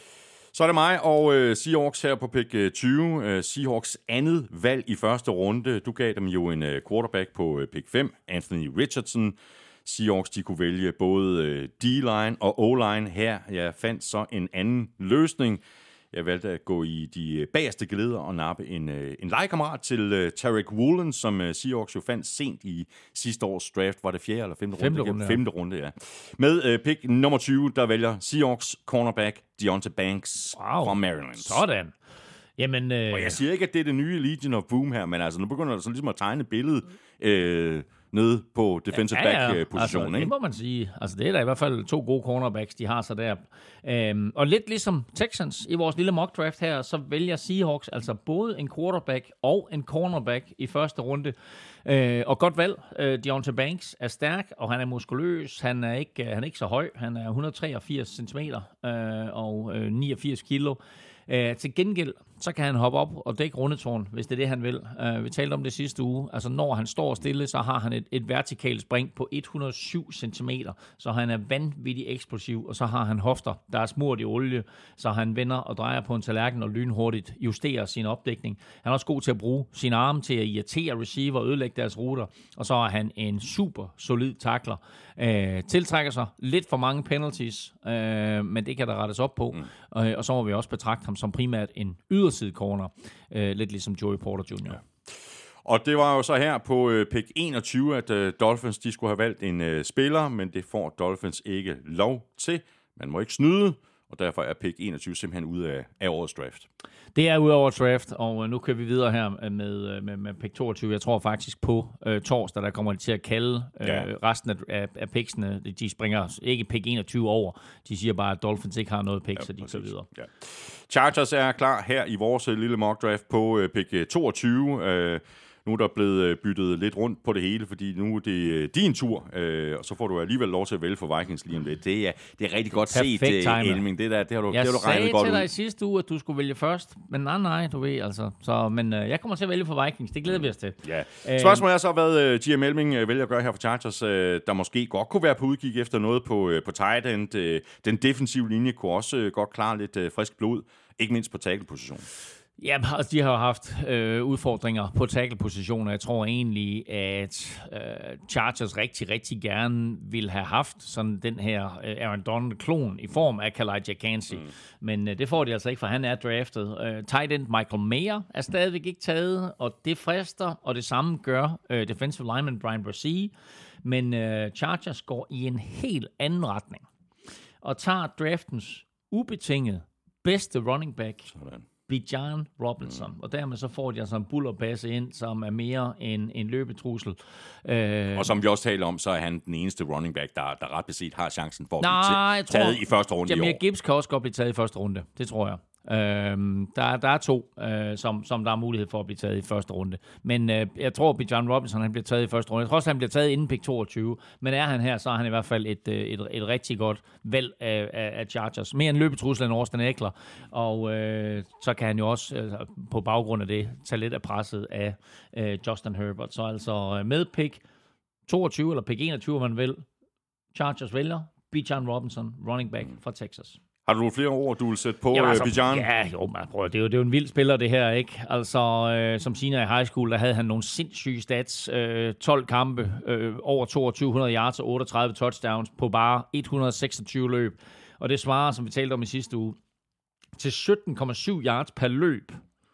Så er det mig og uh, Seahawks her på pick tyve. Uh, Seahawks andet valg i første runde. Du gav dem jo en uh, quarterback på uh, pick fem, Anthony Richardson. Seahawks, de kunne vælge både D-line og O-line her. Jeg fandt så en anden løsning. Jeg valgte at gå i de bagerste geleder og nappe en, en legekammerat til Tariq Woolen, som Seahawks jo fandt sent i sidste års draft. Var det fjerde eller femte,
femte
runde?
runde ja.
Femte runde, ja. Med uh, pick nummer tyve, der vælger Seahawks cornerback Deonte Banks
wow.
fra Maryland.
Sådan. Jamen, øh...
Og jeg siger ikke, at det er det nye Legion of Boom her, men altså nu begynder der så ligesom at tegne billedet øh, nede på defensive
ja, ja, ja.
back-positionen.
Altså, det må man sige. Altså, det er da i hvert fald to gode cornerbacks, de har så der. Øhm, og lidt ligesom Texans i vores lille mock draft her, så vælger Seahawks altså både en quarterback og en cornerback i første runde. Øh, og godt valg. Øh, Deonte Banks er stærk, og han er muskuløs. Han er ikke, han er ikke så høj. Han er et hundrede og treogfirs centimeter øh, og øh, niogfirs kilo. Uh, til gengæld, så kan han hoppe op og dække rundetårn, hvis det er det, han vil. Uh, vi talte om det sidste uge. Altså, når han står stille, så har han et, et vertikalt spring på et hundrede og syv centimeter, så han er vanvittigt eksplosiv, og så har han hofter, der er smurt i olie, så han vender og drejer på en tallerken og lynhurtigt justerer sin opdækning. Han er også god til at bruge sin arme til at irritere receiver og ødelægge deres ruter, og så er han en super solid tackler. Uh, tiltrækker sig lidt for mange penalties, uh, men det kan der rettes op på, mm. uh, og så må vi også betragte ham som primært en yderside corner, øh, lidt ligesom Joey Porter junior Ja.
Og det var jo så her på øh, pick enogtyve, at øh, Dolphins de skulle have valgt en øh, spiller, men det får Dolphins ikke lov til. Man må ikke snyde, og derfor er pick enogtyve simpelthen ude af, af årets draft.
Det er ude af årets draft, og nu kører vi videre her med, med, med pick toogtyve. Jeg tror faktisk på øh, torsdag, der kommer de til at kalde øh, ja. resten af, af, af picksene. De springer ikke pick enogtyve over. De siger bare, at Dolphins ikke har noget pick, ja, så de kører videre. Ja.
Chargers er klar her i vores lille mock draft på øh, pick toogtyve. Øh, Nu er der blevet byttet lidt rundt på det hele, fordi nu er det din tur, øh, og så får du alligevel lov til at vælge for Vikings lige om lidt. Det er, det er rigtig godt set, Elming. Det, der, det har du, det har du regnet godt ud.
Jeg sagde til dig i sidste uge, at du skulle vælge først, men nej, nej, du ved altså. Så, men øh, jeg kommer til at vælge for Vikings. Det glæder vi os til.
Ja. Spørgsmålet er så, hvad uh, G M Elming uh, vælger at gøre her for Chargers, uh, der måske godt kunne være på udkig efter noget på, uh, på tight end. Uh, den defensive linje kunne også uh, godt klare lidt uh, frisk blod, ikke mindst på tackle-positionen.
Ja, altså, de har jo haft øh, udfordringer på tackle-positioner. Jeg tror egentlig, at øh, Chargers rigtig, rigtig gerne ville have haft sådan den her øh, Aaron Donald-klon i form af Kalijah Kancey. Mm. Men øh, det får de altså ikke, for han er draftet. Øh, tight end Michael Mayer er stadigvæk ikke taget, og det frister, og det samme gør øh, defensive lineman Brian Bresee. Men øh, Chargers går i en helt anden retning, og tager draftens ubetinget bedste running back, sådan. Bijan Robinson, mm. og dermed så får de altså en bullerpasse ind, som er mere end en løbetrussel.
Øh, og som vi også taler om, så er han den eneste running back, der, der ret beset har chancen for at nej, blive taget tror, i første runde
Jahmyr
i år.
Gibbs kan også godt blive taget i første runde, det tror jeg. Øhm, der, der er to, øh, som, som der er mulighed for at blive taget i første runde. Men øh, jeg tror, at Bijan Robinson han bliver taget i første runde. Jeg tror også, han bliver taget inden pick toogtyve. Men er han her, så er han i hvert fald et, et, et, et rigtig godt valg af, af, af Chargers. Mere en løbetrussel end Austin Eckler. Og øh, så kan han jo også øh, på baggrund af det tage lidt af presset af øh, Justin Herbert. Så altså med pick toogtyve eller pick enogtyve, man vil. Chargers vælger Bijan Robinson, running back fra Texas.
Har du nogle flere ord, du vil sætte på
ja, altså,
Bijan?
Ja, jo, man, prøv, det, er jo, det er jo en vild spiller, det her, ikke? Altså, øh, som senior i high school, der havde han nogle sindssyge stats. Øh, tolv kampe, øh, over toogtyve hundrede yards og otteogtredive touchdowns på bare et hundrede og seksogtyve løb. Og det svarer, som vi talte om i sidste uge, til sytten komma syv yards per løb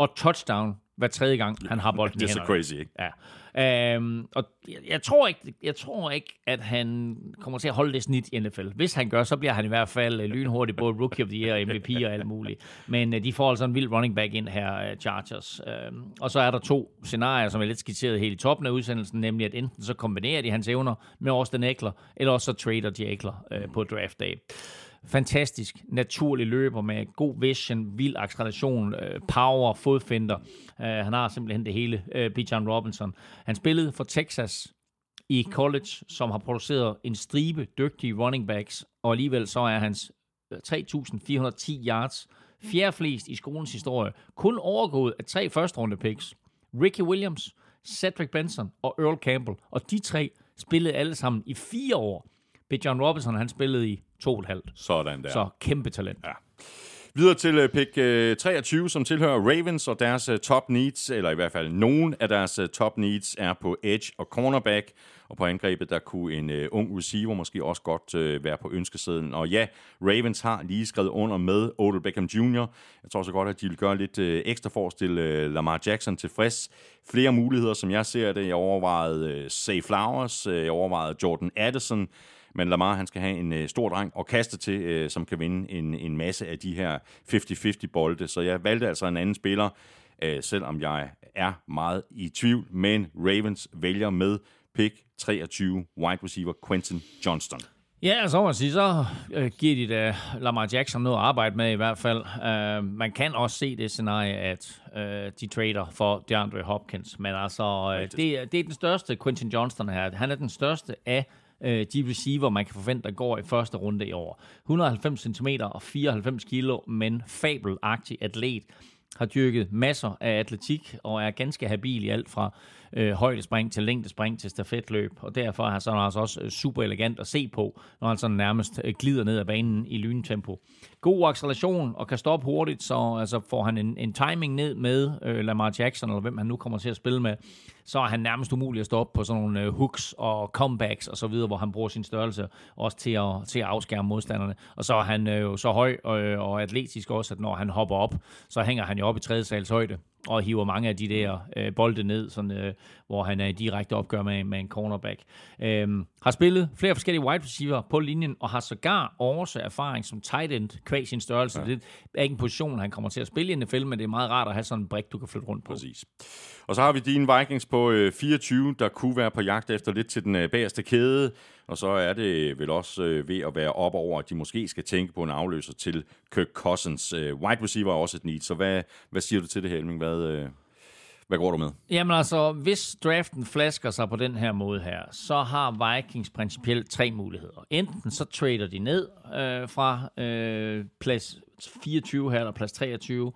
og touchdown hver tredje gang, han har bolden i
hænderne. Det er så crazy, ikke?
Ja. Øhm, og jeg, jeg, tror ikke, jeg tror ikke, at han kommer til at holde det snit i N F L. Hvis han gør, så bliver han i hvert fald lynhurtig, både Rookie of the Year og M V P og alt muligt. Men øh, de får altså en vild running back ind her, øh, Chargers. Øhm, og så er der to scenarier, som er lidt skitseret helt i toppen af udsendelsen, nemlig at enten så kombinerer de hans evner med Austin Eckler, eller også så trader de Eckler øh, på draft day. Fantastisk, naturlig løber med god vision, vild acceleration, øh, power, fodfinder. Uh, han har simpelthen det hele, uh, Bijan Robinson. Han spillede for Texas i college, som har produceret en stribe dygtige running backs, og alligevel så er hans tre tusind fire hundrede og ti yards fjerde flest i skolens historie, kun overgået af tre første runde picks. Ricky Williams, Cedric Benson og Earl Campbell, og de tre spillede alle sammen i fire år. Bijan Robinson, han spillede i to og et halvt.
Sådan der.
Så kæmpe talent.
Ja. Videre til uh, pick uh, treogtyve, som tilhører Ravens, og deres uh, top needs, eller i hvert fald nogen af deres uh, top needs, er på edge og cornerback. Og på angrebet, der kunne en uh, ung receiver måske også godt uh, være på ønskesedlen. Og ja, Ravens har lige skrevet under med Odell Beckham junior Jeg tror så godt, at de vil gøre lidt uh, ekstra for at stille uh, Lamar Jackson tilfreds. Flere muligheder, som jeg ser det. Jeg overvejede uh, Zay Flowers, uh, jeg overvejede Jordan Addison. Men Lamar, han skal have en øh, stor dreng at kaste til, øh, som kan vinde en, en masse af de her halvtreds halvtreds bolde. Så jeg valgte altså en anden spiller, øh, selvom jeg er meget i tvivl. Men Ravens vælger med pick treogtyve wide receiver Quentin Johnston.
Ja, så må man sige, så øh, giver de da Lamar Jackson noget at arbejde med i hvert fald. Uh, man kan også se det scenarie, at uh, de trader for DeAndre Hopkins. Men altså, uh, det, det er den største Quentin Johnston her. Han er den største af de receiver, man kan forvente, der går i første runde i år. et hundrede og halvfems centimeter og fireoghalvfems kilo, men fabelagtig atlet. Har dyrket masser af atletik og er ganske habil i alt fra øh, højdespring til længdespring til stafetløb. Og derfor er han så altså også super elegant at se på, når han sådan nærmest øh, glider ned ad banen i lyntempo. God acceleration og kan stoppe hurtigt, så altså, får han en, en timing ned med øh, Lamar Jackson, eller hvem han nu kommer til at spille med, så er han nærmest umulig at stoppe på sådan nogle øh, hooks og comebacks og så videre, hvor han bruger sin størrelse også til at, til at afskærme modstanderne. Og så er han øh, jo så høj og, og atletisk også, at når han hopper op, så hænger han jo op i tredje sals højde og hiver mange af de der øh, bolde ned, sådan, øh, hvor han er i direkte opgør med, med en cornerback. Øhm, har spillet flere forskellige wide receiver på linjen, og har sågar også erfaring som tight end, kvæg sin størrelse. Ja. Det er ikke en position, han kommer til at spille i N F L, men det er meget rart at have sådan en brik, du kan flytte rundt på.
Præcis. Og så har vi dine Vikings på øh, fireogtyve, der kunne være på jagt efter lidt til den øh, bagerste kæde, og så er det vel også øh, ved at være op over, at de måske skal tænke på en afløser til Kirk Cousins. Øh, wide receiver er også et need, så hvad, hvad siger du til det her, Helming? Hvad, øh, hvad går du med?
Jamen altså, hvis draften flasker sig på den her måde her, så har Vikings principielt tre muligheder. Enten så trader de ned øh, fra øh, plads fireogtyve her, eller plads treogtyve,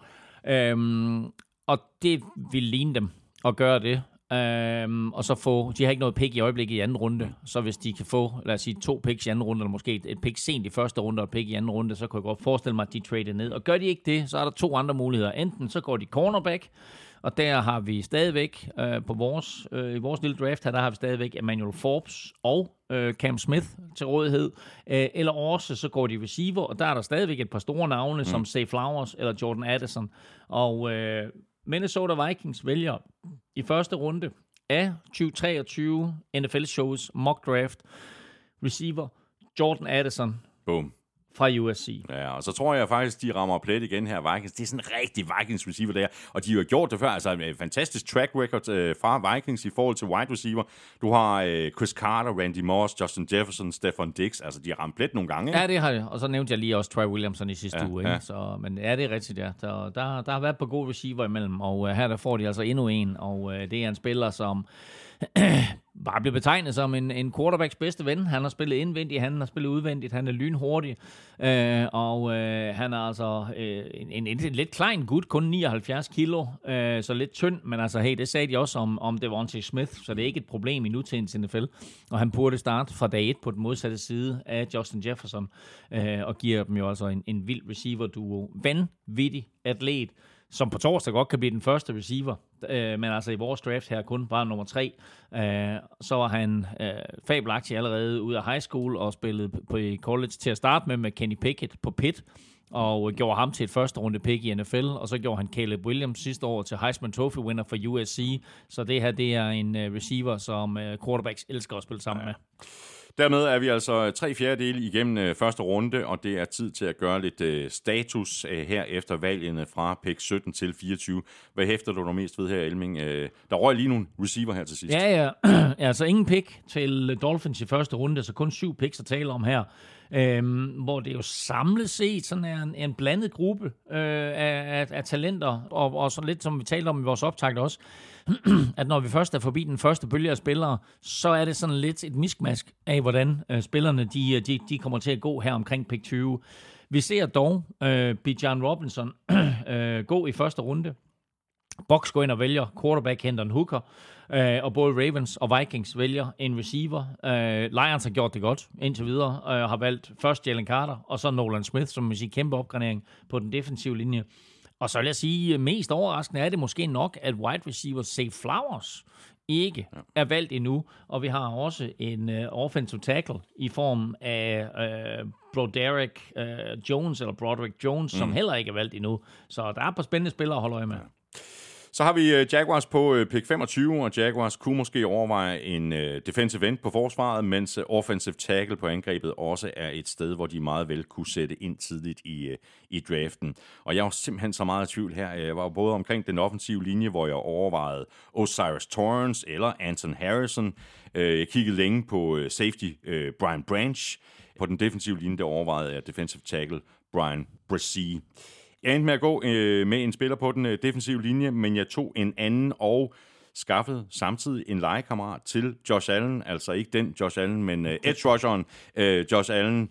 øhm, og det vil ligne dem at gøre det. Um, og så få, de har ikke noget pick i øjeblikket i anden runde, så hvis de kan få, lad os sige, to picks i anden runde, eller måske et, et pick sent i første runde og et pick i anden runde, så kan jeg godt forestille mig, at de trader ned. Og gør de ikke det, så er der to andre muligheder. Enten så går de cornerback, og der har vi stadigvæk uh, på vores, uh, i vores lille draft her, der har vi stadigvæk Emmanuel Forbes og uh, Cam Smith til rådighed. Uh, eller også så går de receiver, og der er der stadigvæk et par store navne, mm. som Zay Flowers eller Jordan Addison. Og uh, Minnesota Vikings vælger i første runde af tyve treogtyve N F L-shows mock draft receiver Jordan Addison.
Boom.
Fra U S C.
Ja, og så tror jeg faktisk, de rammer plet igen her, Vikings. Det er sådan en rigtig Vikings receiver der, og de har gjort det før. Altså en fantastisk track record øh, fra Vikings i forhold til wide receiver. Du har øh, Chris Carter, Randy Moss, Justin Jefferson, Stefan Diggs. Altså, de har ramt plet nogle gange. Ikke?
Ja, det har jeg. Og så nævnte jeg lige også Troy Williamson i sidste
ja,
uge. Ikke?
Ja.
Så, men ja, det er rigtigt, ja. Der, der, der har været på gode receiver imellem, og uh, her der får de altså endnu en, og uh, det er en spiller, som bare bliver betegnet som en, en quarterbacks bedste ven. Han har spillet indvendigt, han har spillet udvendigt, han er lynhurtig, øh, og øh, han er altså øh, en, en, en, en lidt klein gut, kun nioghalvfjerds kilo, øh, så lidt tynd, men altså hey, det sagde de også om, om Devontae Smith, så det er ikke et problem i nutidens N F L, og han burde starte fra dag et på den modsatte side af Justin Jefferson, øh, og giver dem jo altså en, en vild receiver-duo. Vanvittig atlet, som på torsdag godt kan blive den første receiver, øh, men altså i vores draft her kun var nummer tre. Øh, så var han øh, fabelagtig allerede ud af high school og spillede på i college til at starte med med Kenny Pickett på Pitt, og gjorde ham til et første runde pick i N F L, og så gjorde han Caleb Williams sidste år til Heisman Trophy winner for U S C. Så det her, det er en uh, receiver, som uh, quarterbacks elsker at spille sammen ja. med.
Dermed er vi altså tre fjerdedele igennem øh, første runde, og det er tid til at gøre lidt øh, status øh, her efter valgene fra pick sytten til fireogtyve. Hvad hæfter du mest ved her, Elming? Øh, der røg lige nogle receiver her til sidst.
Ja, ja. Altså ingen pick til Dolphins i første runde, så kun syv picks at tale om her. Øhm, hvor det jo samlet set sådan er en, en blandet gruppe øh, af, af, af talenter, og, og så lidt som vi talte om i vores optakt også, at når vi først er forbi den første bølge af spillere, så er det sådan lidt et miskmask af, hvordan øh, spillerne de, de, de kommer til at gå her omkring pick tyve. Vi ser dog øh, Bijan Robinson øh, gå i første runde. Bucs går ind og vælger quarterback Hendon Hooker, øh, og både Ravens og Vikings vælger en receiver. Øh, Lions har gjort det godt indtil videre, og øh, har valgt først Jalen Carter, og så Nolan Smith, som vil sige kæmpe opgradering på den defensive linje. Og så vil jeg sige, mest overraskende er det måske nok, at wide receiver Zay Flowers ikke er valgt endnu, og vi har også en uh, offensive tackle i form af uh, Broderick uh, Jones, eller Broderick Jones, mm. som heller ikke er valgt endnu. Så der er et par spændende spillere at holde øje med. Ja.
Så har vi Jaguars på pick femogtyve, og Jaguars kunne måske overveje en defensive end på forsvaret, mens offensive tackle på angrebet også er et sted, hvor de meget vel kunne sætte ind tidligt i, i draften. Og jeg var simpelthen så meget i tvivl her. Jeg var både omkring den offensive linje, hvor jeg overvejede Osiris Torrance eller Anton Harrison. Jeg kiggede længe på safety Brian Branch. På den defensive linje, der overvejede jeg defensive tackle Brian Bresee. Jeg endte med at gå øh, med en spiller på den øh, defensive linje, men jeg tog en anden og skaffede samtidig en legekammerat til Josh Allen. Altså ikke den Josh Allen, men øh, edge rusheren øh, Josh Allen.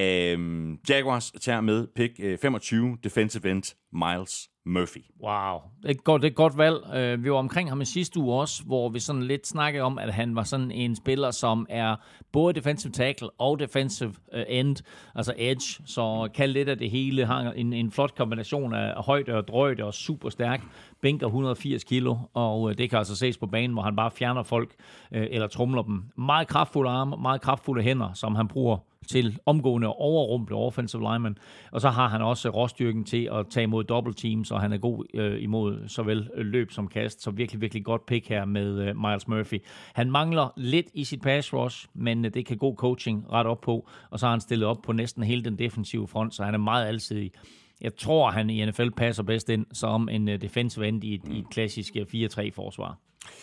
Øh, Jaguars tager med pick øh, femogtyve, defensive end Myles Murphy.
Wow, det er et godt, det er et godt valg. Uh, vi var omkring ham i sidste uge også, hvor vi sådan lidt snakkede om, at han var sådan en spiller, som er både defensive tackle og defensive uh, end, altså edge, så kan lidt af det hele, har en, en flot kombination af højde og drøjde og super stærk, bænker et hundrede og firs kilo, og uh, det kan altså ses på banen, hvor han bare fjerner folk uh, eller tromler dem. Meget kraftfulde arme, meget kraftfulde hænder, som han bruger til omgående overrumple offensive lineman, og så har han også råstyrken til at tage imod double teams, og han er god øh, imod såvel løb som kast, så virkelig, virkelig godt pick her med øh, Myles Murphy. Han mangler lidt i sit pass rush, men øh, det kan god coaching ret op på, og så har han stillet op på næsten hele den defensive front, så han er meget alsidig. Jeg tror, han i N F L passer bedst ind som en øh, defensive end i et, i et klassisk øh, fire tre forsvar.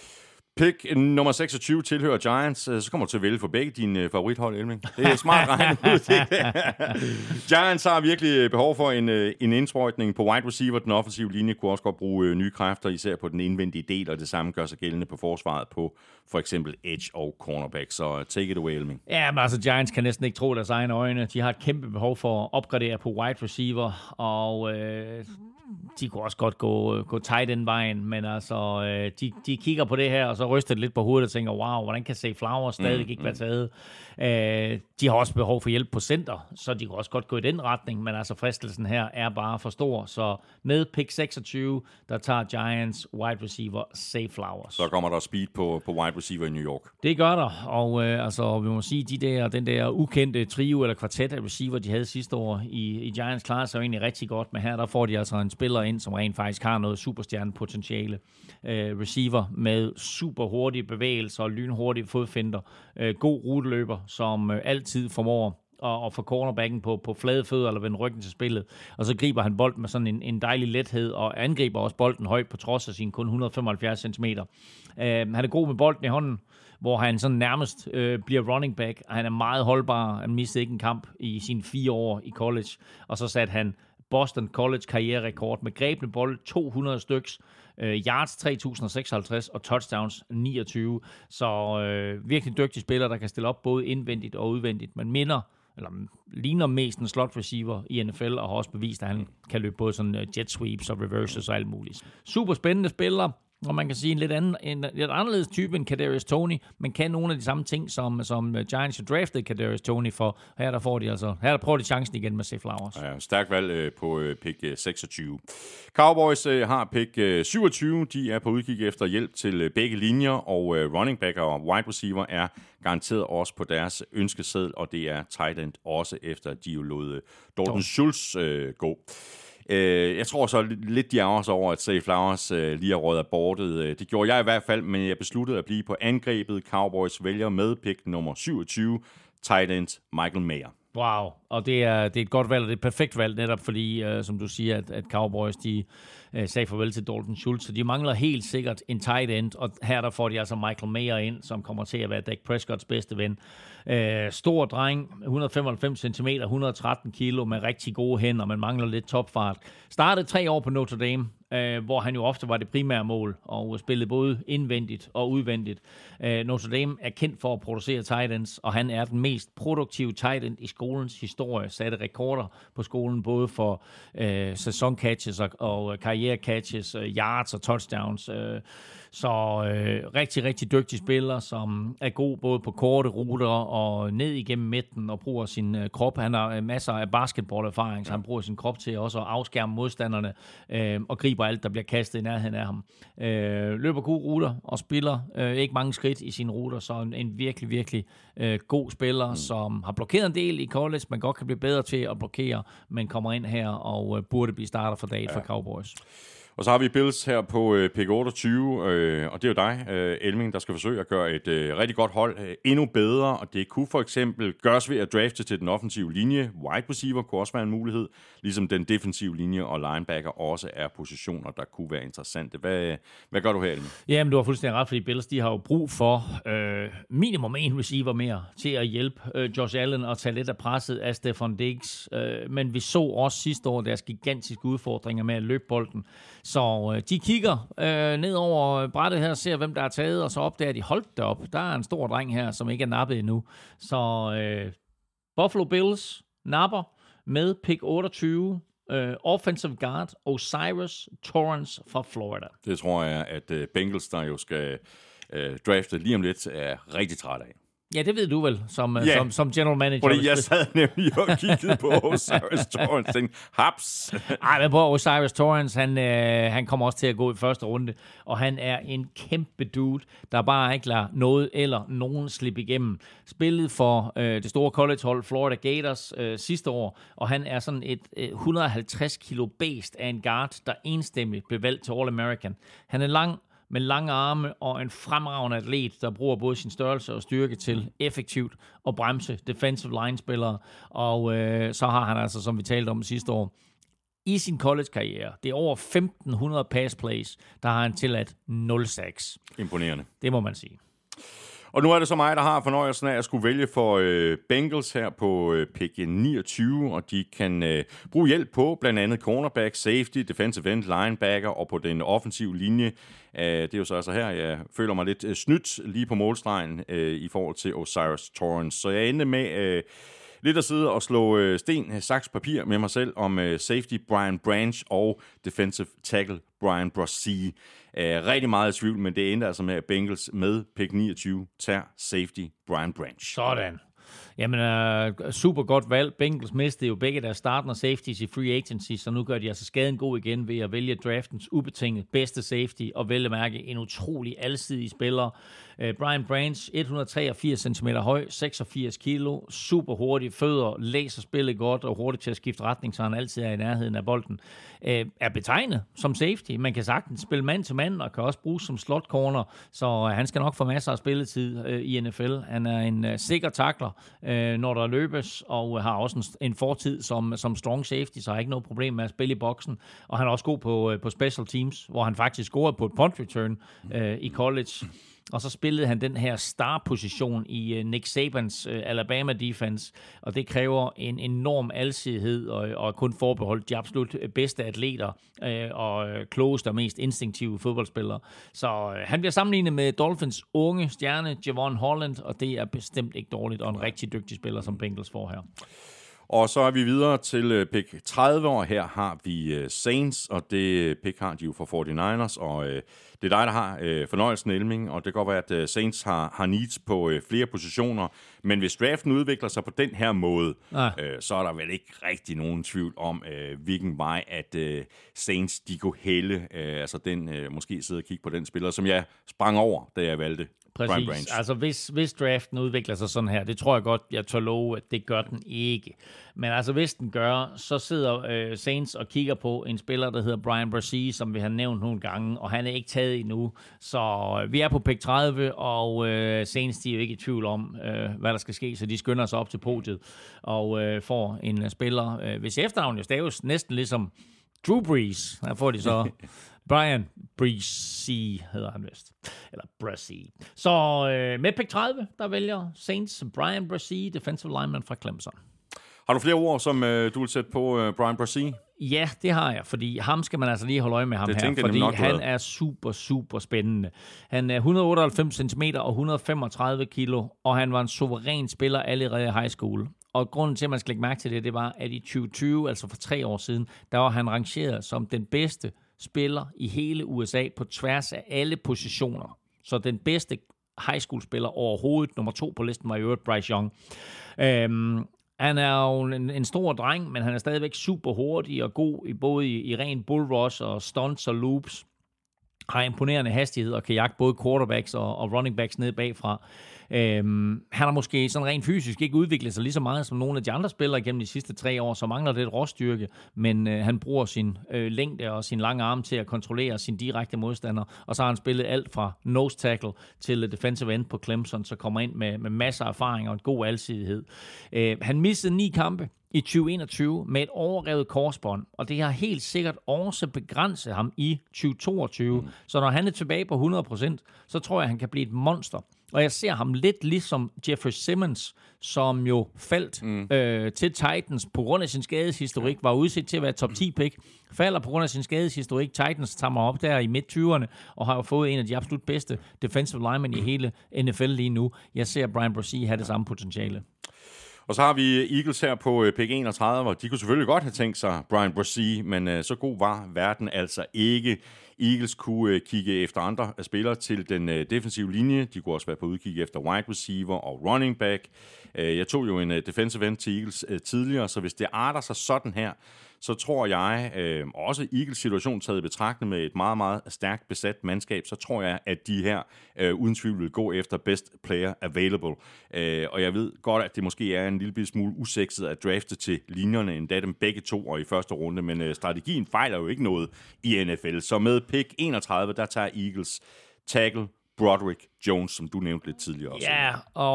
Pick nummer seksogtyve tilhører Giants. Så kommer du til at vælge for begge dine favorithold, Elming. Det er smart regnet ud. Giants har virkelig behov for en, en indsprøjtning på wide receiver. Den offensive linje kunne også godt bruge nye kræfter, især på den indvendige del, og det samme gør sig gældende på forsvaret på for eksempel edge og cornerback. Så take it away, Elming.
Ja, men altså Giants kan næsten ikke tro deres egne øjne. De har et kæmpe behov for at opgradere på wide receiver, og øh, de kunne også godt gå, gå tight end vejen, men altså øh, de, de kigger på det her, og så ryster det lidt på hovedet og tænker, wow, hvordan kan Zay Flowers stadig mm, ikke være taget? Øh, de har også behov for hjælp på center, så de kan også godt gå i den retning, men altså fristelsen her er bare for stor, så med pick seksogtyve, der tager Giants wide receiver Zay Flowers.
Så kommer der speed på, på wide receiver i New York.
Det gør der, og øh, altså vi må sige, de der, den der ukendte trio eller kvartet af receiver, de havde sidste år i, i Giants klarer sig jo egentlig rigtig godt, men her der får de altså en spiller ind, som rent faktisk har noget superstjernepotentiale. Øh, receiver med super hurtige bevægelser og lynhurtige fodfinder. Øh, god ruteløber, som øh, altid formår at, at få cornerbacken på, på flade fødder eller vende ryggen til spillet. Og så griber han bolden med sådan en, en dejlig lethed og angriber også bolden højt på trods af sine kun et hundrede og femoghalvfjerds centimeter. Øh, han er god med bolden i hånden, hvor han sådan nærmest øh, bliver running back, og han er meget holdbar. Han mistede ikke en kamp i sine fire år i college, og så satte han Boston College karriererekord med grebne bold to hundrede styks, øh, yards tre tusind og seksoghalvtreds og touchdowns niogtyve. Så øh, virkelig dygtig spiller, der kan stille op både indvendigt og udvendigt. Man minder, eller ligner mest en slot receiver i N F L, og har også bevist, at han kan løbe både sådan jet sweeps og reverses og alt muligt. Super spændende spiller. og man kan sige en lidt, anden, en lidt anderledes type end Kadarius Toney, men kan nogle af de samme ting, som, som Giants jo draftede Kadarius Toney for. Her der får de altså, her der prøver de chancen igen med Zay Flowers.
Ja, stærk valg øh, på øh, pick øh, seksogtyve. Cowboys øh, har pick øh, syvogtyve. De er på udkig efter hjælp til øh, begge linjer, og øh, running back og wide receiver er garanteret også på deres ønskeseddel, og det er tight end også, efter at de jo lod øh, Dalton Schultz øh, gå. Øh, jeg tror så lidt, de ærger sig over, at Zay Flowers øh, lige har røget af bordet. Det gjorde jeg i hvert fald, men jeg besluttede at blive på angrebet. Cowboys vælger med pick nummer syvogtyve, tight end Michael Mayer.
Wow, og det er, det er et godt valg, og det er et perfekt valg, netop fordi, uh, som du siger, at, at Cowboys, de uh, sagde farvel til Dalton Schultz, så de mangler helt sikkert en tight end, og her der får de altså Michael Mayer ind, som kommer til at være Dak Prescotts bedste ven. Uh, stor dreng, et hundrede og femoghalvfems centimeter, et hundrede og tretten kilo, med rigtig gode hænder, men mangler lidt topfart. Startede tre år på Notre Dame, Uh, hvor han jo ofte var det primære mål, og spillede både indvendigt og udvendigt. Uh, Notre Dame er kendt for at producere tight ends, og han er den mest produktive tight end i skolens historie. Satte rekorder på skolen, både for uh, sæsoncatches og, og karrierecatches, uh, yards og touchdowns. Uh, så uh, rigtig, rigtig dygtig spiller, som er god både på korte ruter og ned igennem midten, og bruger sin uh, krop. Han har uh, masser af basketballerfaring, så han bruger sin krop til også at afskærme modstanderne uh, og griber alt, der bliver kastet i nærheden af ham. Øh, løber gode ruter og spiller øh, ikke mange skridt i sine ruter, så en, en virkelig, virkelig øh, god spiller, mm. som har blokeret en del i college, man godt kan blive bedre til at blokere, men kommer ind her og øh, burde blive starter for dagen ja. for Cowboys.
Og så har vi Bills her på øh, pick otteogtyve, øh, og det er jo dig, øh, Elming, der skal forsøge at gøre et øh, rigtig godt hold øh, endnu bedre, og det kunne for eksempel gøres ved at drafte til den offensive linje. Wide receiver kunne også være en mulighed, ligesom den defensive linje og linebacker også er positioner, der kunne være interessante. Hvad, hvad gør du her, Elming?
Jamen, du har fuldstændig ret, fordi Bills, de har jo brug for øh, minimum en receiver mere til at hjælpe øh, Josh Allen og tage lidt af presset af Stefon Diggs, øh, men vi så også sidste år deres gigantiske udfordringer med at løbe bolden. Så øh, de kigger øh, ned over brættet her og ser, hvem der er taget, og så opdager de, holdt det op. Der er en stor dreng her, som ikke er nappet endnu. Så øh, Buffalo Bills napper med pick otteogtyve, øh, offensive guard O'Cyrus Torrence fra Florida.
Det tror jeg, at øh, Bengals, der jo skal øh, drafte lige om lidt, er rigtig træt af.
Ja, det ved du vel, som,
yeah.
som, som general manager.
Fordi jeg sad nemlig og kiggede på O'Cyrus Torrence, tænkte, haps!
Ej, men på O'Cyrus Torrence, han, øh, han kommer også til at gå i første runde, og han er en kæmpe dude, der bare ikke lader noget eller nogen slippe igennem. Spillet for øh, det store collegehold Florida Gators øh, sidste år, og han er sådan et øh, et hundrede og halvtreds kilo beast af en guard, der enstemmigt blev valgt til All-American. Han er lang, med lange arme og en fremragende atlet, der bruger både sin størrelse og styrke til effektivt at bremse defensive line-spillere. Og øh, så har han altså, som vi talte om sidste år, i sin college-karriere, det er over femten hundrede pass plays, der har han tilladt nul sacks.
Imponerende.
Det må man sige.
Og nu er det så mig, der har fornøjelsen af at skulle vælge for øh, Bengals her på øh, pick niogtyve, og de kan øh, bruge hjælp på blandt andet cornerback, safety, defensive end, linebacker og på den offensive linje. Øh, det er jo så altså her, jeg føler mig lidt øh, snydt lige på målstregen øh, i forhold til O'Cyrus Torrence. Så jeg endte med øh, lidt at sidde og slå øh, sten, saks, papir med mig selv om øh, safety Brian Branch og defensive tackle Brian Brzee. Uh, rigtig meget i tvivl, men det endte altså med, at Bengals med pick niogtyve tager safety Brian Branch.
Sådan. Jamen, uh, super godt valg. Bengals mistede jo begge deres startende safeties i free agency, så nu gør de altså skaden god igen ved at vælge draftens ubetinget bedste safety og vælge mærke en utrolig alsidig spiller. Uh, Brian Branch, et hundrede og treogfirs centimeter høj, seksogfirs kilo, super hurtig, fødder, læser spillet godt og hurtigt til at skifte retning, så han altid er i nærheden af bolden. Uh, er betegnet som safety. Man kan sagtens spille mand til mand og kan også bruges som slot corner, så uh, han skal nok få masser af spilletid uh, i N F L. Han er en uh, sikker tackler, uh, når der løbes, og uh, har også en, en fortid som, som strong safety, så har ikke noget problem med at spille i boksen. Og han er også god på, uh, på special teams, hvor han faktisk scorede på et punt return uh, i college. Og så spillede han den her star-position i uh, Nick Sabans uh, Alabama-defense, og det kræver en enorm alsidighed og, og kun forbeholdt de absolut bedste atleter uh, og uh, klogeste og mest instinktive fodboldspillere. Så uh, han bliver sammenlignet med Dolphins unge stjerne, Javon Holland, og det er bestemt ikke dårligt, og en rigtig dygtig spiller, som Bengals får her.
Og så er vi videre til pick tredive, og her har vi Saints, og det pick har de jo for forty-niners, og det er dig, der har fornøjelsen, Elming, og det kan godt være, at Saints har, har needs på flere positioner, men hvis draften udvikler sig på den her måde, ah. så er der vel ikke rigtig nogen tvivl om, hvilken vej, at Saints, de går hælde, altså den, måske sidde og kigge på den spiller, som jeg sprang over, da jeg valgte.
Præcis. Altså hvis, hvis draften udvikler sig sådan her, det tror jeg godt, jeg tør love, at det gør den ikke. Men altså hvis den gør, så sidder øh, Saints og kigger på en spiller, der hedder Brian Bresee, som vi har nævnt nogle gange, og han er ikke taget endnu. Så øh, vi er på pick tredive, og øh, Saints, de er jo ikke i tvivl om, øh, hvad der skal ske, så de skynder sig op til podiet og øh, får en spiller, øh, hvis efternavn jo staves næsten ligesom Drew Brees. Her får de så Brian Bresee, hedder han vist. Eller Bresee. Så øh, med pick tredive, der vælger Saints Brian Bresee, defensive lineman fra Clemson.
Har du flere ord, som øh, du vil sætte på øh, Brian Bresee?
Ja, det har jeg, fordi ham skal man altså lige holde øje med ham
det
her, fordi
nok,
han er super, super spændende. Han er et hundrede otteoghalvfems centimeter og et hundrede femogtredive kilo, og han var en suveræn spiller allerede i high school. Og grunden til, at man skal lægge mærke til det, det var, at i tyve tyve, altså for tre år siden, der var han rangeret som den bedste spiller i hele U S A på tværs af alle positioner. Så den bedste high school spiller overhovedet. Nummer to på listen var i øvrigt Bryce Young. Øhm, han er jo en, en stor dreng, men han er stadigvæk super hurtig og god i både i, i ren bull rush og stunts og loops. Har imponerende hastighed og kan jagte både quarterbacks og, og running backs nede bagfra. Øhm, han har måske sådan rent fysisk ikke udviklet sig lige så meget som nogle af de andre spillere gennem de sidste tre år, så mangler lidt råstyrke, men øh, han bruger sin øh, længde og sin lange arm til at kontrollere sin direkte modstander, og så har han spillet alt fra nose tackle til defensive end på Clemson, så kommer ind med, med masser af erfaring og en god alsidighed. Øh, han missede ni kampe i tyve enogtyve med et overrevet korsbånd, og det har helt sikkert også begrænset ham i tyve toogtyve. Mm. Så når han er tilbage på hundrede procent, så tror jeg, han kan blive et monster. Og jeg ser ham lidt ligesom Jeffrey Simmons, som jo faldt mm. øh, til Titans på grund af sin skadeshistorik, var udset til at være top ti pick, falder på grund af sin skadeshistorik. Titans tager mig op der i midt-tyverne, og har jo fået en af de absolut bedste defensive linemen i hele N F L lige nu. Jeg ser Brian Bresee have det samme potentiale.
Og så har vi Eagles her på pick enogtredive, og de kunne selvfølgelig godt have tænkt sig Brian Bresee, men uh, så god var verden altså ikke. Eagles kunne uh, kigge efter andre spillere til den uh, defensive linje. De kunne også være på udkig efter wide receiver og running back. Uh, jeg tog jo en uh, defensive end til Eagles uh, tidligere, så hvis det arter sig sådan her, så tror jeg, øh, også Eagles situation taget i betragtning med et meget, meget stærkt besat mandskab, så tror jeg, at de her øh, uden tvivl vil gå efter best player available. Øh, og jeg ved godt, at det måske er en lille smule usekset at drafte til linjerne, endda dem begge to og i første runde, men øh, strategien fejler jo ikke noget i N F L. Så med pick enogtredive, der tager Eagles tackle Broderick Jones, som du nævnte lidt tidligere også.
Ja,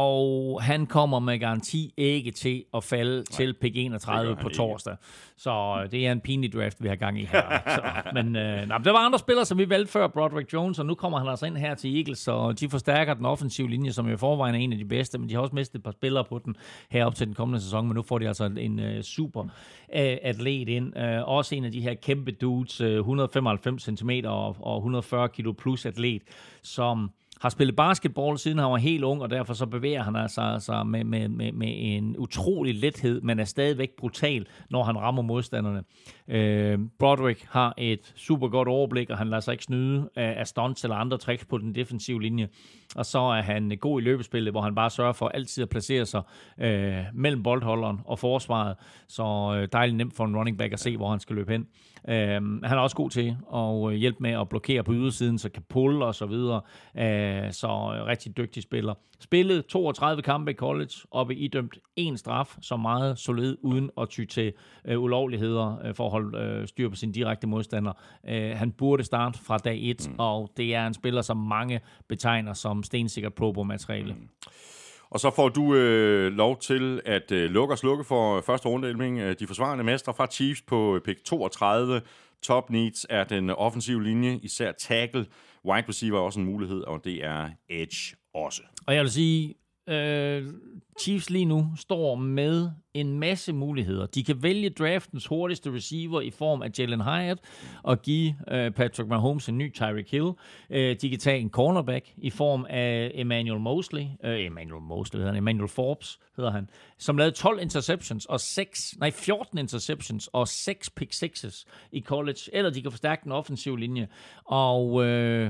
og han kommer med garanti ikke til at falde Nej, til pick enogtredive på torsdag. Ikke. Så det er en pinlig draft, vi har gang i her. så, men øh, nej, der var andre spillere, som vi valgte før Broderick Jones, og nu kommer han altså ind her til Eagles, så de forstærker den offensive linje, som i forvejen er en af de bedste, men de har også mistet et par spillere på den herop til den kommende sæson, men nu får de altså en øh, super øh, atlet ind. Øh, også en af de her kæmpe dudes, øh, et hundrede femoghalvfems centimeter og, og et hundrede fyrre kilo plus atlet, som har spillet basketball siden han var helt ung, og derfor så bevæger han altså, altså med, med, med, med en utrolig lethed, men er stadigvæk brutal, når han rammer modstanderne. Øh, Broderick har et super godt overblik, og han lader sig ikke snyde af, af stunts eller andre tricks på den defensive linje. Og så er han god i løbespillet, hvor han bare sørger for altid at placere sig øh, mellem boldholderen og forsvaret. Så øh, dejligt nemt for en running back at se, hvor han skal løbe hen. Øh, han er også god til at hjælpe med at blokere på ydersiden, så kan pulle og så videre. Øh, så øh, rigtig dygtig spiller. Spillet toogtredive kampe i college, og blev idømt en straf, så meget solid, uden at ty til øh, ulovligheder øh, for at holde øh, styr på sin direkte modstander. Øh, han burde starte fra dag et, mm. og det er en spiller, som mange betegner som stensikker Pro Bowl-materiale. Mm.
Og så får du øh, lov til at øh, lukke og slukke for første runde, Elming. De forsvarende mestre fra Chiefs på pick toogtredive. Top needs er den offensive linje, især tackle. Wide receiver er også en mulighed, og det er edge også.
Og jeg vil sige, øh, Chiefs lige nu står med en masse muligheder. De kan vælge draftens hurtigste receiver i form af Jalen Hyatt og give uh, Patrick Mahomes en ny Tyreek Hill. Uh, de kan tage en cornerback i form af Emmanuel Mosley, uh, Emmanuel Mosley hedder han, Emmanuel Forbes hedder han, som lavede tolv interceptions og seks, nej fjorten interceptions og seks pick sixes i college. Eller de kan forstærke den offensive linje. Og uh,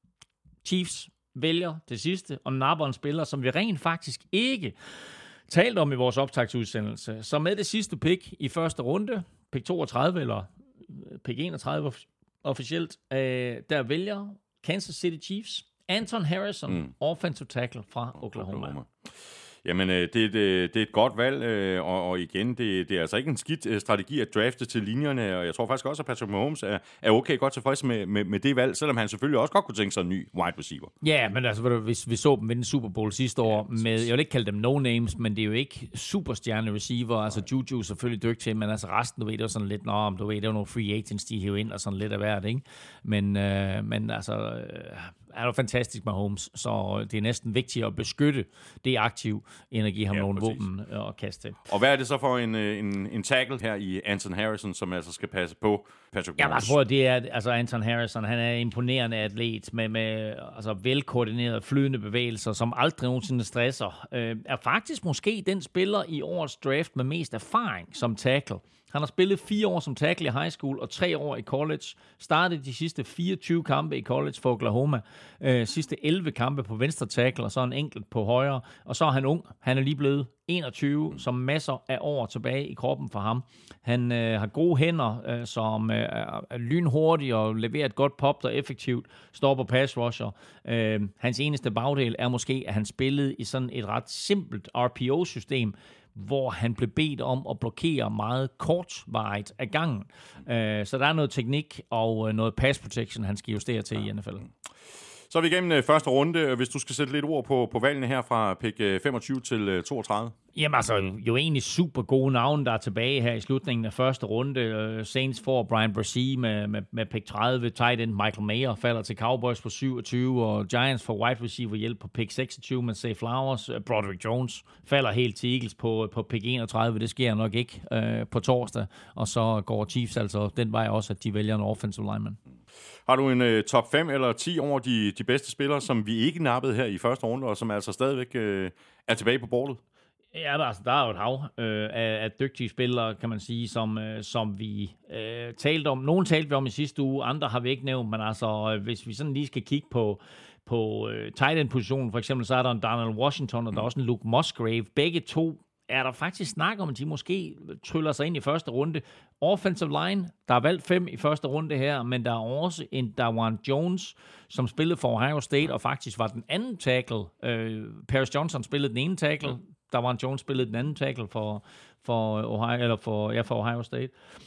Chiefs vælger det sidste og napper en spiller, som vi rent faktisk ikke talt om i vores optagsudsendelse. Så med det sidste pick i første runde, pick toogtredive eller pick enogtredive officielt, øh, der vælger Kansas City Chiefs Anton Harrison, mm. offensive tackle fra Oklahoma. Oklahoma.
Jamen, det er, et, det er et godt valg, og, og igen, det, det er altså ikke en skidt strategi at drafte til linjerne, og jeg tror faktisk også, at Patrick Mahomes er, er okay godt tilfreds med, med, med det valg, selvom han selvfølgelig også godt kunne tænke sig en ny wide receiver.
Ja, men altså, hvis vi så dem vinde Super Bowl sidste år, ja, med, jeg vil ikke kalde dem no-names, men det er jo ikke superstjerne receiver, altså Juju er selvfølgelig dygtig, men altså resten, du ved, det var sådan lidt, nå, du ved, det var nogle free agents, de hævde ind, og sådan lidt af hvert, ikke? Men, øh, men altså... Øh, er jo fantastisk med Holmes, så det er næsten vigtigt at beskytte det aktiv, end at give ham ja, nogle præcis. våben at kaste til.
Og hvad er det så for en, en, en tackle her i Anton Harrison, som altså skal passe på Patrick Mahomes?
Ja, jeg tror, det er, altså Anton Harrison, han er en imponerende atlet med, med altså, velkoordinerede, flydende bevægelser, som aldrig nogensinde stresser. Øh, er faktisk måske den spiller i årets draft med mest erfaring som tackle. Han har spillet fire år som tackle i high school og tre år i college. Startede de sidste fireogtyve kampe i college for Oklahoma. Øh, sidste elleve kampe på venstre tackle og så en enkelt på højre. Og så er han ung. Han er lige blevet enogtyve, som masser af år tilbage i kroppen for ham. Han øh, har gode hænder, øh, som øh, er lynhurtig og leverer et godt pop, der effektivt står på pass rusher. Øh, hans eneste bagdel er måske, at han spillede i sådan et ret simpelt R P O-system, hvor han blev bedt om at blokere meget kortvarigt af gangen. Øh, så der er noget teknik og noget pass protection, han skal justere til ja. i N F L.
Så er vi igennem første runde. Hvis du skal sætte lidt ord på, på valgene her fra pick femogtyve til toogtredive.
Jamen altså, jo egentlig super gode navne, der er tilbage her i slutningen af første runde. Saints får Brian Bresee med, med, med pick tredive. Tight end Michael Mayer falder til Cowboys på syvogtyve. Og Giants får wide receiver hjælp på pick seksogtyve med Zay Flowers. Broderick Jones falder helt til Eagles på, på pick enogtredive. Det sker nok ikke øh, på torsdag. Og så går Chiefs altså den vej også, at de vælger en offensive lineman.
Har du en uh, top fem eller ti over de, de bedste spillere, som vi ikke nappede her i første runde, og som altså stadigvæk uh, er tilbage på bordet?
Ja, altså, der er jo et hav øh, af, af dygtige spillere, kan man sige, som, øh, som vi øh, talte om. Nogle talte vi om i sidste uge, andre har vi ikke nævnt, men altså, øh, hvis vi sådan lige skal kigge på, på øh, tight end-positionen, for eksempel, så er der en Darnell Washington, og der er også en Luke Musgrave. Begge to er der faktisk snak om, at de måske tryller sig ind i første runde. Offensive line, der er valgt fem i første runde her, men der er også en Dawan Jones, som spillede for Ohio State, og faktisk var den anden tackle. Øh, Paris Johnson spillede den ene tackle, Dawan Jones spillede den anden tackle for, for, Ohio, eller for, ja, for Ohio State.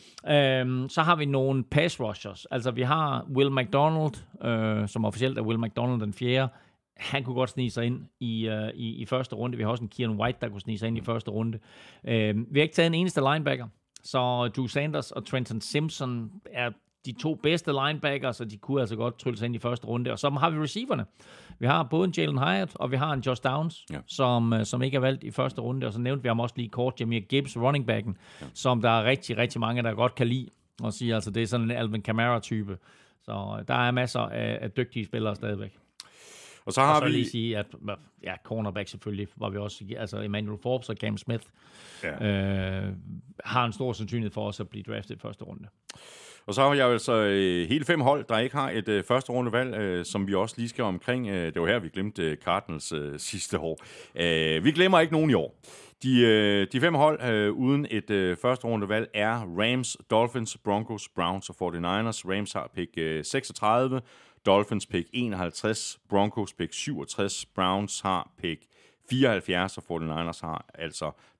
Øhm, så har vi nogle pass rushers. Altså vi har Will McDonald, øh, som officielt er Will McDonald den fjerde. Han kunne godt snige sig ind i, uh, i, i første runde. Vi har også en Kieran White, der kunne snige sig ind i første runde. Uh, vi har ikke taget en eneste linebacker, så Drew Sanders og Trenton Simpson er de to bedste linebackers, så de kunne altså godt trylle sig ind i første runde. Og så har vi receiverne. Vi har både en Jalen Hyatt, og vi har en Josh Downs, ja. som, uh, som ikke er valgt i første runde. Og så nævnte vi ham også lige kort, Jahmyr Gibbs, running backen, ja. som der er rigtig, rigtig mange, der godt kan lide. Og sige, altså det er sådan en Alvin Kamara-type. Så uh, der er masser af, af dygtige spillere stadigvæk.
Og så har
og så
vi
lige sige, at ja, cornerback selvfølgelig, var vi også, altså Emmanuel Forbes og Cam Smith, ja. øh, har en stor sandsynlighed for også at blive draftet i første runde.
Og så har jeg altså øh, hele fem hold, der ikke har et øh, første rundevalg, øh, som vi også lige skal omkring. Øh, det var her, vi glemte øh, Cardinals øh, sidste år. Øh, vi glemmer ikke nogen i år. De, øh, de fem hold øh, uden et øh, første rundevalg er Rams, Dolphins, Broncos, Browns og forty-niners. Rams har pick øh, seksogtredive, Dolphins pick enoghalvtreds, Broncos pick syvogtres, Browns har pick fireoghalvfjerds, og forty-niners har altså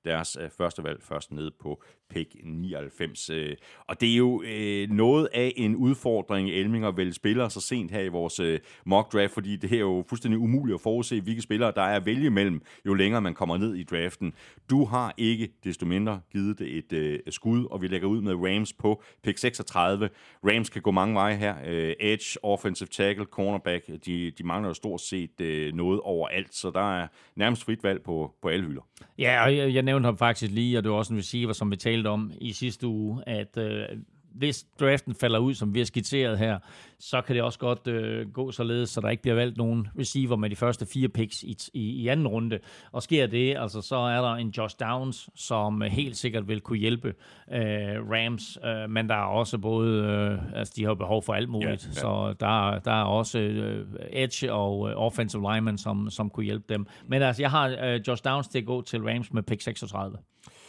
deres øh, første valg først ned på pick nioghalvfems. Øh, og det er jo øh, noget af en udfordring, Elming, at vælge spillere så sent her i vores øh, mock draft, fordi det er jo fuldstændig umuligt at forudse, hvilke spillere der er at vælge mellem, jo længere man kommer ned i draften. Du har ikke desto mindre givet det et øh, skud, og vi lægger ud med Rams på pick seksogtredive. Rams kan gå mange veje her. Øh, edge, offensive tackle, cornerback, de, de mangler jo stort set øh, noget overalt, så der er nærmest frit valg på, på alle hylder.
Ja, og jeg, jeg nævnte ham faktisk lige, og det var også en receiver, som vi talte om i sidste uge, at øh, hvis draften falder ud, som vi har skitseret her, så kan det også godt øh, gå således, så der ikke bliver valgt nogen receiver med de første fire picks i, i, i anden runde. Og sker det, altså så er der en Josh Downs, som helt sikkert vil kunne hjælpe øh, Rams, øh, men der er også både, øh, altså de har behov for alt muligt, ja, ja. Så der, der er også øh, edge og øh, offensive linemen, som, som kunne hjælpe dem. Men altså, jeg har øh, Josh Downs til at gå til Rams med pick seksogtredive.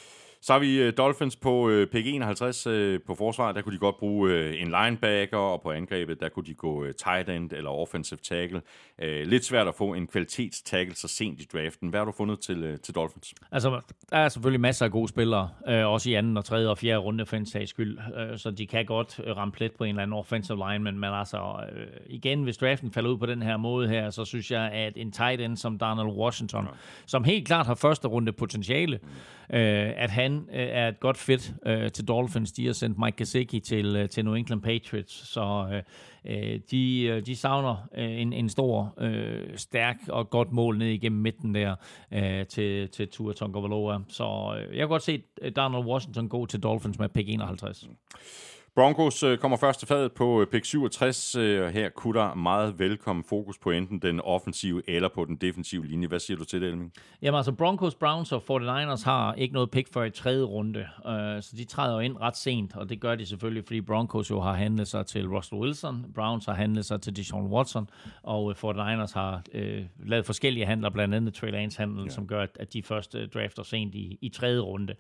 Så har vi Dolphins på pick enoghalvtreds på forsvaret. Der kunne de godt bruge en linebacker, og på angrebet, der kunne de gå tight end eller offensive tackle. Lidt svært at få en kvalitetstackle så sent i draften. Hvad har du fundet til, til Dolphins?
Altså, der er selvfølgelig masser af gode spillere, også i anden og tredje og fjerde runde for en sags skyld, så de kan godt ramme plet på en eller anden offensive lineman, men altså, igen, hvis draften falder ud på den her måde her, så synes jeg, at en tight end som Darnell Washington, ja. som helt klart har første runde potentiale, mm. at han er et godt fit øh, til Dolphins. De har sendt Mike Gesicki til, øh, til New England Patriots, så øh, de, de savner øh, en, en stor, øh, stærk og godt mål ned igennem midten der øh, til, til Tua Tagovailoa. Så øh, jeg kan godt se Darnell Washington gå til Dolphins med pick enoghalvtreds.
Broncos kommer først til fadet på pick syvogtres. Her kunne der meget velkommen fokus på enten den offensive eller på den defensive linje. Hvad siger du til det, Elming?
Jamen altså, Broncos, Browns og forty-niners har ikke noget pick før i tredje runde, så de træder jo ind ret sent, og det gør de selvfølgelig, fordi Broncos jo har handlet sig til Russell Wilson, Browns har handlet sig til Deshaun Watson, og forty-niners har øh, lavet forskellige handler, blandt andet Trey Lance-handel, ja. som gør, at de først drafter sent i, i tredje runde.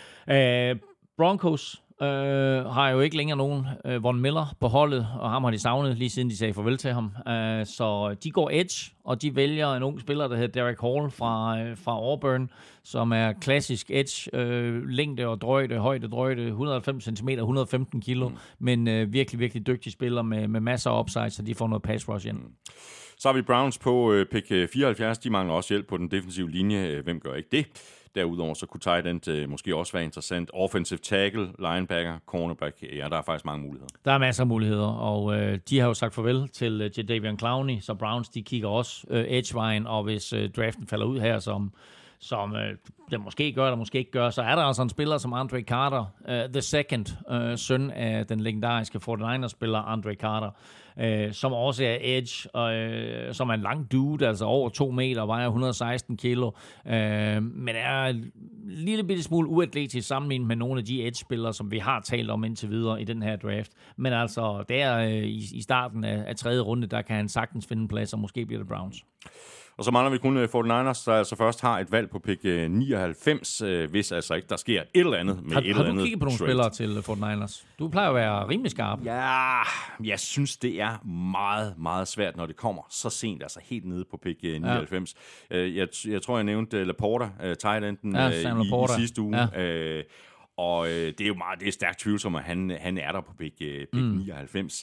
Øh, Broncos Uh, har jo ikke længere nogen uh, Von Miller på holdet, og ham har de savnet lige siden de sagde farvel til ham. Uh, så de går edge, og de vælger en ung spiller, der hedder Derek Hall fra, uh, fra Auburn, som er klassisk edge, uh, længde og drøjde, højde drøjde, et hundrede og halvfems centimeter, et hundrede og femten kilo, mm. men uh, virkelig, virkelig dygtig spiller med, med masser af upside, så de får noget pass rush ind. Mm.
Så har vi Browns på uh, pick fireoghalvfjerds. De mangler også hjælp på den defensive linje. Hvem gør ikke det? Derudover så kunne tight end øh, måske også være interessant. Offensive tackle, linebacker, cornerback. Ja, der er faktisk mange muligheder. Der er
masser af muligheder, og øh, de har jo sagt farvel til øh, Jadeveon Clowney, så Browns de kigger også øh, edgevejen, og hvis øh, draften falder ud her, som, som øh, det måske gør, eller måske ikke gør, så er der altså en spiller som Andre Carter, uh, the second, uh, søn af den legendariske forty-niners-spiller Andre Carter, uh, som også er edge, og uh, som er en lang dude, altså over to meter, vejer et hundrede og seksten kilo, uh, men er en lille bitte smule uatletisk sammenlignet med nogle af de edge-spillere, som vi har talt om indtil videre i den her draft. Men altså, der uh, i, i starten af, af tredje runde, der kan han sagtens finde en plads, og måske bliver det Browns.
Og så mangler vi kun forty-niners, der altså først har et valg på pick nioghalvfems, hvis altså ikke der sker et eller andet med
har,
et eller
andet.
Har
du kigget på nogle trade. Spillere til forty-niners? Du plejer at være rimelig skarp.
Ja, jeg synes, det er meget, meget svært, når det kommer så sent, altså helt nede på pick nioghalvfems. Ja. Jeg, jeg tror, jeg nævnte Laporta, tight enden, ja, i, i sidste uge. Ja. Og det er jo meget, det er stærkt tvivlsomt, at han, han er der på pick, pick mm. nioghalvfems.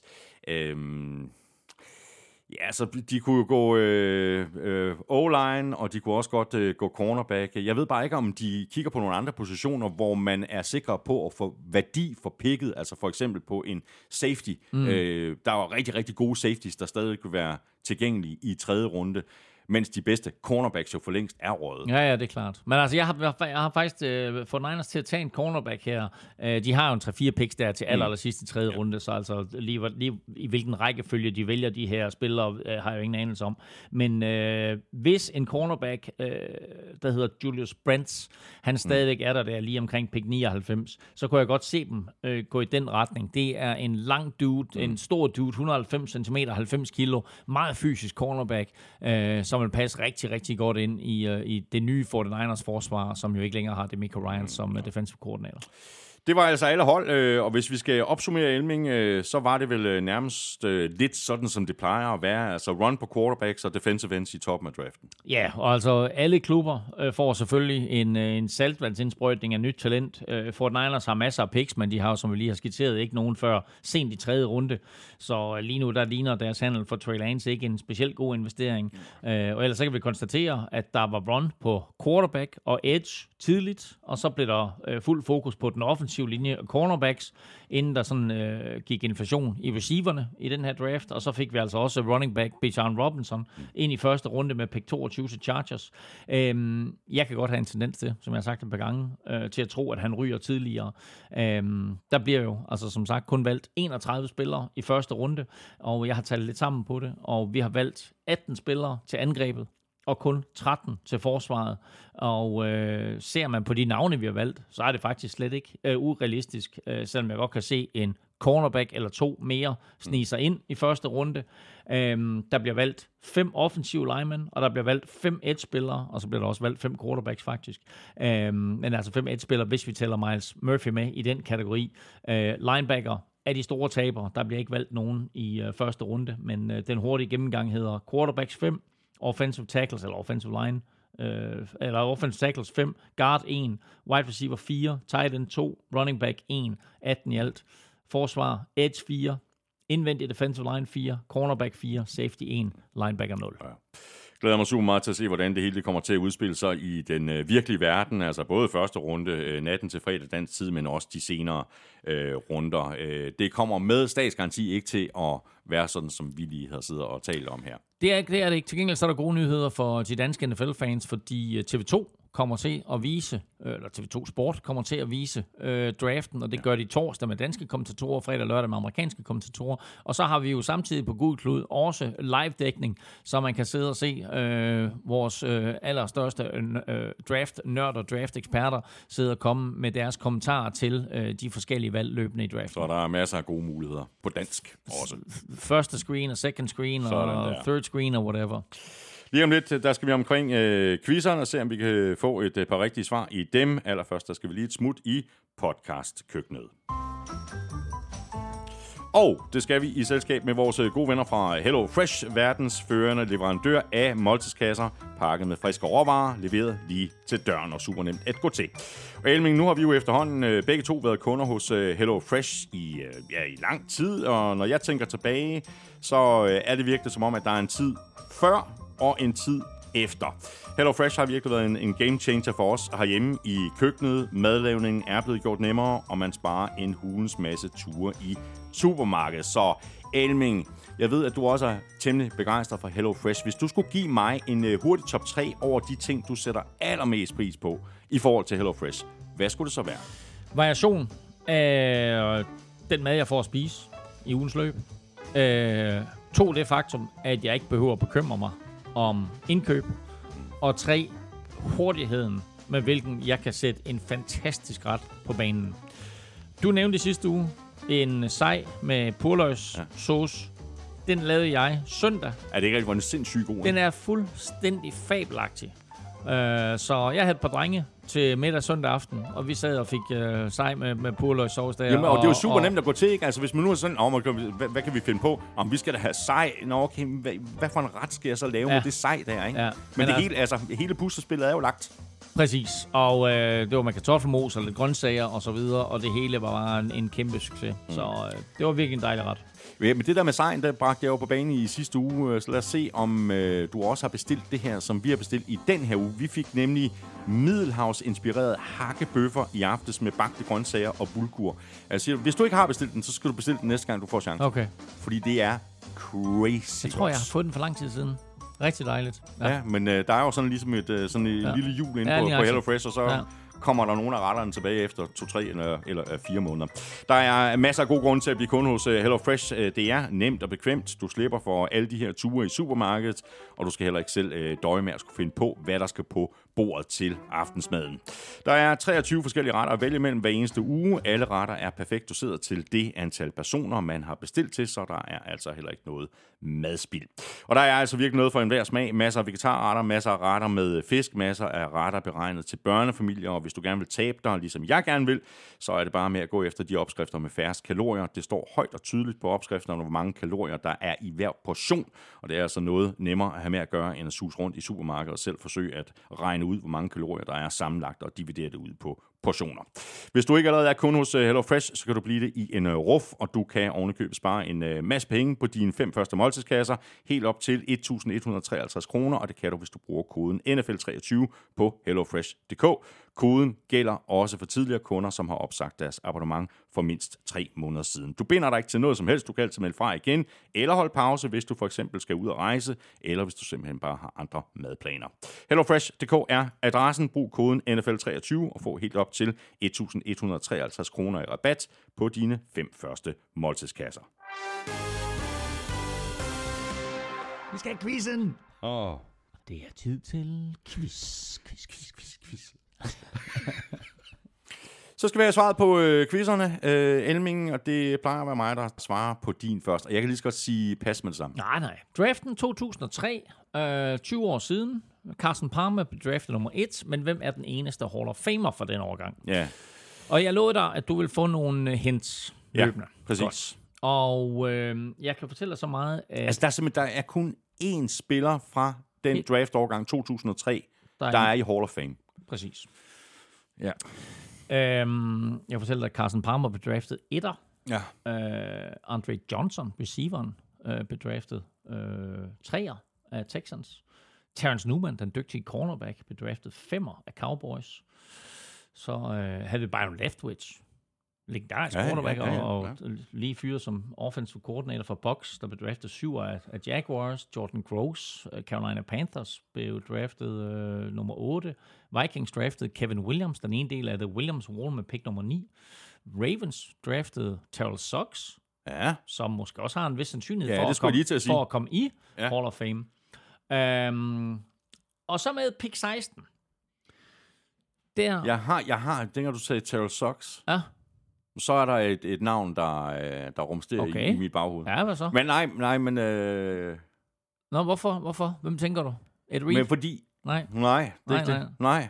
Øhm, Ja, så de kunne jo gå øh, øh, O-line, og de kunne også godt øh, gå cornerback. Jeg ved bare ikke, om de kigger på nogle andre positioner, hvor man er sikker på at få værdi for picket, altså for eksempel på en safety. Mm. Øh, der var rigtig, rigtig gode safeties, der stadig kunne være tilgængelige i tredje runde, mens de bedste cornerbacks jo for længst er røget.
Ja, ja, det er klart. Men altså, jeg har, jeg har faktisk uh, fået Niners til at tage en cornerback her. Uh, de har jo en tre fire picks der til aller, aller sidste tredje ja. runde, så altså lige, lige i hvilken rækkefølge de vælger de her spillere, uh, har jeg jo ingen anelse om. Men uh, hvis en cornerback, uh, der hedder Julius Brents, han stadigvæk er der der lige omkring pick nioghalvfems, så kunne jeg godt se dem uh, gå i den retning. Det er en lang dude, mm. en stor dude, et hundrede og halvfems centimeter, halvfems kilo, meget fysisk cornerback, uh, som vil passe rigtig, rigtig godt ind i, uh, i det nye forty-niners forsvar, som jo ikke længere har DeMeco Ryans som uh, defensive coordinator.
Det var altså alle hold, øh, og hvis vi skal opsummere Elming, øh, så var det vel øh, nærmest øh, lidt sådan, som det plejer at være. Altså run på quarterbacks og defensive ends i toppen af draften.
Ja, og altså alle klubber øh, får selvfølgelig en, øh, en saltvandsindsprøjtning af nyt talent. Øh, Fort Niners har masser af picks, men de har, som vi lige har skitseret, ikke nogen før sent i tredje runde. Så lige nu, der ligner deres handel for Trey Lance ikke en specielt god investering. Mm. Øh, og ellers så kan vi konstatere, at der var run på quarterback og edge tidligt, og så blev der øh, fuld fokus på den offensive linje og cornerbacks, inden der sådan øh, gik inflation i receiverne i den her draft, og så fik vi altså også running back Bijan Robinson ind i første runde med pick toogtyve til Chargers. Øhm, jeg kan godt have en tendens til, som jeg har sagt et par gange, øh, til at tro, at han ryger tidligere. Øhm, der bliver jo, altså som sagt, kun valgt enogtredive spillere i første runde, og jeg har talt lidt sammen på det, og vi har valgt atten spillere til angrebet, og kun tretten til forsvaret. Og øh, ser man på de navne, vi har valgt, så er det faktisk slet ikke øh, urealistisk, øh, selvom jeg godt kan se en cornerback eller to mere snige sig ind i første runde. Øhm, der bliver valgt fem offensive linemen, og der bliver valgt fem edge-spillere, og så bliver der også valgt fem quarterbacks faktisk. Øhm, men altså fem edge-spillere, hvis vi tæller Miles Murphy med i den kategori. Øh, linebacker er de store tabere. Der bliver ikke valgt nogen i øh, første runde, men øh, den hurtige gennemgang hedder quarterbacks fem, offensive tackles, eller offensive line, øh, eller offensive tackles fem, guard en, wide receiver fire, tight end to, running back en, atten i alt, forsvar, edge fire, indvendig defensive line fire, cornerback fire, safety en, linebacker nul. Ja.
Glæder mig super meget til at se, hvordan det hele kommer til at udspille sig i den øh, virkelige verden, altså både første runde, øh, natten til fredag dansk tid, men også de senere øh, runder. Øh, det kommer med statsgaranti ikke til at være sådan, som vi lige har siddet og talt om her.
Det er, det er det ikke. Til gengæld så er der gode nyheder for de danske N F L-fans, fordi T V to kommer til at vise, eller T V to Sport kommer til at vise øh, draften, og det gør de torsdag med danske kommentatorer, fredag og lørdag med amerikanske kommentatorer. Og så har vi jo samtidig på Gul Klud også live-dækning, så man kan sidde og se øh, vores øh, allerstørste øh, draft-nørd og draft-eksperter sidde og komme med deres kommentarer til øh, de forskellige valg løbende i draften.
Så der er masser af gode muligheder på dansk også.
Første screen og second screen sådan og der. Third screen og whatever.
Lige om lidt, der skal vi omkring øh, quizerne og se, om vi kan få et øh, par rigtige svar i dem. Allerførst, der skal vi lige et smut i podcast-køkkenet. Og det skal vi i selskab med vores gode venner fra Hello Fresh, verdens førende leverandør af måltidskasser, pakket med friske råvarer, leveret lige til døren og super nemt at gå til. Og Elming, nu har vi jo efterhånden øh, begge to været kunder hos øh, Hello Fresh i, øh, ja, i lang tid, og når jeg tænker tilbage, så øh, er det virkelig som om, at der er en tid før og en tid efter. Hello Fresh har virkelig været en, en game changer for os herhjemme i køkkenet. Madlavningen er blevet gjort nemmere, og man sparer en hulens masse ture i supermarkedet. Så Elming, jeg ved, at du også er temmelig begejstret for Hello Fresh. Hvis du skulle give mig en uh, hurtig top tre over de ting, du sætter allermest pris på i forhold til Hello Fresh, hvad skulle det så være?
Variation af den mad, jeg får at spise i ugens løb. Øh, to, det faktum, at jeg ikke behøver at bekymre mig om indkøb. Og tre, hurtigheden, med hvilken jeg kan sætte en fantastisk ret på banen. Du nævnte i sidste uge en sej med purløgs sauce. Den lavede jeg søndag.
Er det ikke rigtig, hvor den er sindssygt god?
Den er fuldstændig fabelagtig. Uh, så jeg havde et par drenge til middag søndag aften, og vi sad og fik uh, sej med, med purløgssauce der.
Jamen, og,
og
det er jo super
og,
nemt at gå til, ikke? Altså, hvis man nu er sådan, oh, hvad, hvad kan vi finde på? Om vi skal da have sej. Nå, okay, hvad, hvad for en ret skal jeg så lave ja. med det sej der, ikke? Ja. Men, Men det altså, hele, altså, hele puslespillet er jo lagt.
Præcis, og øh, det var med kartoffelmos og lidt grøntsager og så videre, og det hele var bare en, en kæmpe succes. Mm. Så øh, det var virkelig en dejlig ret.
Ja, men det der med sejen, der bragte jeg jo på banen i sidste uge, så lad os se, om øh, du også har bestilt det her, som vi har bestilt i den her uge. Vi fik nemlig middelhavsinspireret hakkebøffer i aftes med bagte grøntsager og bulgur. Altså, hvis du ikke har bestilt den, så skal du bestille den næste gang, du får chancen.
Okay.
Fordi det er crazy.
Jeg tror, jeg har fået den for lang tid siden. Rigtig dejligt.
Ja, ja men øh, der er jo sådan ligesom et, øh, sådan et ja. lille jul inde ja, på, på Hello Fresh, og så ja. kommer der nogle af retterne tilbage efter to, tre eller, eller fire måneder. Der er masser af gode grunde til at blive kunde hos uh, Hello Fresh. Uh, det er nemt og bekvemt. Du slipper for alle de her ture i supermarkedet, og du skal heller ikke selv uh, døje med at skulle finde på, hvad der skal på bordet til aftensmaden. Der er treogtyve forskellige retter at vælge mellem hver eneste uge. Alle retter er perfekt doseret til det antal personer, man har bestilt til, så der er altså heller ikke noget madspild. Og der er altså virkelig noget for enhver smag. Masser af vegetarretter, masser af retter med fisk, masser af retter beregnet til børnefamilier, og hvis du gerne vil tabe dig, ligesom jeg gerne vil, så er det bare med at gå efter de opskrifter med færrest kalorier. Det står højt og tydeligt på opskrifterne, hvor mange kalorier der er i hver portion, og det er altså noget nemmere at have med at gøre, end at sus rundt i supermarkedet og selv forsøge at regne ud, hvor mange kalorier der er sammenlagt og dividere det ud på portioner. Hvis du ikke allerede er kunde hos HelloFresh, så kan du blive det i en ruf, og du kan ovenikøbet spare en masse penge på dine fem første måltidskasser, helt op til et tusind et hundrede treoghalvtreds kroner, og det kan du, hvis du bruger koden N F L treogtyve på hellofresh punktum d k. Koden gælder også for tidligere kunder, som har opsagt deres abonnement for mindst tre måneder siden. Du binder dig ikke til noget som helst, du kan altid melde fra igen, eller holde pause, hvis du for eksempel skal ud og rejse, eller hvis du simpelthen bare har andre madplaner. hellofresh punktum d k er adressen. Brug koden N F L treogtyve og få helt op til et tusind et hundrede treoghalvtreds kroner i rabat på dine fem første måltidskasser.
Vi skal have quizzen!
Åh. Oh.
Det er tid til quiz, quiz, quiz, quiz, quiz.
Så skal vi have svaret på øh, quizzerne, øh, Elming, og det plejer at være mig, der svarer på din først. Og jeg kan lige så godt sige pas med det samme.
Nej, nej. Draften to tusind og tre, øh, tyve år siden. Carson Palmer blev draftet nummer et, men hvem er den eneste Hall of Famer for den årgang?
Ja.
Og jeg lovede dig, at du vil få nogle hints løbende.
Ja, præcis.
Godt. Og øh, jeg kan fortælle dig så meget, at...
Altså, der er simpelthen der er kun én spiller fra den draft-årgang to tusind og tre, der er, der er i Hall of Fame.
Præcis.
Ja.
Øhm, jeg kan fortælle dig, at Carson Palmer blev draftet etter.
Ja.
Øh, Andre Johnson, receiveren, øh, blev draftet øh, treer af Texans. Terrence Newman, den dygtige cornerback, blev draftet femmer af Cowboys. Så øh, havde vi Byron Leftwich, legendarisk
ja,
cornerback,
ja, ja, ja,
og,
ja.
og lige fyret som offensive coordinator for Bucs, der blev draftet syv af, af Jaguars. Jordan Gross, uh, Carolina Panthers, blev draftet uh, nummer otte. Vikings draftede Kevin Williams, den ene del af The Williams Wall med pick nummer ni. Ravens draftede Terrell Suggs,
Ja.
som måske også har en vis sandsynlighed
Ja,
for,
det
at
skulle jeg
komme,
lige til at sige.
for at komme i
Ja.
Hall of Fame. Um, og så med pick seksten. Der,
Jeg har, jeg har, dengang du sagde Terrell Suggs,
ja,
så er der et, et navn, der, øh, der rumsterer
Okay.
i, i mit baghoved.
ja, hvad så?
Men nej, nej, men... Øh,
Nå, hvorfor? Hvorfor? Hvem tænker du? Ed Reed?
men fordi...
Nej.
Nej, det er
Nej,
ikke det. Nej.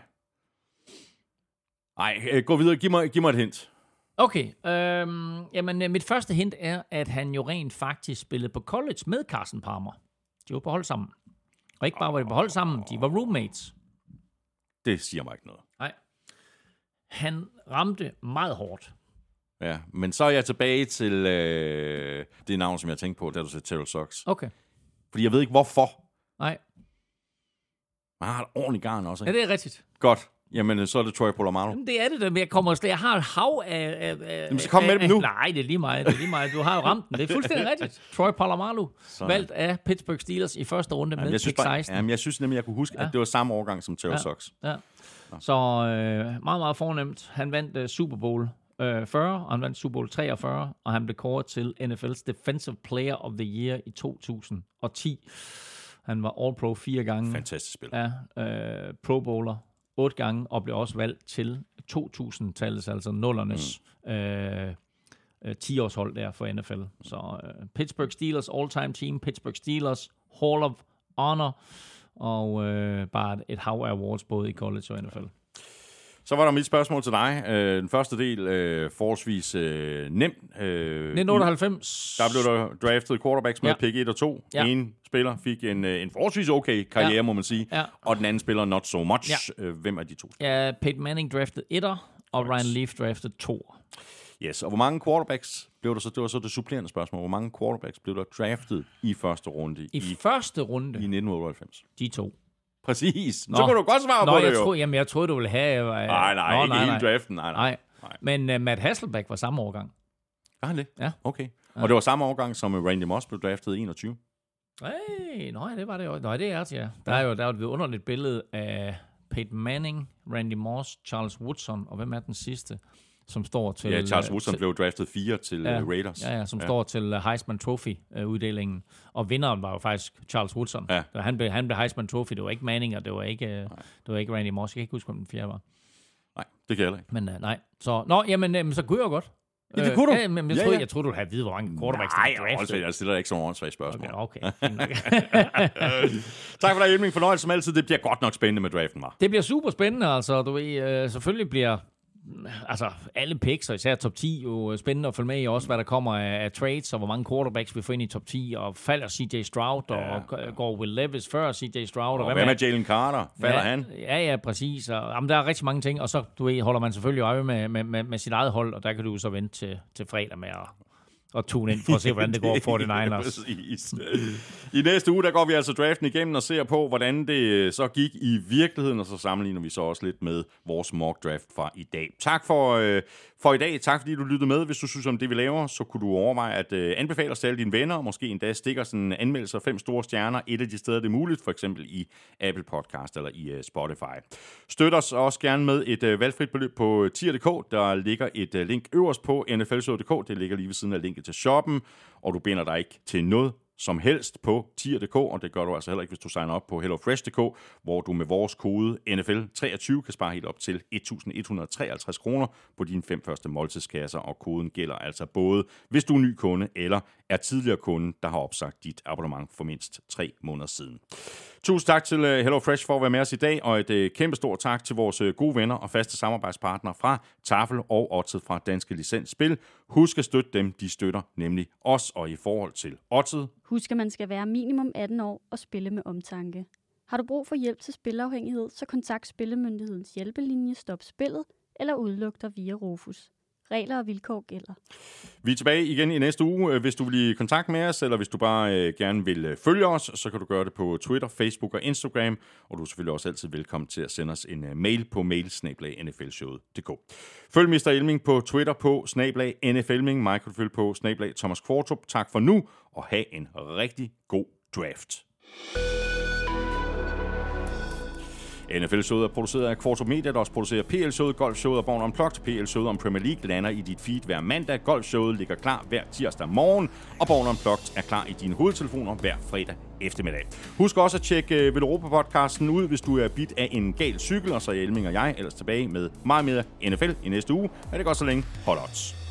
Nej, øh, gå videre. Giv mig, giv mig et hint.
Okay, øhm, jamen øh, mit første hint er, at han jo rent faktisk spillede på college med Carson Palmer. De var på hold sammen. Og ikke bare var de på hold sammen, de var roommates.
Det siger mig ikke noget.
Nej. Han ramte meget hårdt.
Ja, men så er jeg tilbage til øh, det navn, som jeg tænkte på, da du sagde Terrell Suggs.
Okay.
Fordi jeg ved ikke, hvorfor.
Nej.
Man har et ordentligt garn også,
Ja,
ikke?
det er rigtigt.
Godt. Jamen, så er det Troy Polamalu.
Jamen, det er det da, men jeg kommer slet. Jeg har et hav af... af, af
Jamen, så kom med
af,
dem nu.
Nej, det er lige meget. Det er lige meget. Du har jo ramt den. Det er fuldstændig rigtigt. Troy Polamalu,
Sådan.
valgt af Pittsburgh Steelers i første runde
Jamen,
med
jeg synes
pick
bare,
seksten.
jamen, jeg synes nemlig, jeg kunne huske,
Ja.
at det var samme årgang som Terrell
Ja.
Suggs.
Ja. Så øh, meget, meget fornemt. Han vandt uh, Super Bowl øh, fyrre, og han vandt Super Bowl treogfyrre, og han blev kåret til N F L's Defensive Player of the Year i to tusind og ti. Han var All-Pro fire gange.
Fantastisk spil.
Ja, øh, Pro Bowler otte gange, og blev også valgt til to tusind-tallet, altså nullernes mm. øh, øh, ti-årshold der for N F L. Så øh, Pittsburgh Steelers all-time team, Pittsburgh Steelers Hall of Honor, og øh, bare et hav af awards både i college og N F L.
Så var der mit spørgsmål til dig. Øh, den første del, øh, forholdsvis øh, nem. Øh,
nitten otteoghalvfems.
Der blev der draftet quarterbacks med
Ja.
pick et og to.
Ja.
En spiller fik en, øh, en forholdsvis okay karriere,
Ja.
må man sige.
Ja.
Og den anden spiller not so much.
Ja.
Øh, hvem er de to?
Ja, Peyton Manning drafted etter, og Ryan Leaf drafted to.
Yes, og hvor mange quarterbacks blev der så? Det var så det supplerende spørgsmål. Hvor mange quarterbacks blev der draftet i første runde
I,
i,
I første runde,
i nitten otteoghalvfems?
de to.
Præcis.
Nå.
Så kunne du godt svare
Nå,
på
jeg
det jo.
troede, jamen, jeg troede, du ville have... Uh,
Nej, nej,
Nå,
ikke
nej,
hele
nej.
draften. Nej, nej.
Nej, men uh, Matt Hasselbeck var samme årgang.
Var han det?
Ja.
Okay. Og det var samme årgang, som Randy Moss blev draftet i enogtyve.
Hey, nej, det var det jo. Nej, det er det, ja. Der er jo der er et vidunderligt billede af Peyton Manning, Randy Moss, Charles Woodson, og hvem er den sidste, som står til...
Ja, Charles
øh,
Woodson
til,
blev draftet fire til
ja,
uh, Raiders.
Ja, ja, som
Ja.
står til uh, Heisman Trophy-uddelingen. Og vinderen var jo faktisk Charles Woodson.
Ja.
Så han blev, han blev Heisman Trophy. Det var ikke Manning, og det var ikke, uh, det var ikke Randy Moss. Jeg kan ikke huske, hvem den fjerde var.
Nej, det kan jeg heller ikke.
Men uh, nej. Så, nå, jamen, um, så kunne jeg jo godt.
Ja, det kunne du.
Ja, men jeg,
ja,
troede,
ja.
jeg troede, du ville have at vide, hvor mange quarterbacks
Nej,
der er draftet.
jeg stiller dig ikke sådan nogle åndssvage spørgsmål.
Okay, okay.
Tak for dig, Elming. Fornøjelse som altid. Det bliver godt nok spændende med draften, var.
Det bliver super spændende, altså. Du ved, øh, selvfølgelig bliver altså alle picks, og især top ti, jo spændende at følge med i også, hvad der kommer af, af trades, og hvor mange quarterbacks vi får ind i top ti, og falder C J Stroud, ja, og ja. går Will Levis før C J Stroud. Og,
og hvad med Jalen Carter? Falder
ja,
han?
Ja, ja, præcis. Og, jamen, der er rigtig mange ting, og så du ved, holder man selvfølgelig øje med, med, med, med sit eget hold, og der kan du jo så vente til, til fredag med at og tune ind for at se, hvordan det går for forty-niners.
I næste uge, der går vi altså draften igennem og ser på, hvordan det så gik i virkeligheden, og så sammenligner vi så også lidt med vores mock draft fra i dag. Tak for, øh, for i dag. Tak fordi du lyttede med. Hvis du synes om det, vi laver, så kunne du overveje at øh, anbefale os til alle dine venner, og måske endda stikker sådan en anmeldelse af fem store stjerner et af de steder, det er muligt, for eksempel i Apple Podcast eller i øh, Spotify. Støt os også gerne med et øh, valgfrit beløb på tier punktum d k. Der ligger et øh, link øverst på N F L punktum d k. Det ligger lige ved siden af linket til shoppen, og du binder dig ikke til noget som helst på tier punktum d k, og det gør du altså heller ikke, hvis du signer op på HelloFresh punktum d k, hvor du med vores kode N F L treogtyve kan spare helt op til et tusind et hundrede treoghalvtreds kroner på dine fem første måltidskasser, og koden gælder altså både, hvis du er ny kunde eller er tidligere kunde, der har opsagt dit abonnement for mindst tre måneder siden. Tusind tak til HelloFresh for at være med os i dag, og et kæmpe stort tak til vores gode venner og faste samarbejdspartnere fra Tafel og Oddset fra Danske Licens Spil. Husk at støtte dem, de støtter nemlig os, og i forhold til Oddset.
Husk, at man skal være minimum atten år og spille med omtanke. Har du brug for hjælp til spilafhængighed, så kontakt Spillemyndighedens hjælpelinje Stop Spillet eller udluk dig via Rufus. Regler og vilkår gælder.
Vi er tilbage igen i næste uge. Hvis du vil i kontakt med os, eller hvis du bare øh, gerne vil øh, følge os, så kan du gøre det på Twitter, Facebook og Instagram. Og du er selvfølgelig også altid velkommen til at sende os en øh, mail på mail snabel-a n f l showet punktum d k. Følg mister Elming på Twitter på snabel-a N F Elming. Mig kan du følge på snabel-a Thomas Kvartrup. Tak for nu, og have en rigtig god draft. N F L-showet er produceret af Kvartrup Media, der også producerer P L-showet, Golf-showet og Born Unplugged. P L-showet om Premier League lander i dit feed hver mandag. Golf-showet ligger klar hver tirsdag morgen, og Born Unplugged er klar i dine hovedtelefoner hver fredag eftermiddag. Husk også at tjekke uh, Veloropa-podcasten ud, hvis du er bidt af en gal cykel, og så er Elming og jeg ellers tilbage med meget mere N F L i næste uge. Er det godt så længe? Hold odds.